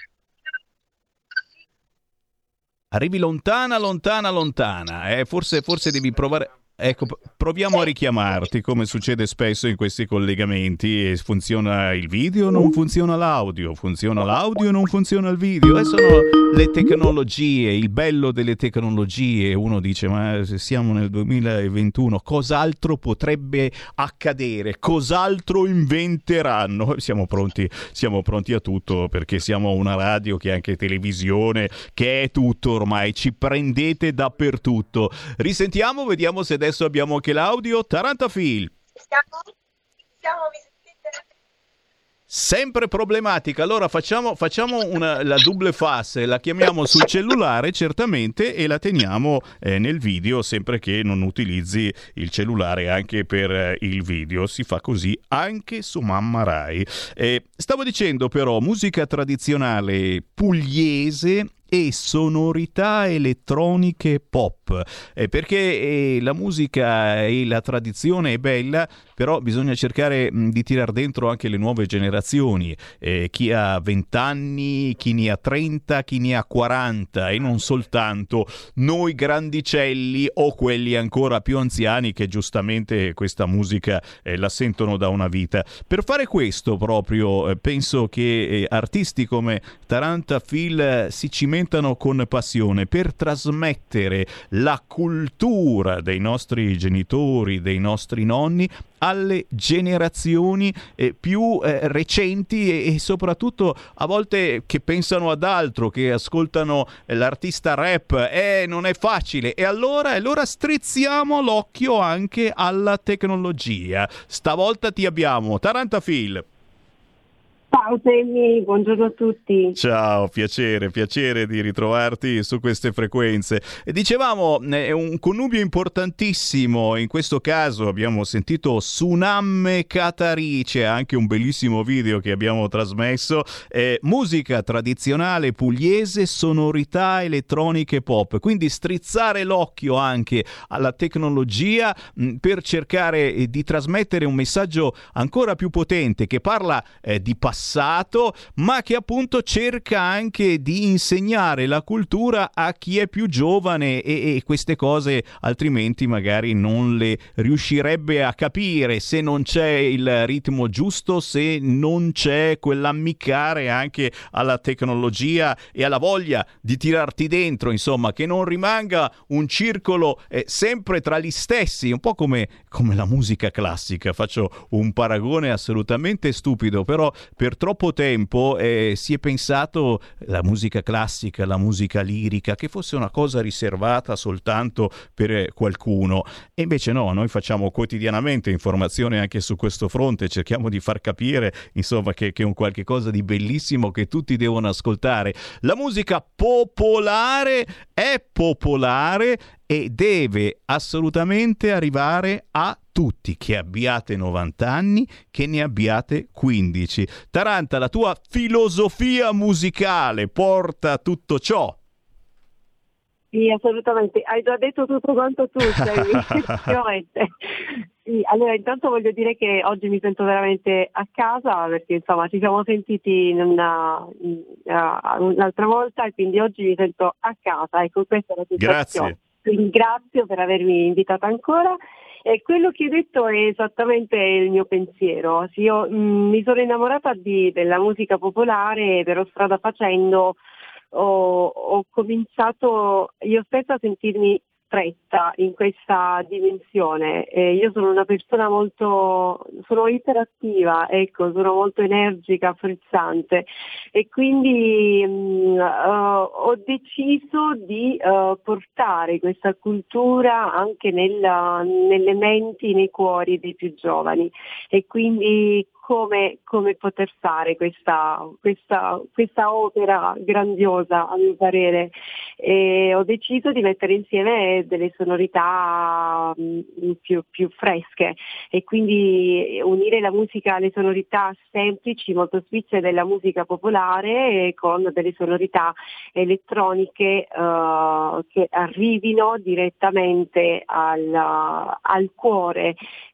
Arrivi lontana, lontana, lontana. Eh, forse, forse devi provare... Ecco, proviamo a richiamarti, come succede spesso in questi collegamenti. Funziona il video, non funziona l'audio, funziona l'audio, non funziona il video. E sono le tecnologie, il bello delle tecnologie. Uno dice, ma se siamo nel duemilaventuno, cos'altro potrebbe accadere? Cos'altro inventeranno? Siamo pronti, siamo pronti a tutto, perché siamo una radio che è anche televisione, che è tutto ormai. Ci prendete dappertutto. Risentiamo, vediamo se adesso abbiamo anche l'audio. Tarantafil. Siamo? Siamo, mi sentite? Sempre problematica. Allora facciamo, facciamo una, la double face, la chiamiamo sul cellulare certamente e la teniamo eh, nel video, sempre che non utilizzi il cellulare anche per eh, il video. Si fa così anche su Mamma Rai. Eh, stavo dicendo però, musica tradizionale pugliese e sonorità elettroniche pop, eh, perché eh, la musica e la tradizione è bella, però bisogna cercare mh, di tirar dentro anche le nuove generazioni, eh, chi ha venti anni, chi ne ha trenta, chi ne ha quaranta, e non soltanto noi grandicelli o quelli ancora più anziani che giustamente questa musica eh, la sentono da una vita. Per fare questo proprio eh, penso che eh, artisti come Tarantafil eh, si cimentano con passione per trasmettere la cultura dei nostri genitori, dei nostri nonni alle generazioni eh, più eh, recenti e, e soprattutto a volte che pensano ad altro, che ascoltano eh, l'artista rap. Eh, non è facile. E allora, allora strizziamo l'occhio anche alla tecnologia. Stavolta ti abbiamo, Tarantafil. Ciao Sammy, buongiorno a tutti. Ciao, piacere, piacere di ritrovarti su queste frequenze. E dicevamo, è un connubio importantissimo, in questo caso abbiamo sentito Sunamme Katari, c'è anche un bellissimo video che abbiamo trasmesso, eh, musica tradizionale pugliese, sonorità elettroniche pop, quindi strizzare l'occhio anche alla tecnologia mh, per cercare eh, di trasmettere un messaggio ancora più potente che parla eh, di passato, ma che appunto cerca anche di insegnare la cultura a chi è più giovane e, e queste cose altrimenti magari non le riuscirebbe a capire se non c'è il ritmo giusto, se non c'è quell'ammiccare anche alla tecnologia e alla voglia di tirarti dentro, insomma, che non rimanga un circolo eh, sempre tra gli stessi, un po' come, come la musica classica. Faccio un paragone assolutamente stupido, però per troppo tempo eh, si è pensato la musica classica, la musica lirica, che fosse una cosa riservata soltanto per eh, qualcuno, e invece no, noi facciamo quotidianamente informazione anche su questo fronte, cerchiamo di far capire insomma che, che è un qualche cosa di bellissimo che tutti devono ascoltare. La musica popolare è popolare e deve assolutamente arrivare a tutti, che abbiate novanta anni, che ne abbiate quindici. Taranta, la tua filosofia musicale porta tutto ciò? Sì, assolutamente. Hai già detto tutto quanto tu, effettivamente. Sì, allora intanto voglio dire che oggi mi sento veramente a casa, perché insomma ci siamo sentiti in una, in, uh, un'altra volta e quindi oggi mi sento a casa. Ecco, questa è la situazione. Grazie. Ti ringrazio per avermi invitata ancora. E quello che hai detto è esattamente il mio pensiero. Sì, io mh, mi sono innamorata di, della musica popolare, però strada facendo ho, ho cominciato io stessa a sentirmi stretta in questa dimensione. Eh, io sono una persona molto, sono iperattiva, ecco, sono molto energica, frizzante e quindi mh, uh, ho deciso di uh, portare questa cultura anche nella, nelle menti, nei cuori dei più giovani e quindi come, come poter fare questa, questa, questa opera grandiosa a mio parere. E ho deciso di mettere insieme delle sonorità mh, più, più fresche e quindi unire la musica alle sonorità semplici, molto spicce della musica popolare con delle sonorità elettroniche uh, che arrivino direttamente al, al cuore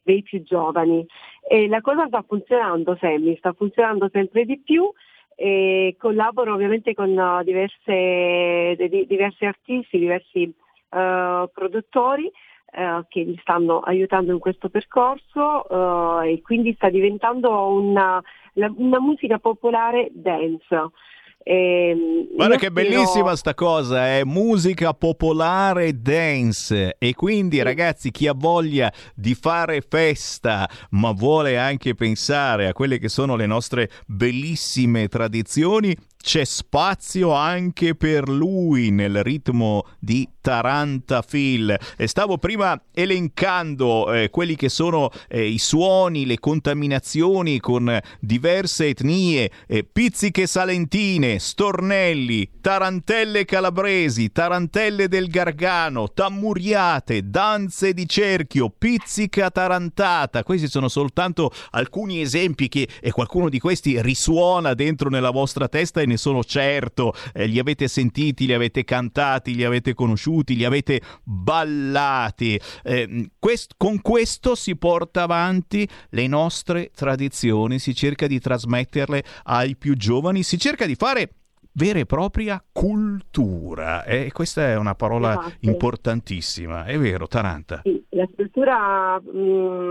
dei più giovani. E la cosa sta funzionando sempre, sta funzionando sempre di più. E collaboro ovviamente con uh, diverse, di, diversi artisti, diversi uh, produttori uh, che mi stanno aiutando in questo percorso uh, e quindi sta diventando una, la, una musica popolare dance. Eh, Guarda che bellissima sta cosa, è eh? musica popolare dance, e quindi ragazzi, chi ha voglia di fare festa ma vuole anche pensare a quelle che sono le nostre bellissime tradizioni, c'è spazio anche per lui nel ritmo di Tarantafil. E stavo prima elencando eh, quelli che sono eh, i suoni, le contaminazioni con diverse etnie, eh, pizziche salentine, stornelli, tarantelle calabresi, tarantelle del Gargano, tammuriate, danze di cerchio, pizzica tarantata. Questi sono soltanto alcuni esempi che e qualcuno di questi risuona dentro nella vostra testa, e ne sono certo, eh, li avete sentiti, li avete cantati, li avete conosciuti, li avete ballati. Eh, quest- con questo si porta avanti le nostre tradizioni, si cerca di trasmetterle ai più giovani, si cerca di fare vera e propria cultura, e eh, questa è una parola Esatto. importantissima, è vero, Taranta? Sì, la cultura, mh,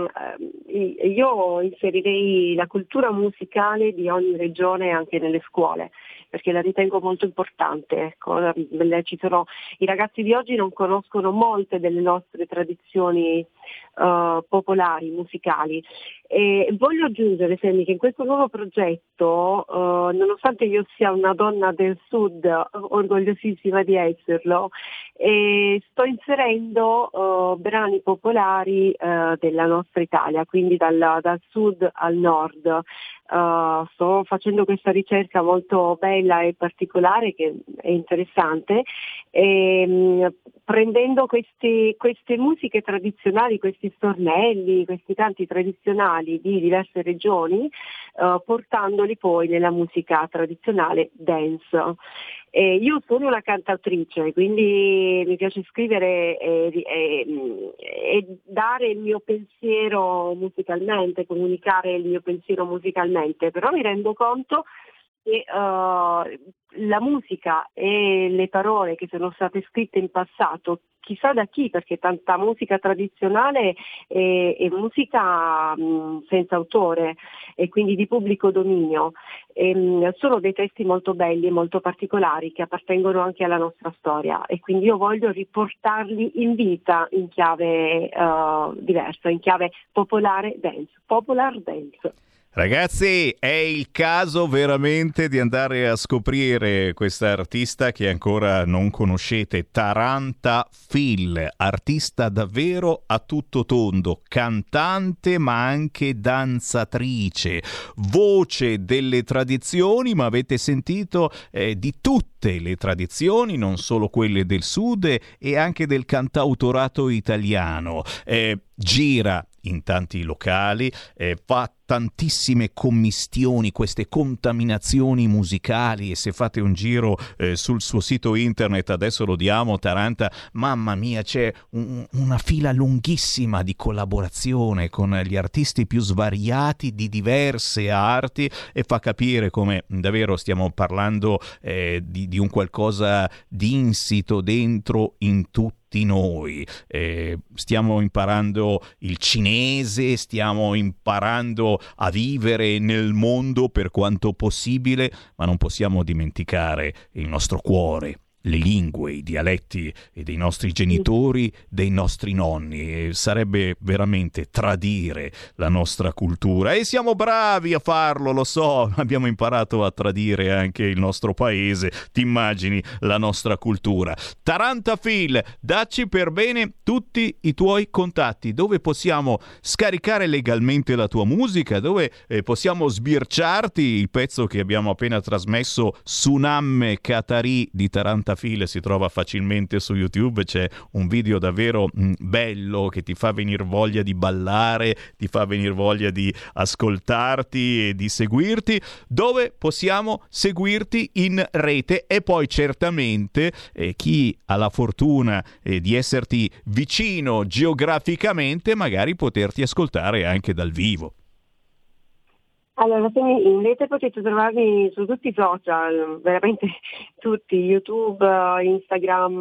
io inserirei la cultura musicale di ogni regione anche nelle scuole, perché la ritengo molto importante. Ecco, ci sono, i ragazzi di oggi non conoscono molte delle nostre tradizioni uh, popolari, musicali. E voglio aggiungere, Sammy, che in questo nuovo progetto, uh, nonostante io sia una donna del sud, orgogliosissima di esserlo, e sto inserendo uh, brani popolari uh, della nostra Italia, quindi dal, dal sud al nord. Uh, sto facendo questa ricerca molto bella e particolare, che è interessante, e, mh, prendendo questi, queste musiche tradizionali, questi stornelli, questi canti tradizionali di diverse regioni, uh, portandoli poi nella musica tradizionale dance. E io sono una cantautrice, quindi mi piace scrivere e, e, e dare il mio pensiero musicalmente, comunicare il mio pensiero musicalmente, però mi rendo conto che uh, la musica e le parole che sono state scritte in passato, chissà da chi, perché tanta musica tradizionale è, è musica mh, senza autore e quindi di pubblico dominio, e, mh, sono dei testi molto belli e molto particolari che appartengono anche alla nostra storia, e quindi io voglio riportarli in vita in chiave uh, diversa, in chiave popolare dance, popular dance. Ragazzi, è il caso veramente di andare a scoprire questa artista che ancora non conoscete, Tarantafil, artista davvero a tutto tondo, cantante ma anche danzatrice, voce delle tradizioni, ma avete sentito eh, di tutte le tradizioni, non solo quelle del sud e anche del cantautorato italiano. Eh, gira in tanti locali, eh, fa tantissime commistioni, queste contaminazioni musicali, e se fate un giro eh, sul suo sito internet, adesso lo diamo, Taranta, mamma mia, c'è un, una fila lunghissima di collaborazione con gli artisti più svariati di diverse arti, e fa capire come davvero stiamo parlando eh, di, di un qualcosa di insito dentro in tutti noi. Eh, stiamo imparando il cinese, stiamo imparando a vivere nel mondo per quanto possibile, ma non possiamo dimenticare il nostro cuore, le lingue, i dialetti e dei nostri genitori, dei nostri nonni. E sarebbe veramente tradire la nostra cultura, e siamo bravi a farlo, lo so, abbiamo imparato a tradire anche il nostro paese, ti immagini la nostra cultura. Tarantafil, dacci per bene tutti i tuoi contatti, dove possiamo scaricare legalmente la tua musica, dove eh, possiamo sbirciarti il pezzo che abbiamo appena trasmesso, Tsunami Katari di Tarantafil, Tarantafil si trova facilmente su YouTube, c'è un video davvero mh, bello che ti fa venire voglia di ballare, ti fa venire voglia di ascoltarti e di seguirti. Dove possiamo seguirti in rete? E poi certamente eh, chi ha la fortuna eh, di esserti vicino geograficamente, magari poterti ascoltare anche dal vivo. Allora, in rete potete trovarmi su tutti i social, veramente tutti, YouTube, Instagram,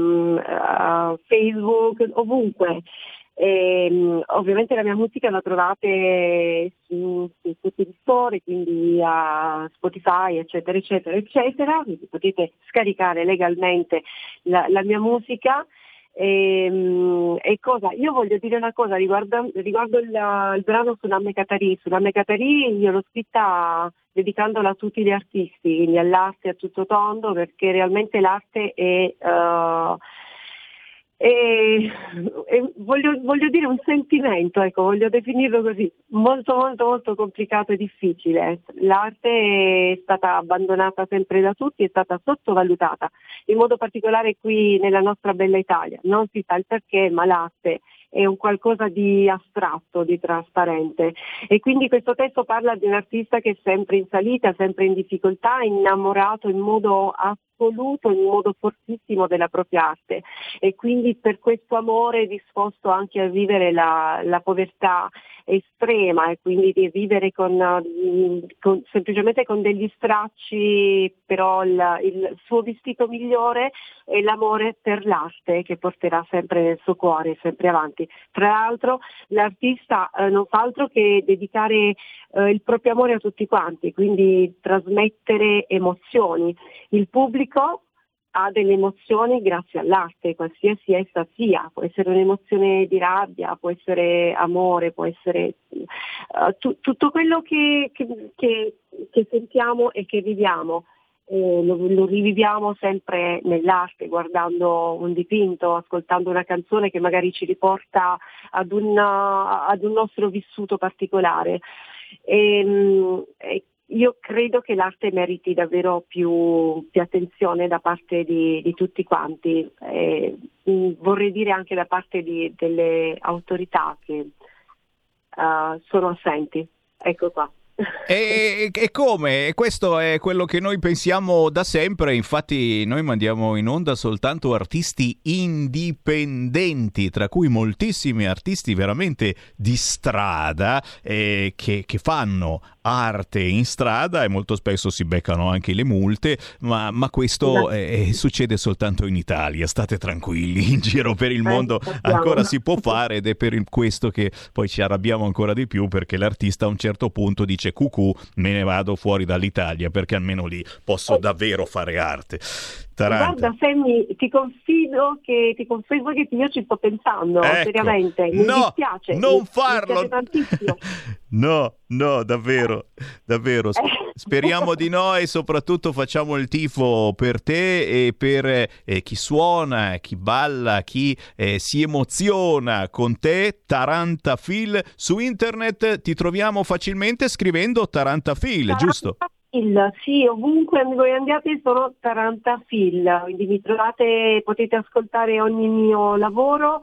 uh, Facebook, ovunque. E, ovviamente la mia musica la trovate su, su tutti gli store, quindi a Spotify, eccetera, eccetera, eccetera. Quindi potete scaricare legalmente la, la mia musica. E, e cosa? Io voglio dire una cosa riguardo, riguardo il, il brano su Namme Katari. Su Namme Katari io l'ho scritta dedicandola a tutti gli artisti, quindi all'arte a tutto tondo, perché realmente l'arte è uh, E, e voglio, voglio dire un sentimento, ecco, voglio definirlo così, molto molto molto complicato e difficile. L'arte è stata abbandonata sempre da tutti, è stata sottovalutata, in modo particolare qui nella nostra bella Italia. Non si sa il perché, ma l'arte è un qualcosa di astratto, di trasparente, e quindi questo testo parla di un artista che è sempre in salita, sempre in difficoltà, innamorato in modo assoluto, in modo fortissimo della propria arte, e quindi per questo amore è disposto anche a vivere la, la povertà estrema, e quindi di vivere con, con semplicemente con degli stracci, però il, il suo vestito migliore è l'amore per l'arte che porterà sempre nel suo cuore, sempre avanti. Tra l'altro l'artista eh, non fa altro che dedicare eh, il proprio amore a tutti quanti, quindi trasmettere emozioni. Il pubblico ha delle emozioni grazie all'arte, qualsiasi essa sia, può essere un'emozione di rabbia, può essere amore, può essere uh, tu, tutto quello che, che, che, che sentiamo e che viviamo. Eh, lo, lo riviviamo sempre nell'arte, guardando un dipinto, ascoltando una canzone che magari ci riporta ad un, ad un nostro vissuto particolare. E, e io credo che l'arte meriti davvero più, più attenzione da parte di, di tutti quanti, e, mh, vorrei dire anche da parte di, delle autorità che uh, sono assenti. Ecco qua. E, e come? E questo è quello che noi pensiamo da sempre, infatti noi mandiamo in onda soltanto artisti indipendenti, tra cui moltissimi artisti veramente di strada eh, che, che fanno arte in strada, e molto spesso si beccano anche le multe, ma, ma questo eh, succede soltanto in Italia. State tranquilli, in giro per il mondo ancora si può fare, ed è per questo che poi ci arrabbiamo ancora di più, perché l'artista a un certo punto dice cucù, me ne vado fuori dall'Italia, perché almeno lì posso davvero fare arte. Taranta. Guarda Sammy, ti confido che ti confermo che io ci sto pensando, ecco. seriamente, mi no, dispiace, non mi farlo, dispiace tantissimo. no, no, davvero, davvero, speriamo di no, e soprattutto facciamo il tifo per te e per eh, chi suona, chi balla, chi eh, si emoziona con te. Tarantafil, su internet ti troviamo facilmente scrivendo Tarantafil, Tarantafil. Giusto? Sì, ovunque voi andiate sono Tarantafil, quindi mi trovate, potete ascoltare ogni mio lavoro,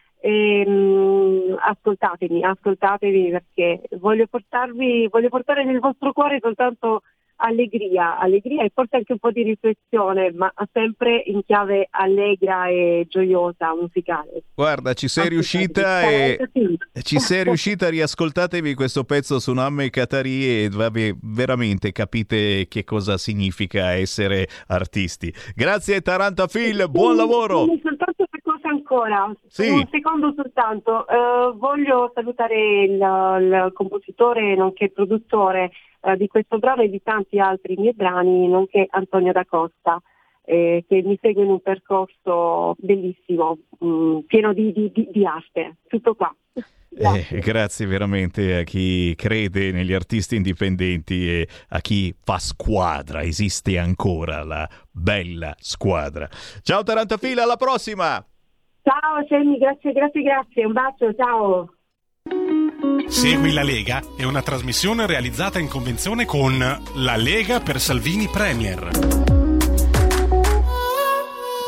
e, mh, ascoltatemi, ascoltatevi, perché voglio portarvi, voglio portare nel vostro cuore soltanto allegria, allegria e forse anche un po' di riflessione, ma sempre in chiave allegra e gioiosa, musicale. Guarda, ci sei riuscita e ci sei riuscita, riascoltatevi questo pezzo su Namme Katari e vabbè, veramente capite che cosa significa essere artisti. Grazie Tarantafil, buon lavoro. Soltanto una cosa ancora, sì. un secondo soltanto, uh, voglio salutare il, il compositore nonché produttore Uh, di questo brano e di tanti altri miei brani, nonché Antonio Da Costa, eh, che mi segue in un percorso bellissimo, mh, pieno di, di, di, di arte. Tutto qua. Grazie. Eh, grazie veramente a chi crede negli artisti indipendenti e a chi fa squadra. Esiste ancora la bella squadra. Ciao Tarantafil, alla prossima! Ciao Sammy, grazie, grazie, grazie. Un bacio, ciao! Segui la Lega è una trasmissione realizzata in convenzione con La Lega per Salvini Premier.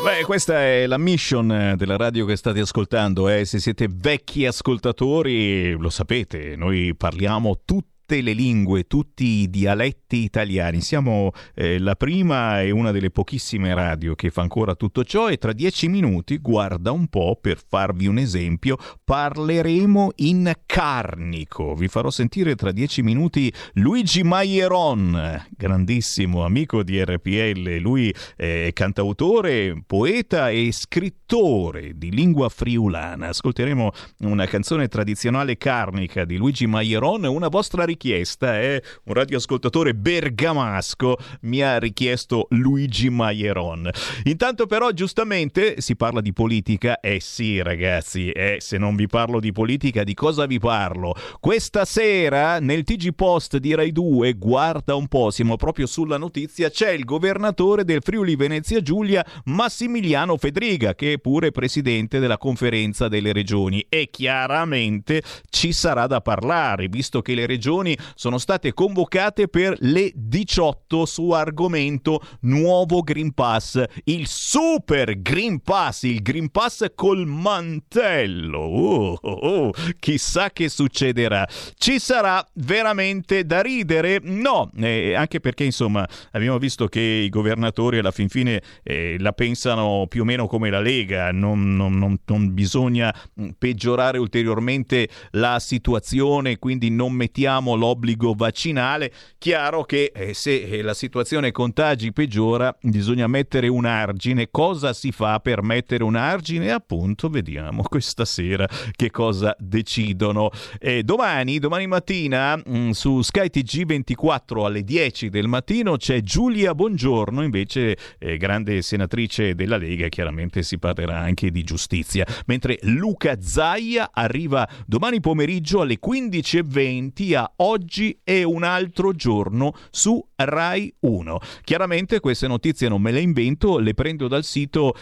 Beh, questa è la mission della radio che state ascoltando, eh. Se siete vecchi ascoltatori, lo sapete, noi parliamo tutti le lingue, tutti i dialetti italiani. Siamo eh, la prima e una delle pochissime radio che fa ancora tutto ciò, e tra dieci minuti, guarda un po', per farvi un esempio, parleremo in carnico. Vi farò sentire tra dieci minuti Luigi Maieron, grandissimo amico di R P L. Lui è cantautore, poeta e scrittore di lingua friulana. Ascolteremo una canzone tradizionale carnica di Luigi Maieron. Una vostra richiesta è eh? un radioascoltatore bergamasco mi ha richiesto Luigi Maieron. Intanto però giustamente si parla di politica. Eh sì ragazzi, eh, se non vi parlo di politica di cosa vi parlo? Questa sera nel T G Post di Rai due, guarda un po', siamo proprio sulla notizia, c'è il governatore del Friuli Venezia Giulia Massimiliano Fedriga, che è pure presidente della conferenza delle regioni, e chiaramente ci sarà da parlare, visto che le regioni sono state convocate per le diciotto su argomento nuovo Green Pass, il super Green Pass, il Green Pass col mantello. Oh, oh, oh. Chissà che succederà. Ci sarà veramente da ridere? No, eh, anche perché insomma abbiamo visto che i governatori alla fin fine eh, la pensano più o meno come la Lega, non, non, non, non bisogna peggiorare ulteriormente la situazione, quindi non mettiamo l'obbligo vaccinale. Chiaro che eh, se la situazione contagi peggiora bisogna mettere un argine. Cosa si fa per mettere un argine? Appunto vediamo questa sera che cosa decidono. Eh, domani, domani mattina mh, su Sky T G ventiquattro alle dieci del mattino c'è Giulia Bongiorno, invece eh, grande senatrice della Lega, chiaramente si parlerà anche di giustizia, mentre Luca Zaia arriva domani pomeriggio alle quindici e venti a Oggi è un altro giorno su Rai uno. Chiaramente queste notizie non me le invento, le prendo dal sito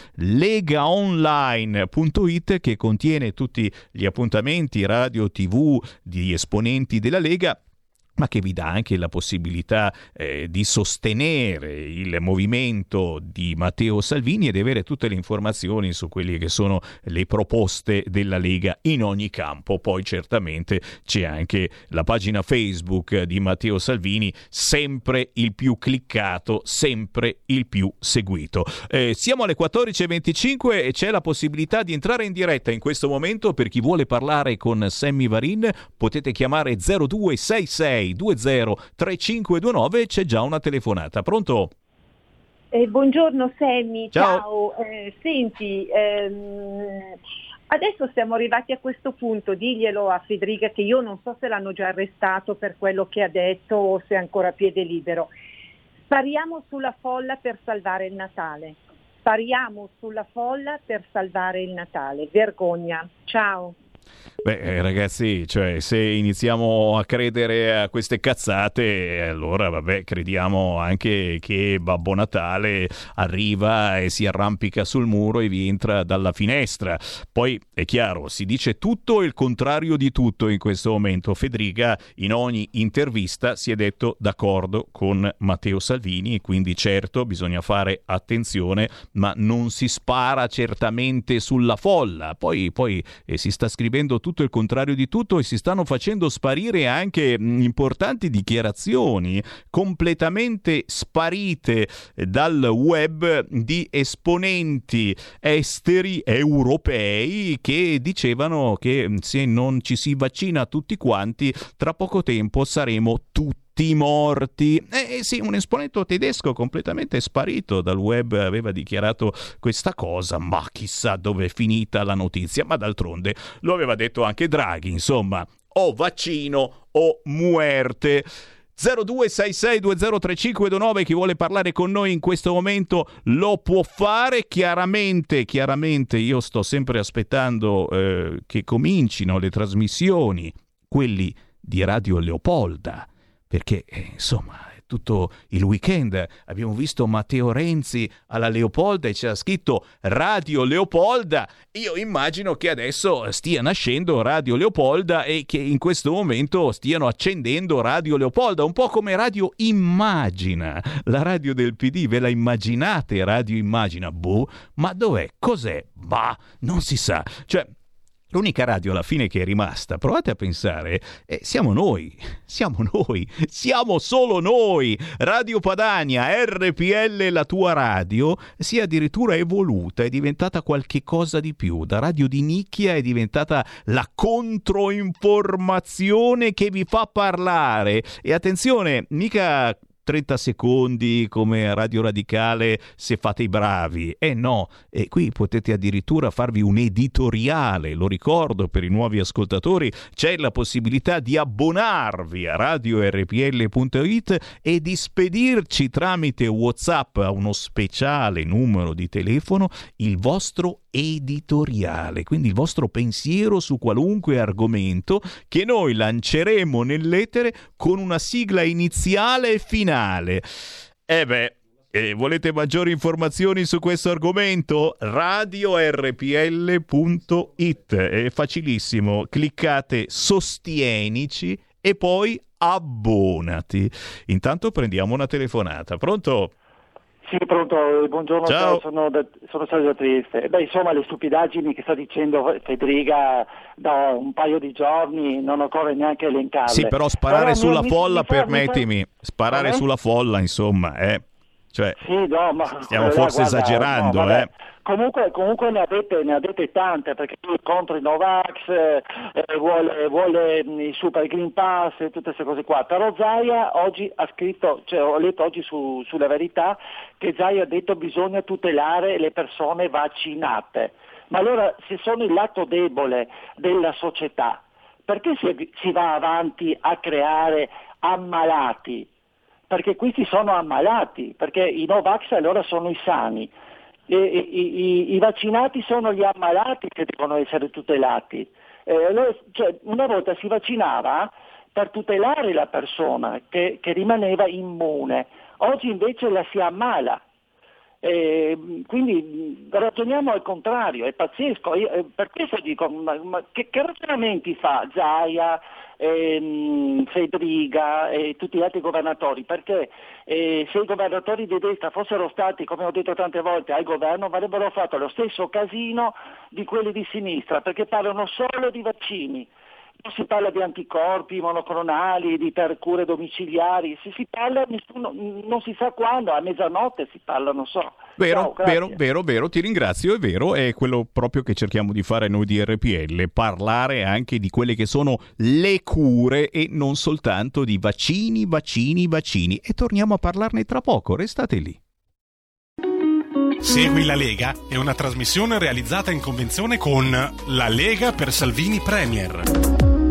legaonline punto it, che contiene tutti gli appuntamenti radio tivù di esponenti della Lega, ma che vi dà anche la possibilità eh, di sostenere il movimento di Matteo Salvini e di avere tutte le informazioni su quelle che sono le proposte della Lega in ogni campo. Poi certamente c'è anche la pagina Facebook di Matteo Salvini, sempre il più cliccato, sempre il più seguito. Eh, siamo alle quattordici e venticinque e c'è la possibilità di entrare in diretta in questo momento. Per chi vuole parlare con Sammy Varin potete chiamare zero due sei sei due zero tre cinque due nove. C'è già una telefonata. Pronto? Eh, buongiorno Sammy, ciao, ciao. Eh, senti, ehm, adesso siamo arrivati a questo punto, diglielo a Fedriga che io non so se l'hanno già arrestato per quello che ha detto o se è ancora a piede libero. Spariamo sulla folla per salvare il Natale, spariamo sulla folla per salvare il Natale, vergogna, ciao. Beh ragazzi, cioè se iniziamo a credere a queste cazzate, allora vabbè, crediamo anche che Babbo Natale arriva e si arrampica sul muro e vi entra dalla finestra. Poi è chiaro, si dice tutto e il contrario di tutto in questo momento. Fedriga in ogni intervista si è detto d'accordo con Matteo Salvini, e quindi certo bisogna fare attenzione, ma non si spara certamente sulla folla. Poi, poi eh, si sta scrivendo tutto il contrario di tutto e si stanno facendo sparire anche importanti dichiarazioni completamente sparite dal web di esponenti esteri europei che dicevano che se non ci si vaccina tutti quanti tra poco tempo saremo tutti morti. Eh sì, un esponente tedesco completamente sparito dal web aveva dichiarato questa cosa, ma chissà dove è finita la notizia. Ma d'altronde lo aveva detto anche Draghi, insomma, o vaccino o muerte. zero due sei sei due zero tre cinque due nove. Chi vuole parlare con noi in questo momento lo può fare. Chiaramente, chiaramente io sto sempre aspettando eh, che comincino le trasmissioni, quelli di Radio Leopolda, perché eh, insomma tutto il weekend. Abbiamo visto Matteo Renzi alla Leopolda e c'era scritto Radio Leopolda. Io immagino che adesso stia nascendo Radio Leopolda e che in questo momento stiano accendendo Radio Leopolda, un po' come Radio Immagina, la radio del P D. Ve la immaginate Radio Immagina? Boh, ma dov'è? Cos'è? Bah, non si sa. Cioè, l'unica radio alla fine che è rimasta, provate a pensare, eh, siamo noi, siamo noi, siamo solo noi. Radio Padania, R P L, la tua radio, si è addirittura evoluta, è diventata qualche cosa di più. Da radio di nicchia è diventata la controinformazione che vi fa parlare. E attenzione, mica trenta secondi come Radio Radicale se fate i bravi, eh no, e qui potete addirittura farvi un editoriale. Lo ricordo per i nuovi ascoltatori, c'è la possibilità di abbonarvi a radio R P L punto it e di spedirci tramite WhatsApp a uno speciale numero di telefono il vostro editoriale, quindi il vostro pensiero su qualunque argomento che noi lanceremo nell'etere con una sigla iniziale e finale. E beh, eh, volete maggiori informazioni su questo argomento? radio R P L punto it, è facilissimo, cliccate sostienici e poi abbonati. Intanto prendiamo una telefonata. Pronto? Sì, pronto, buongiorno, ciao. Sono, da, sono Sergio da Trieste. Beh, insomma, le stupidaggini che sta dicendo Federica da un paio di giorni non occorre neanche elencarle. Sì, però sparare però sulla mi, folla, mi fa, permettimi, mi fa... sparare Come? sulla folla, insomma, eh. Cioè, sì, no, ma stiamo là, forse guarda, esagerando, no, eh. Comunque, comunque ne, ha dette, ne ha dette tante, perché lui contro i Novax, eh, vuole, vuole il Super Green Pass e tutte queste cose qua. Però Zaia oggi ha scritto, cioè ho letto oggi su, sulla Verità, che Zaia ha detto bisogna tutelare le persone vaccinate. Ma allora, se sono il lato debole della società, perché si, si va avanti a creare ammalati? Perché questi sono ammalati, perché i Novax allora sono i sani. E, e, i, i vaccinati sono gli ammalati che devono essere tutelati. Eh, allora, cioè, una volta si vaccinava per tutelare la persona che, che rimaneva immune, oggi invece la si ammala. Eh, quindi ragioniamo al contrario, è pazzesco. Io, eh, per questo dico, ma, ma che, che ragionamenti fa Zaia, ehm, Fedriga e tutti gli altri governatori? Perché eh, se i governatori di destra fossero stati, come ho detto tante volte, al governo, avrebbero fatto lo stesso casino di quelli di sinistra, perché parlano solo di vaccini. Non si parla di anticorpi monoclonali, di per cure domiciliari, se si parla nessuno, non si sa quando, a mezzanotte si parla, non so. Vero, Ciao, vero, vero, vero, ti ringrazio, è vero, è quello proprio che cerchiamo di fare noi di R P L, parlare anche di quelle che sono le cure e non soltanto di vaccini, vaccini, vaccini. E torniamo a parlarne tra poco, restate lì. Segui la Lega è una trasmissione realizzata in convenzione con La Lega per Salvini Premier.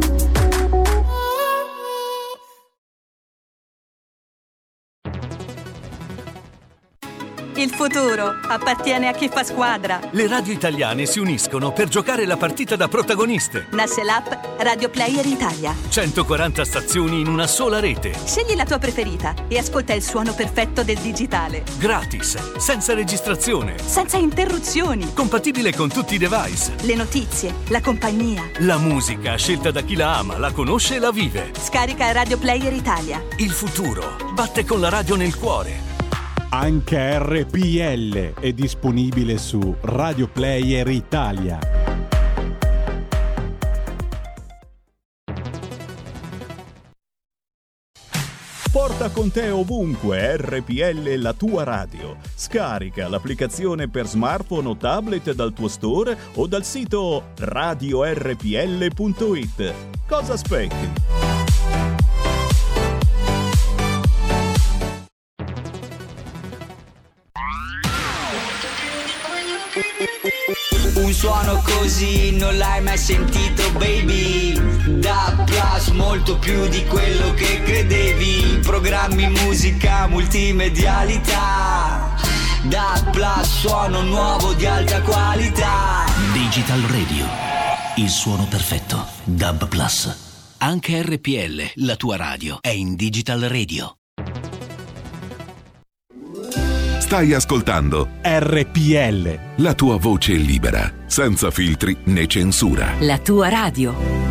Il futuro appartiene a chi fa squadra. Le radio italiane si uniscono per giocare la partita da protagoniste. Nasce l'app Radio Player Italia. centoquaranta stazioni in una sola rete. Scegli la tua preferita e ascolta il suono perfetto del digitale. Gratis, senza registrazione. Senza interruzioni. Compatibile con tutti i device. Le notizie, la compagnia. La musica, scelta da chi la ama, la conosce e la vive. Scarica Radio Player Italia. Il futuro batte con la radio nel cuore. Anche R P L è disponibile su Radio Player Italia. Porta con te ovunque R P L, la tua radio. Scarica l'applicazione per smartphone o tablet dal tuo store o dal sito radio R P L punto it. Cosa aspetti? Un suono così non l'hai mai sentito, baby. Da Plus, molto più di quello che credevi. Programmi, musica, multimedialità. Da Plus, suono nuovo di alta qualità. Digital Radio, il suono perfetto. D A B Plus. Anche R P L, la tua radio, è in Digital Radio. Stai ascoltando R P L, la tua voce libera, senza filtri né censura. La tua radio.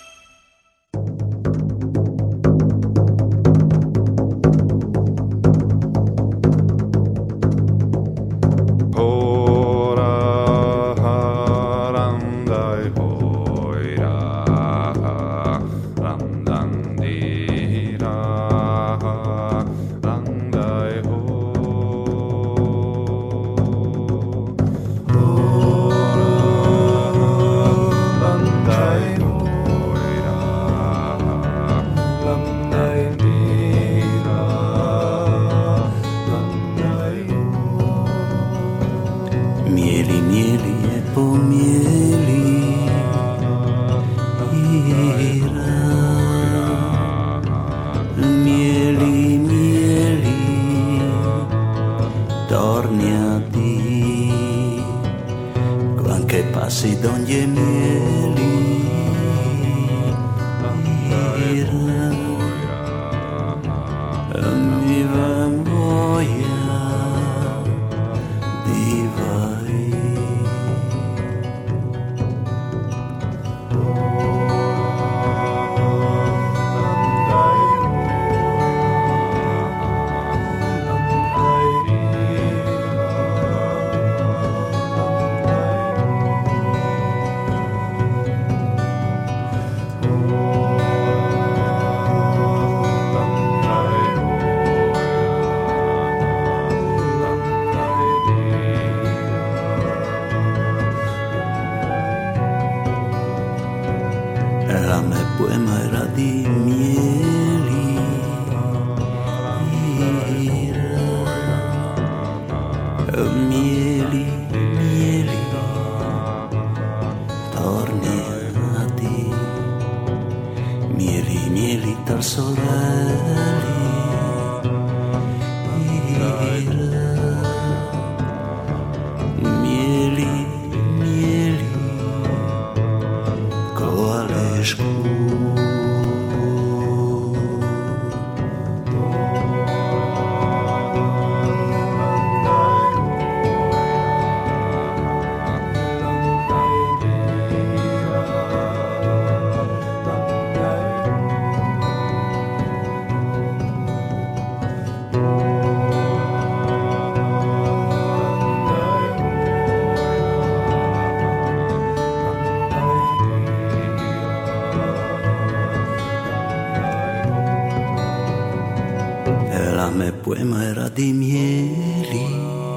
Poema era di mieli,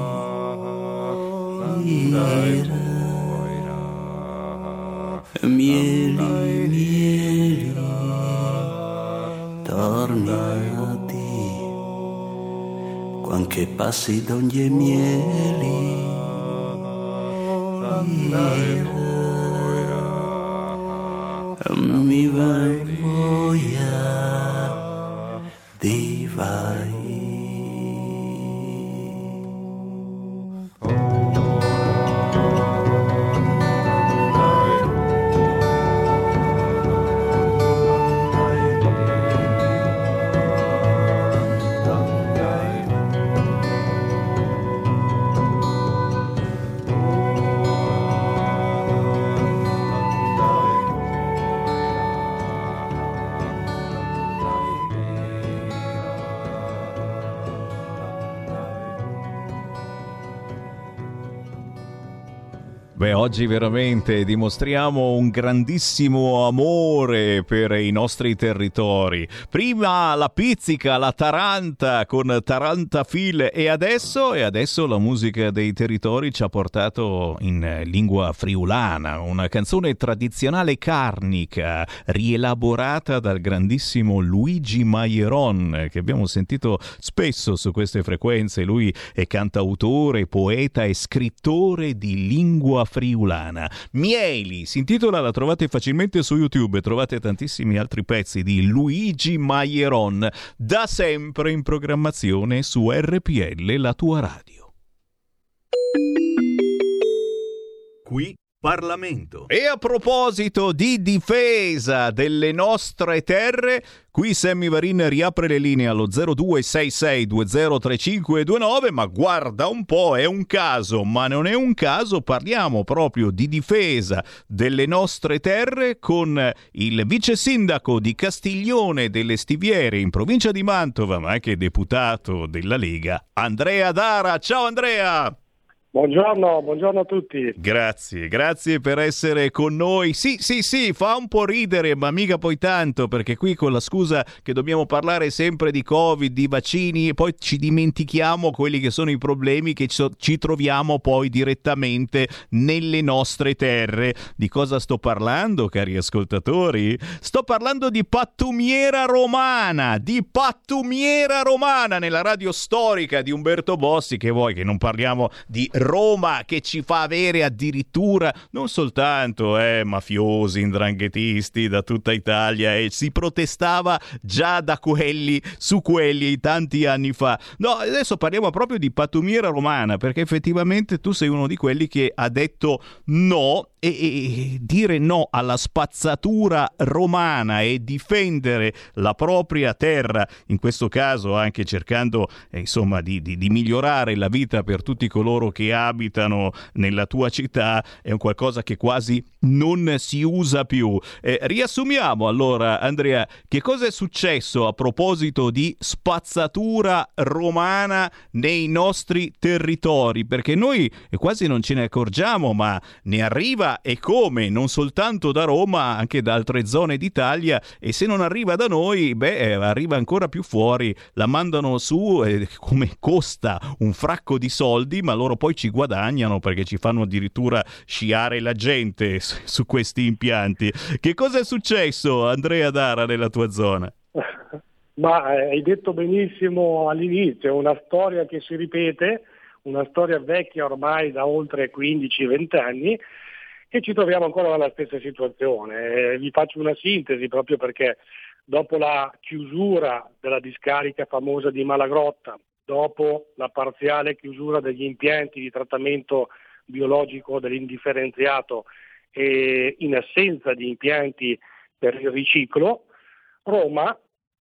mieli, mieli, tornati, quanche passi d'ogni mieli, mi va voglia di vai. Beh, oggi veramente dimostriamo un grandissimo amore per i nostri territori. Prima la pizzica, la taranta con Tarantafil e adesso, e adesso la musica dei territori ci ha portato in lingua friulana, una canzone tradizionale carnica rielaborata dal grandissimo Luigi Maieron, che abbiamo sentito spesso su queste frequenze. Lui è cantautore, poeta e scrittore di lingua friulana. Mieli si intitola, la trovate facilmente su YouTube, trovate tantissimi altri pezzi di Luigi Maieron, da sempre in programmazione su R P L, la tua radio. Qui Parlamento. E a proposito di difesa delle nostre terre, qui Sammy Varin riapre le linee allo zero due sei sei due zero tre cinque due nove, ma guarda un po', è un caso, ma non è un caso, parliamo proprio di difesa delle nostre terre con il vice sindaco di Castiglione delle Stiviere in provincia di Mantova, ma anche deputato della Lega, Andrea Dara. Ciao Andrea! Buongiorno, buongiorno a tutti. Grazie, grazie per essere con noi. Sì, sì, sì, fa un po' ridere, ma mica poi tanto, perché qui con la scusa che dobbiamo parlare sempre di Covid, di vaccini, e poi ci dimentichiamo quelli che sono i problemi che ci troviamo poi direttamente nelle nostre terre. Di cosa sto parlando, cari ascoltatori? Sto parlando di pattumiera romana, di pattumiera romana nella radio storica di Umberto Bossi, che vuoi che non parliamo di Roma, che ci fa avere addirittura non soltanto eh, mafiosi, ndranghetisti da tutta Italia, e si protestava già da quelli su quelli tanti anni fa. No, adesso parliamo proprio di pattumiera romana, perché effettivamente tu sei uno di quelli che ha detto no, e, e dire no alla spazzatura romana e difendere la propria terra, in questo caso anche cercando eh, insomma di, di, di migliorare la vita per tutti coloro che abitano nella tua città, è un qualcosa che quasi non si usa più. Eh, riassumiamo allora, Andrea, che cosa è successo a proposito di spazzatura romana nei nostri territori, perché noi quasi non ce ne accorgiamo, ma ne arriva e come, non soltanto da Roma, anche da altre zone d'Italia, e se non arriva da noi, beh, arriva ancora più fuori, la mandano su, eh, come costa un fracco di soldi, ma loro poi ci guadagnano perché ci fanno addirittura sciare la gente su questi impianti. Che cosa è successo, Andrea Dara, nella tua zona? Ma eh, hai detto benissimo all'inizio, è una storia che si ripete, una storia vecchia ormai da oltre quindici venti anni, e ci troviamo ancora nella stessa situazione. Eh, vi faccio una sintesi proprio perché dopo la chiusura della discarica famosa di Malagrotta, dopo la parziale chiusura degli impianti di trattamento biologico dell'indifferenziato e in assenza di impianti per il riciclo, Roma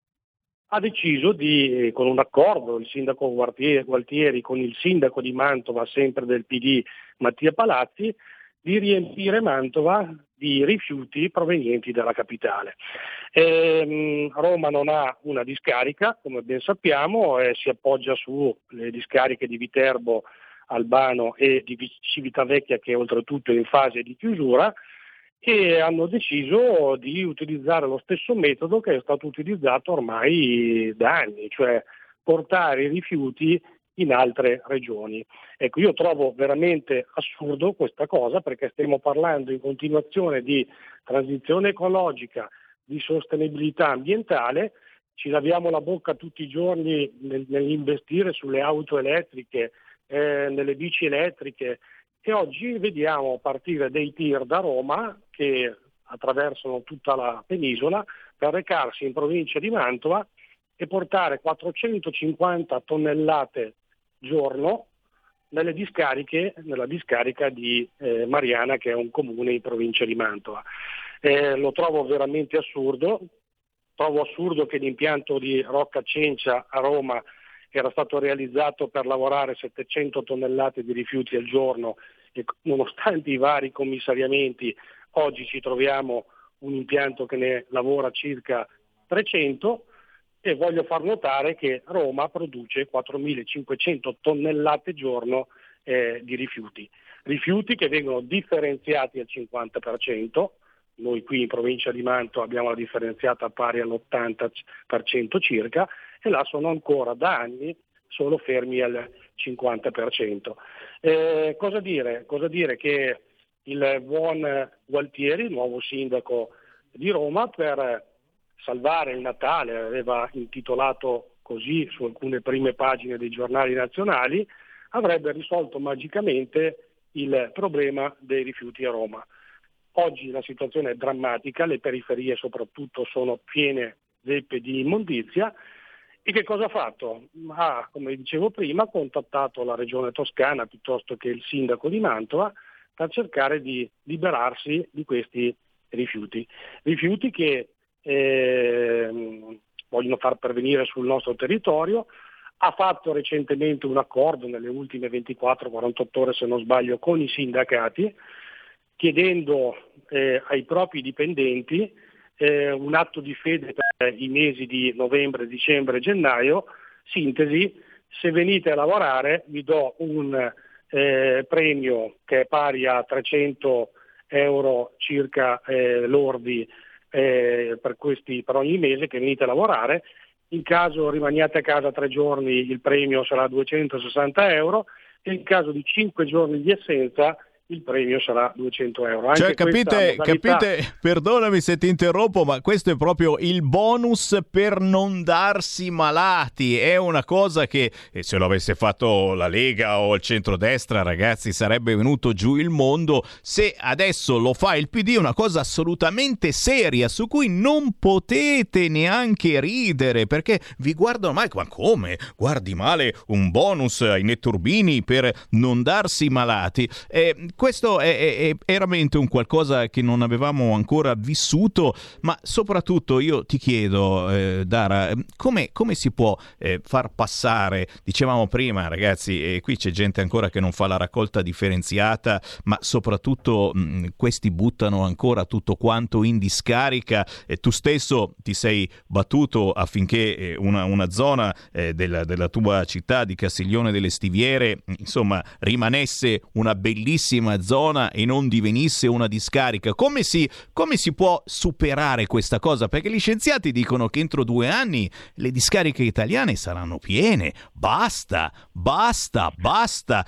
ha deciso di, con un accordo, il sindaco Gualtieri con il sindaco di Mantova, sempre del P D, Mattia Palazzi, di riempire Mantova di rifiuti provenienti dalla capitale. E, mh, Roma non ha una discarica, come ben sappiamo, e si appoggia sulle discariche di Viterbo, Albano e di Civitavecchia, che oltretutto è in fase di chiusura, e hanno deciso di utilizzare lo stesso metodo che è stato utilizzato ormai da anni, cioè portare i rifiuti in altre regioni. Ecco, io trovo veramente assurdo questa cosa, perché stiamo parlando in continuazione di transizione ecologica, di sostenibilità ambientale, ci laviamo la bocca tutti i giorni nel, nell'investire sulle auto elettriche, eh, nelle bici elettriche, e oggi vediamo partire dei tir da Roma che attraversano tutta la penisola per recarsi in provincia di Mantova e portare quattrocentocinquanta tonnellate giorno nelle discariche, nella discarica di eh, Mariana, che è un comune in provincia di Mantova. Eh, lo trovo veramente assurdo. Trovo assurdo che l'impianto di Rocca Cencia a Roma era stato realizzato per lavorare settecento tonnellate di rifiuti al giorno, e nonostante i vari commissariamenti oggi ci troviamo un impianto che ne lavora circa trecento. E voglio far notare che Roma produce quattromilacinquecento tonnellate giorno eh, di rifiuti, rifiuti che vengono differenziati al cinquanta per cento, noi qui in provincia di Mantova abbiamo la differenziata pari all'ottanta per cento circa, e là sono ancora da anni solo fermi al cinquanta per cento. Eh, cosa dire? Cosa dire? Che il buon Gualtieri, il nuovo sindaco di Roma, per salvare il Natale, aveva intitolato così su alcune prime pagine dei giornali nazionali, avrebbe risolto magicamente il problema dei rifiuti a Roma. Oggi la situazione è drammatica, le periferie soprattutto sono piene zeppe di immondizia, e che cosa ha fatto? Ha, come dicevo prima, contattato la regione Toscana piuttosto che il sindaco di Mantova per cercare di liberarsi di questi rifiuti. Rifiuti che eh, vogliono far pervenire sul nostro territorio. Ha fatto recentemente un accordo nelle ultime ventiquattro quarantotto ore, se non sbaglio, con i sindacati, chiedendo eh, ai propri dipendenti eh, un atto di fede per i mesi di novembre, dicembre e gennaio. Sintesi: se venite a lavorare vi do un eh, premio che è pari a trecento euro circa eh, lordi eh, per, questi, per ogni mese che venite a lavorare. In caso rimaniate a casa tre giorni il premio sarà duecentosessanta euro e in caso di cinque giorni di assenza il premio sarà duecento euro. Anche cioè capite, modalità... capite, perdonami se ti interrompo, ma questo è proprio il bonus per non darsi malati. È una cosa che eh, se lo avesse fatto la Lega o il centrodestra, ragazzi, sarebbe venuto giù il mondo. Se adesso lo fa il P D è una cosa assolutamente seria su cui non potete neanche ridere, perché vi guardano male. Ma come? Guardi male un bonus ai netturbini per non darsi malati? Eh, Questo è, è, è veramente un qualcosa che non avevamo ancora vissuto, ma soprattutto io ti chiedo, eh, Dara, come, come si può eh, far passare, dicevamo prima ragazzi, e qui c'è gente ancora che non fa la raccolta differenziata, ma soprattutto mh, questi buttano ancora tutto quanto in discarica, e tu stesso ti sei battuto affinché eh, una, una zona eh, della, della tua città di Castiglione delle Stiviere, insomma, rimanesse una bellissima zona e non divenisse una discarica. Come si, come si può superare questa cosa? Perché gli scienziati dicono che entro due anni le discariche italiane saranno piene. Basta, basta, basta.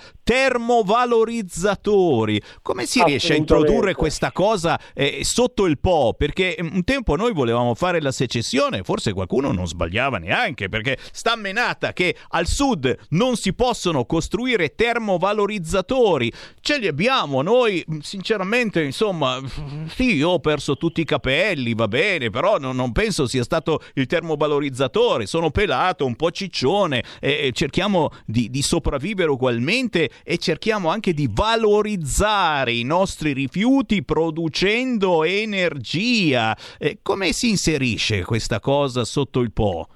Termovalorizzatori. Come si riesce a introdurre questa cosa eh, sotto il Po? Perché un tempo noi volevamo fare la secessione, forse qualcuno non sbagliava neanche, perché sta menata che al sud non si possono costruire termovalorizzatori. Ce li abbiamo noi, sinceramente, insomma, sì, io ho perso tutti i capelli, va bene, però non, non penso sia stato il termovalorizzatore. Sono pelato, un po' ciccione, e cerchiamo di, di sopravvivere ugualmente e cerchiamo anche di valorizzare i nostri rifiuti producendo energia. Eh, come si inserisce questa cosa sotto il Po?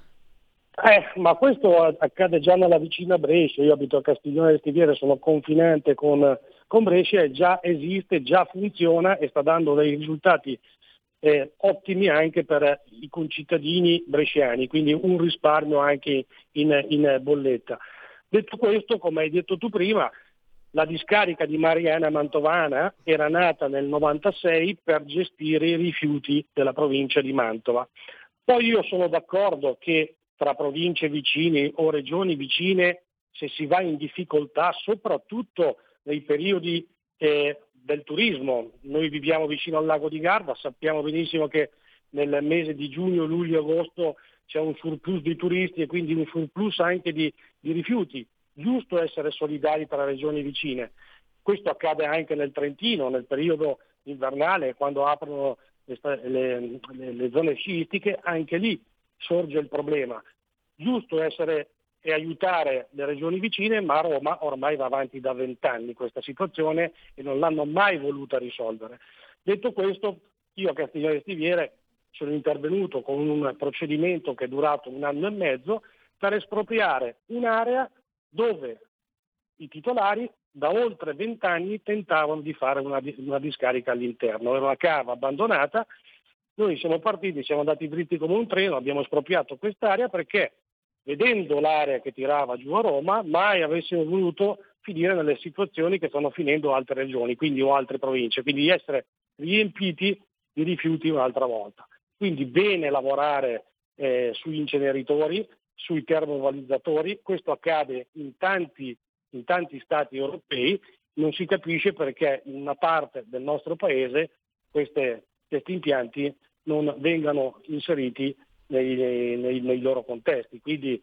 Eh, ma questo accade già nella vicina Brescia. Io abito a Castiglione delle Stiviere, sono confinante con, con Brescia, e già esiste, già funziona e sta dando dei risultati eh, ottimi anche per i concittadini bresciani, quindi un risparmio anche in, in bolletta. Detto questo, come hai detto tu prima, la discarica di Mariana Mantovana era nata nel novantasei per gestire i rifiuti della provincia di Mantova. Poi io sono d'accordo che tra province vicine o regioni vicine, se si va in difficoltà, soprattutto nei periodi eh, del turismo. Noi viviamo vicino al lago di Garda, sappiamo benissimo che nel mese di giugno, luglio, agosto c'è un surplus di turisti e quindi un surplus anche di, di rifiuti. Giusto essere solidari tra regioni vicine. Questo accade anche nel Trentino, nel periodo invernale, quando aprono le, le, le, le zone sciistiche, anche lì sorge il problema. Giusto essere e aiutare le regioni vicine, ma Roma ormai va avanti da vent'anni questa situazione e non l'hanno mai voluta risolvere. Detto questo, io a Castiglione delle Stiviere sono intervenuto con un procedimento che è durato un anno e mezzo per espropriare un'area dove i titolari da oltre vent'anni tentavano di fare una, una discarica all'interno. Era una cava abbandonata. Noi siamo partiti, siamo andati dritti come un treno, abbiamo espropriato quest'area perché, vedendo l'area che tirava giù a Roma, mai avessimo voluto finire nelle situazioni che stanno finendo altre regioni, quindi o altre province, quindi di essere riempiti di rifiuti un'altra volta. Quindi bene lavorare eh, sugli inceneritori, sui termovalorizzatori. Questo accade in tanti, in tanti stati europei, non si capisce perché in una parte del nostro paese queste, questi impianti non vengano inseriti nei, nei, nei loro contesti. Quindi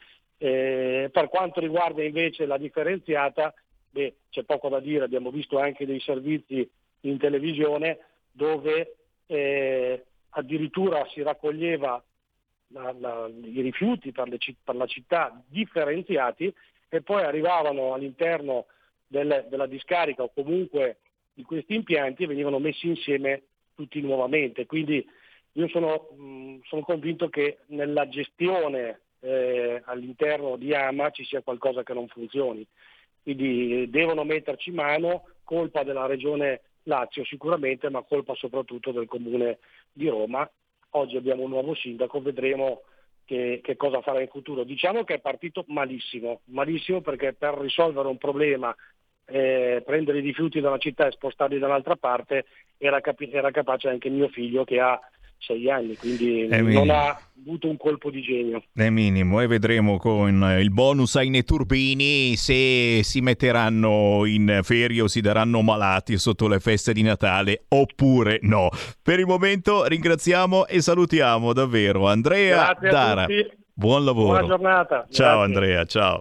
eh, per quanto riguarda invece la differenziata, beh, c'è poco da dire, abbiamo visto anche dei servizi in televisione dove eh, addirittura si raccoglieva la, la, i rifiuti per, le, per la città differenziati e poi arrivavano all'interno del, della discarica o comunque di questi impianti e venivano messi insieme tutti nuovamente. Quindi io sono, mh, sono convinto che nella gestione eh, all'interno di AMA ci sia qualcosa che non funzioni. Quindi devono metterci mano, colpa della Regione Lazio sicuramente, ma colpa soprattutto del Comune di Roma. Oggi abbiamo un nuovo sindaco, vedremo che, che cosa farà in futuro. Diciamo che è partito malissimo, malissimo perché per risolvere un problema, eh, prendere i rifiuti da una città e spostarli dall'altra parte, era, capi- era capace anche mio figlio che ha sei anni, quindi È non minimo. ha avuto un colpo di genio. È minimo, e vedremo con il bonus ai neturbini se si metteranno in ferie o si daranno malati sotto le feste di Natale oppure no. Per il momento ringraziamo e salutiamo davvero Andrea Grazie a Dara. tutti. Buon lavoro. Buona giornata. Ciao Grazie. Andrea, ciao.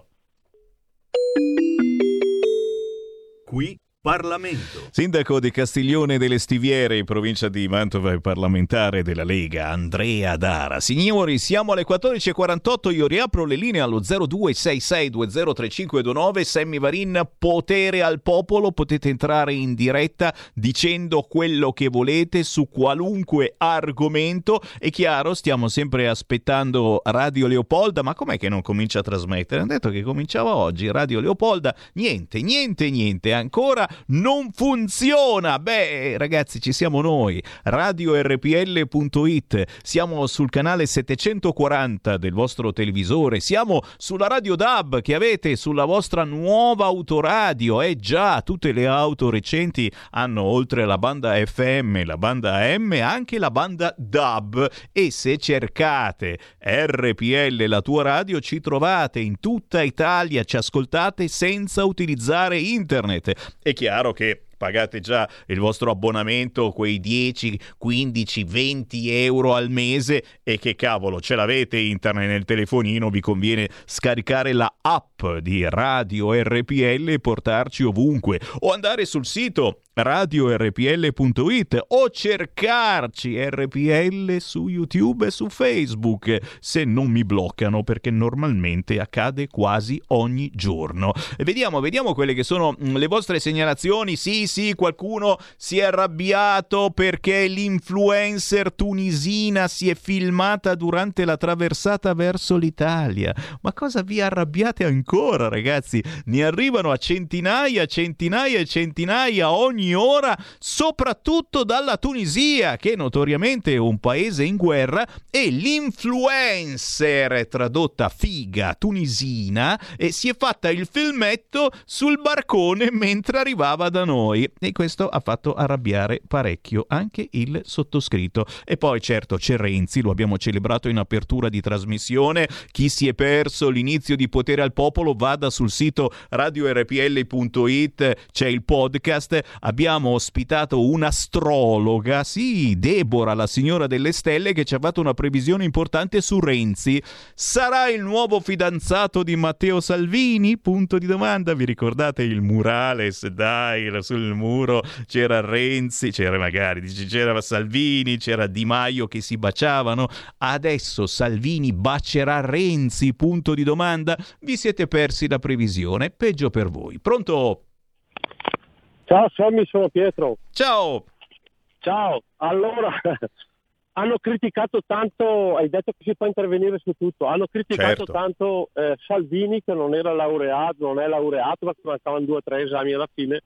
Qui Parlamento. Sindaco di Castiglione delle Stiviere, in provincia di Mantova e parlamentare della Lega, Andrea Dara. Signori, siamo alle quattordici e quarantotto, io riapro le linee allo zero due sei sei due zero tre cinque due nove. Sammy Varin, potere al popolo, potete entrare in diretta dicendo quello che volete su qualunque argomento. È chiaro, stiamo sempre aspettando Radio Leopolda, ma com'è che non comincia a trasmettere? Hanno detto che cominciava oggi Radio Leopolda, niente, niente, niente, ancora non funziona. Beh, ragazzi, ci siamo noi, radio erre pi elle punto it, siamo sul canale settecentoquaranta del vostro televisore, siamo sulla radio D A B che avete sulla vostra nuova autoradio. Eh già, tutte le auto recenti hanno, oltre la banda effe emme, la banda A emme, anche la banda D A B, e se cercate erre pi elle, la tua radio, ci trovate in tutta Italia, ci ascoltate senza utilizzare internet. È chiaro che pagate già il vostro abbonamento, quei dieci, quindici, venti euro al mese, e che cavolo, ce l'avete internet nel telefonino, vi conviene scaricare la app di Radio erre pi elle e portarci ovunque, o andare sul sito radio erre pi elle punto it o cercarci erre pi elle su YouTube e su Facebook, se non mi bloccano, perché normalmente accade quasi ogni giorno. E vediamo, vediamo quelle che sono le vostre segnalazioni. Sì, sì, qualcuno si è arrabbiato perché l'influencer tunisina si è filmata durante la traversata verso l'Italia. Ma cosa vi arrabbiate ancora, ragazzi? Ne arrivano a centinaia, centinaia e centinaia ogni ora, soprattutto dalla Tunisia, che notoriamente è un paese in guerra, e l'influencer, tradotta figa tunisina, e si è fatta il filmetto sul barcone mentre arrivava da noi, e questo ha fatto arrabbiare parecchio anche il sottoscritto. E poi certo c'è Renzi, lo abbiamo celebrato in apertura di trasmissione. Chi si è perso l'inizio di Potere al Popolo vada sul sito radio erre pi elle punto it, c'è il podcast. Abbiamo ospitato un'astrologa, sì, Deborah, la signora delle stelle, che ci ha fatto una previsione importante su Renzi. Sarà il nuovo fidanzato di Matteo Salvini? Punto di domanda. Vi ricordate il murales? Dai, sul muro c'era Renzi, c'era magari c'era Salvini, c'era Di Maio che si baciavano. Adesso Salvini bacerà Renzi? Punto di domanda. Vi siete persi la previsione, peggio per voi. Pronto? Ciao Sammy, sono Pietro. Ciao. Ciao, allora hanno criticato tanto, hai detto che si può intervenire su tutto, hanno criticato Certo. tanto eh, Salvini, che non era laureato, non è laureato perché mancavano due o tre esami alla fine,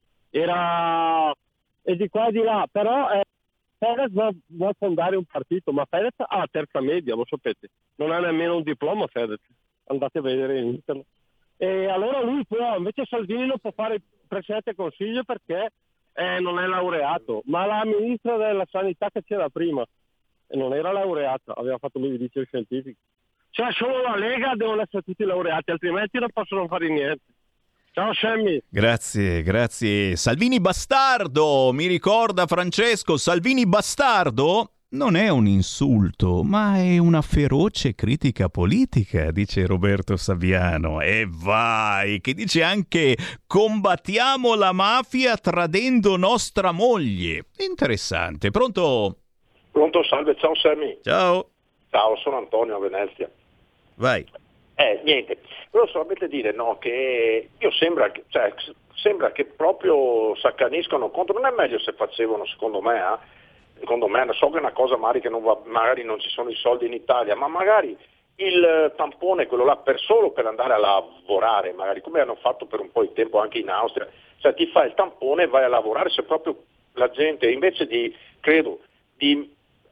era e di qua e di là, però eh, Fedez vuole, vuole fondare un partito, ma Fedez ha la terza media, lo sapete, non ha nemmeno un diploma Fedez, andate a vedere in internet. E allora lui può, invece Salvini non può fare il presidente del Consiglio perché eh, non è laureato, ma la ministra della sanità che c'era prima e non era laureata, aveva fatto lui il liceo scientifico. Cioè solo la Lega devono essere tutti laureati, altrimenti non possono fare niente. Ciao Sammy. Grazie, grazie. Salvini bastardo, mi ricorda Francesco. Salvini bastardo non è un insulto, ma è una feroce critica politica, dice Roberto Saviano. E vai, che dice anche combattiamo la mafia tradendo nostra moglie. Interessante. Pronto? Pronto, salve, ciao Sammy. Ciao. Ciao, sono Antonio a Venezia. Vai. Eh, niente, volevo solamente dire no, che io sembra che, cioè, sembra che proprio s'accaniscono contro. Non è meglio se facevano, secondo me, eh? secondo me, so che è una cosa magari che non va, magari non ci sono i soldi in Italia, ma magari il tampone, quello là, per solo per andare a lavorare, magari come hanno fatto per un po' di tempo anche in Austria, cioè ti fai il tampone e vai a lavorare, se proprio la gente invece di, credo, di,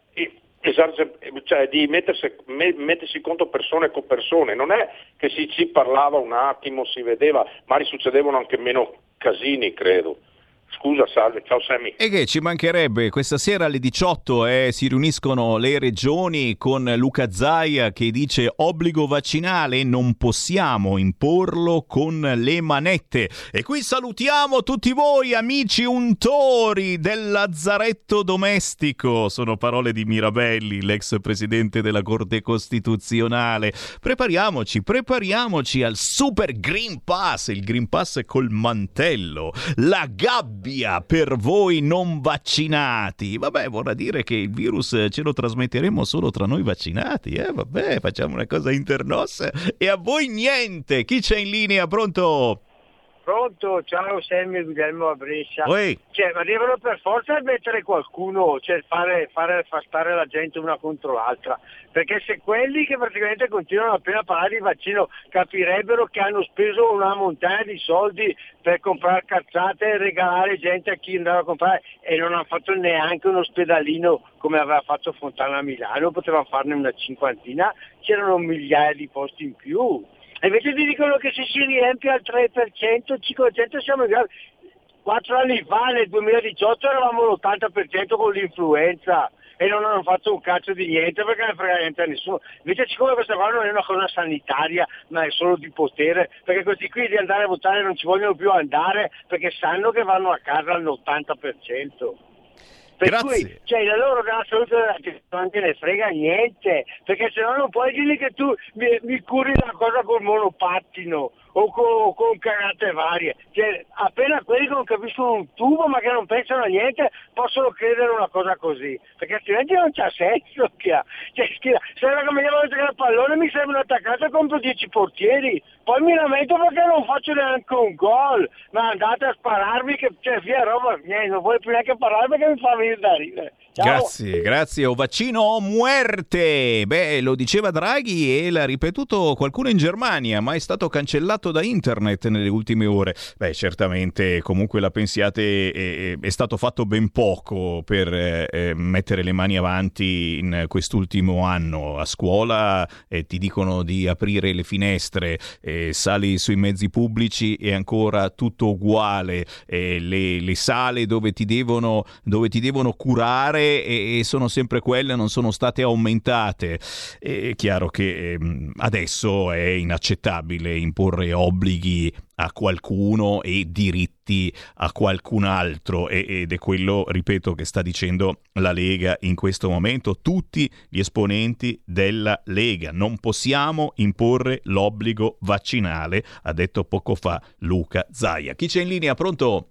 cioè di mettersi, mettersi contro persone con persone, non è che si ci parlava un attimo, si vedeva, magari succedevano anche meno casini, credo. Scusa, salve, ciao Sammy. E che ci mancherebbe, questa sera alle diciotto eh, si riuniscono le regioni con Luca Zaia che dice obbligo vaccinale, non possiamo imporlo con le manette. E qui salutiamo tutti voi amici untori del lazzaretto domestico, sono parole di Mirabelli, l'ex presidente della Corte Costituzionale. Prepariamoci, prepariamoci al Super Green Pass, il Green Pass col mantello, la gabbia per voi non vaccinati. Vabbè, vorrà dire che il virus ce lo trasmetteremo solo tra noi vaccinati, eh? Vabbè, facciamo una cosa internos e a voi niente. Chi c'è in linea? Pronto? Pronto, ciao Sammy, Guglielmo a Brescia. Oi. Cioè, ma devono per forza mettere qualcuno, cioè fare, fare far stare la gente una contro l'altra, perché se quelli che praticamente continuano appena a parlare di vaccino capirebbero che hanno speso una montagna di soldi per comprare cazzate e regalare gente a chi andava a comprare e non hanno fatto neanche un ospedalino come aveva fatto Fontana a Milano, potevano farne una cinquantina, c'erano migliaia di posti in più. E invece ti dicono che se si riempie al tre per cento, cinque per cento siamo in grado. Quattro anni fa, nel duemiladiciotto, eravamo all'ottanta per cento con l'influenza e non hanno fatto un cazzo di niente perché ne frega niente a nessuno. Invece siccome questa qua non è una cosa sanitaria, ma è solo di potere, perché questi qui di andare a votare non ci vogliono più andare perché sanno che vanno a casa all'ottanta per cento. Per Grazie. cui, cioè, la loro della salute non te ne frega niente, perché se no non puoi dirgli che tu mi, mi curi la cosa col monopattino o con, o con cagate varie. Cioè, appena quelli che non capiscono un tubo ma che non pensano a niente possono credere una cosa così, perché altrimenti non c'ha senso. Che ha. Cioè, se la come devo giocare a pallone mi serve un attaccato e compro dieci portieri, poi mi lamento perché non faccio neanche un gol, ma andate a spararmi che cioè, via roba, niente, non vuoi più neanche parlare perché mi fa venire da ridere. Ciao. Grazie, grazie. O vaccino o muerte. Beh, lo diceva Draghi e l'ha ripetuto qualcuno in Germania, ma è stato cancellato da internet nelle ultime ore. Beh, certamente, comunque la pensiate, è, è stato fatto ben poco per eh, mettere le mani avanti in quest'ultimo anno. A scuola eh, ti dicono di aprire le finestre, eh, sali sui mezzi pubblici e ancora tutto uguale. Eh, le, le sale dove ti devono, dove ti devono curare e sono sempre quelle, non sono state aumentate. È chiaro che adesso è inaccettabile imporre obblighi a qualcuno e diritti a qualcun altro ed è quello, ripeto, che sta dicendo la Lega in questo momento, tutti gli esponenti della Lega. Non possiamo imporre l'obbligo vaccinale, ha detto poco fa Luca Zaia. Chi c'è in linea? Pronto?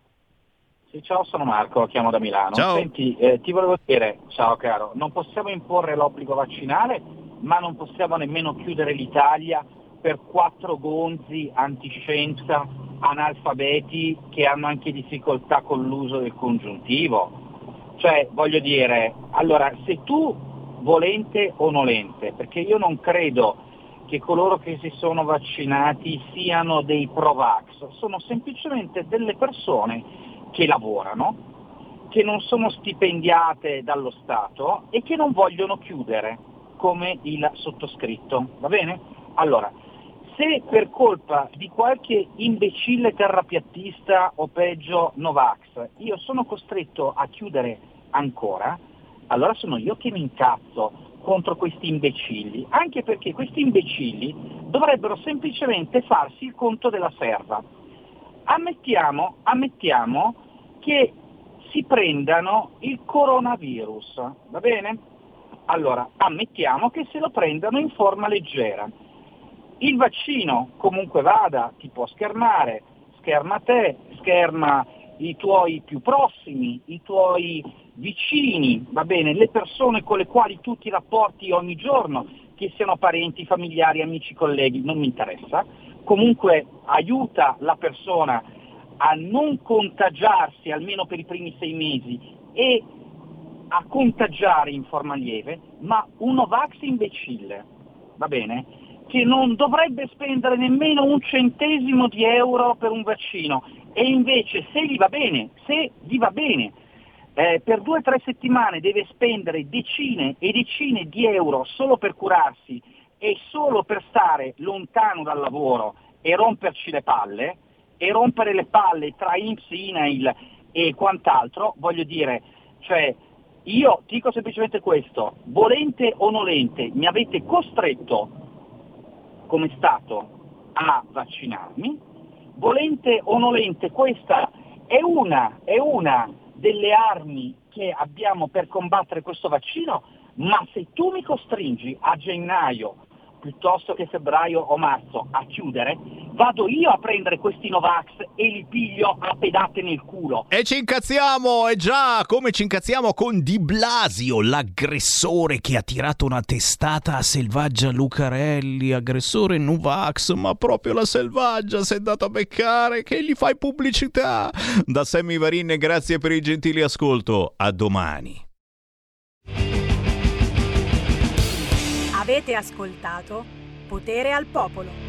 Sì, ciao, sono Marco, chiamo da Milano. Ciao. Senti, eh, ti volevo dire, ciao caro, non possiamo imporre l'obbligo vaccinale, ma non possiamo nemmeno chiudere l'Italia per quattro gonzi antiscienza, analfabeti che hanno anche difficoltà con l'uso del congiuntivo. Cioè, voglio dire, allora, se tu volente o nolente, perché io non credo che coloro che si sono vaccinati siano dei pro-vax, sono semplicemente delle persone che lavorano, che non sono stipendiate dallo Stato e che non vogliono chiudere, come il sottoscritto, va bene? Allora, se per colpa di qualche imbecille terrapiattista o peggio Novax io sono costretto a chiudere ancora, allora sono io che mi incazzo contro questi imbecilli, anche perché questi imbecilli dovrebbero semplicemente farsi il conto della serva. Ammettiamo, ammettiamo che si prendano il coronavirus, va bene? Allora, ammettiamo che se lo prendano in forma leggera. Il vaccino, comunque vada, ti può schermare, scherma te, scherma i tuoi più prossimi, i tuoi vicini, va bene, le persone con le quali tu ti rapporti ogni giorno, che siano parenti, familiari, amici, colleghi, non mi interessa. Comunque aiuta la persona a non contagiarsi almeno per i primi sei mesi e a contagiare in forma lieve, ma un Novax imbecille, va bene? Che non dovrebbe spendere nemmeno un centesimo di euro per un vaccino, e invece se gli va bene, se gli va bene, eh, per due o tre settimane deve spendere decine e decine di euro solo per curarsi e solo per stare lontano dal lavoro e romperci le palle, e rompere le palle tra I N P S, I N A I L e quant'altro, voglio dire, cioè io dico semplicemente questo: volente o nolente mi avete costretto come Stato a vaccinarmi, volente o nolente questa è una, è una delle armi che abbiamo per combattere questo vaccino, ma se tu mi costringi a gennaio piuttosto che febbraio o marzo a chiudere, vado io a prendere questi Novax e li piglio a pedate nel culo. E ci incazziamo, e già, come ci incazziamo con Di Blasio, l'aggressore che ha tirato una testata a Selvaggia Lucarelli, aggressore Novax, ma proprio la Selvaggia si è andata a beccare, che gli fai pubblicità. Da Sammy Varin, grazie per il gentile ascolto, a domani. Avete ascoltato Potere al Popolo.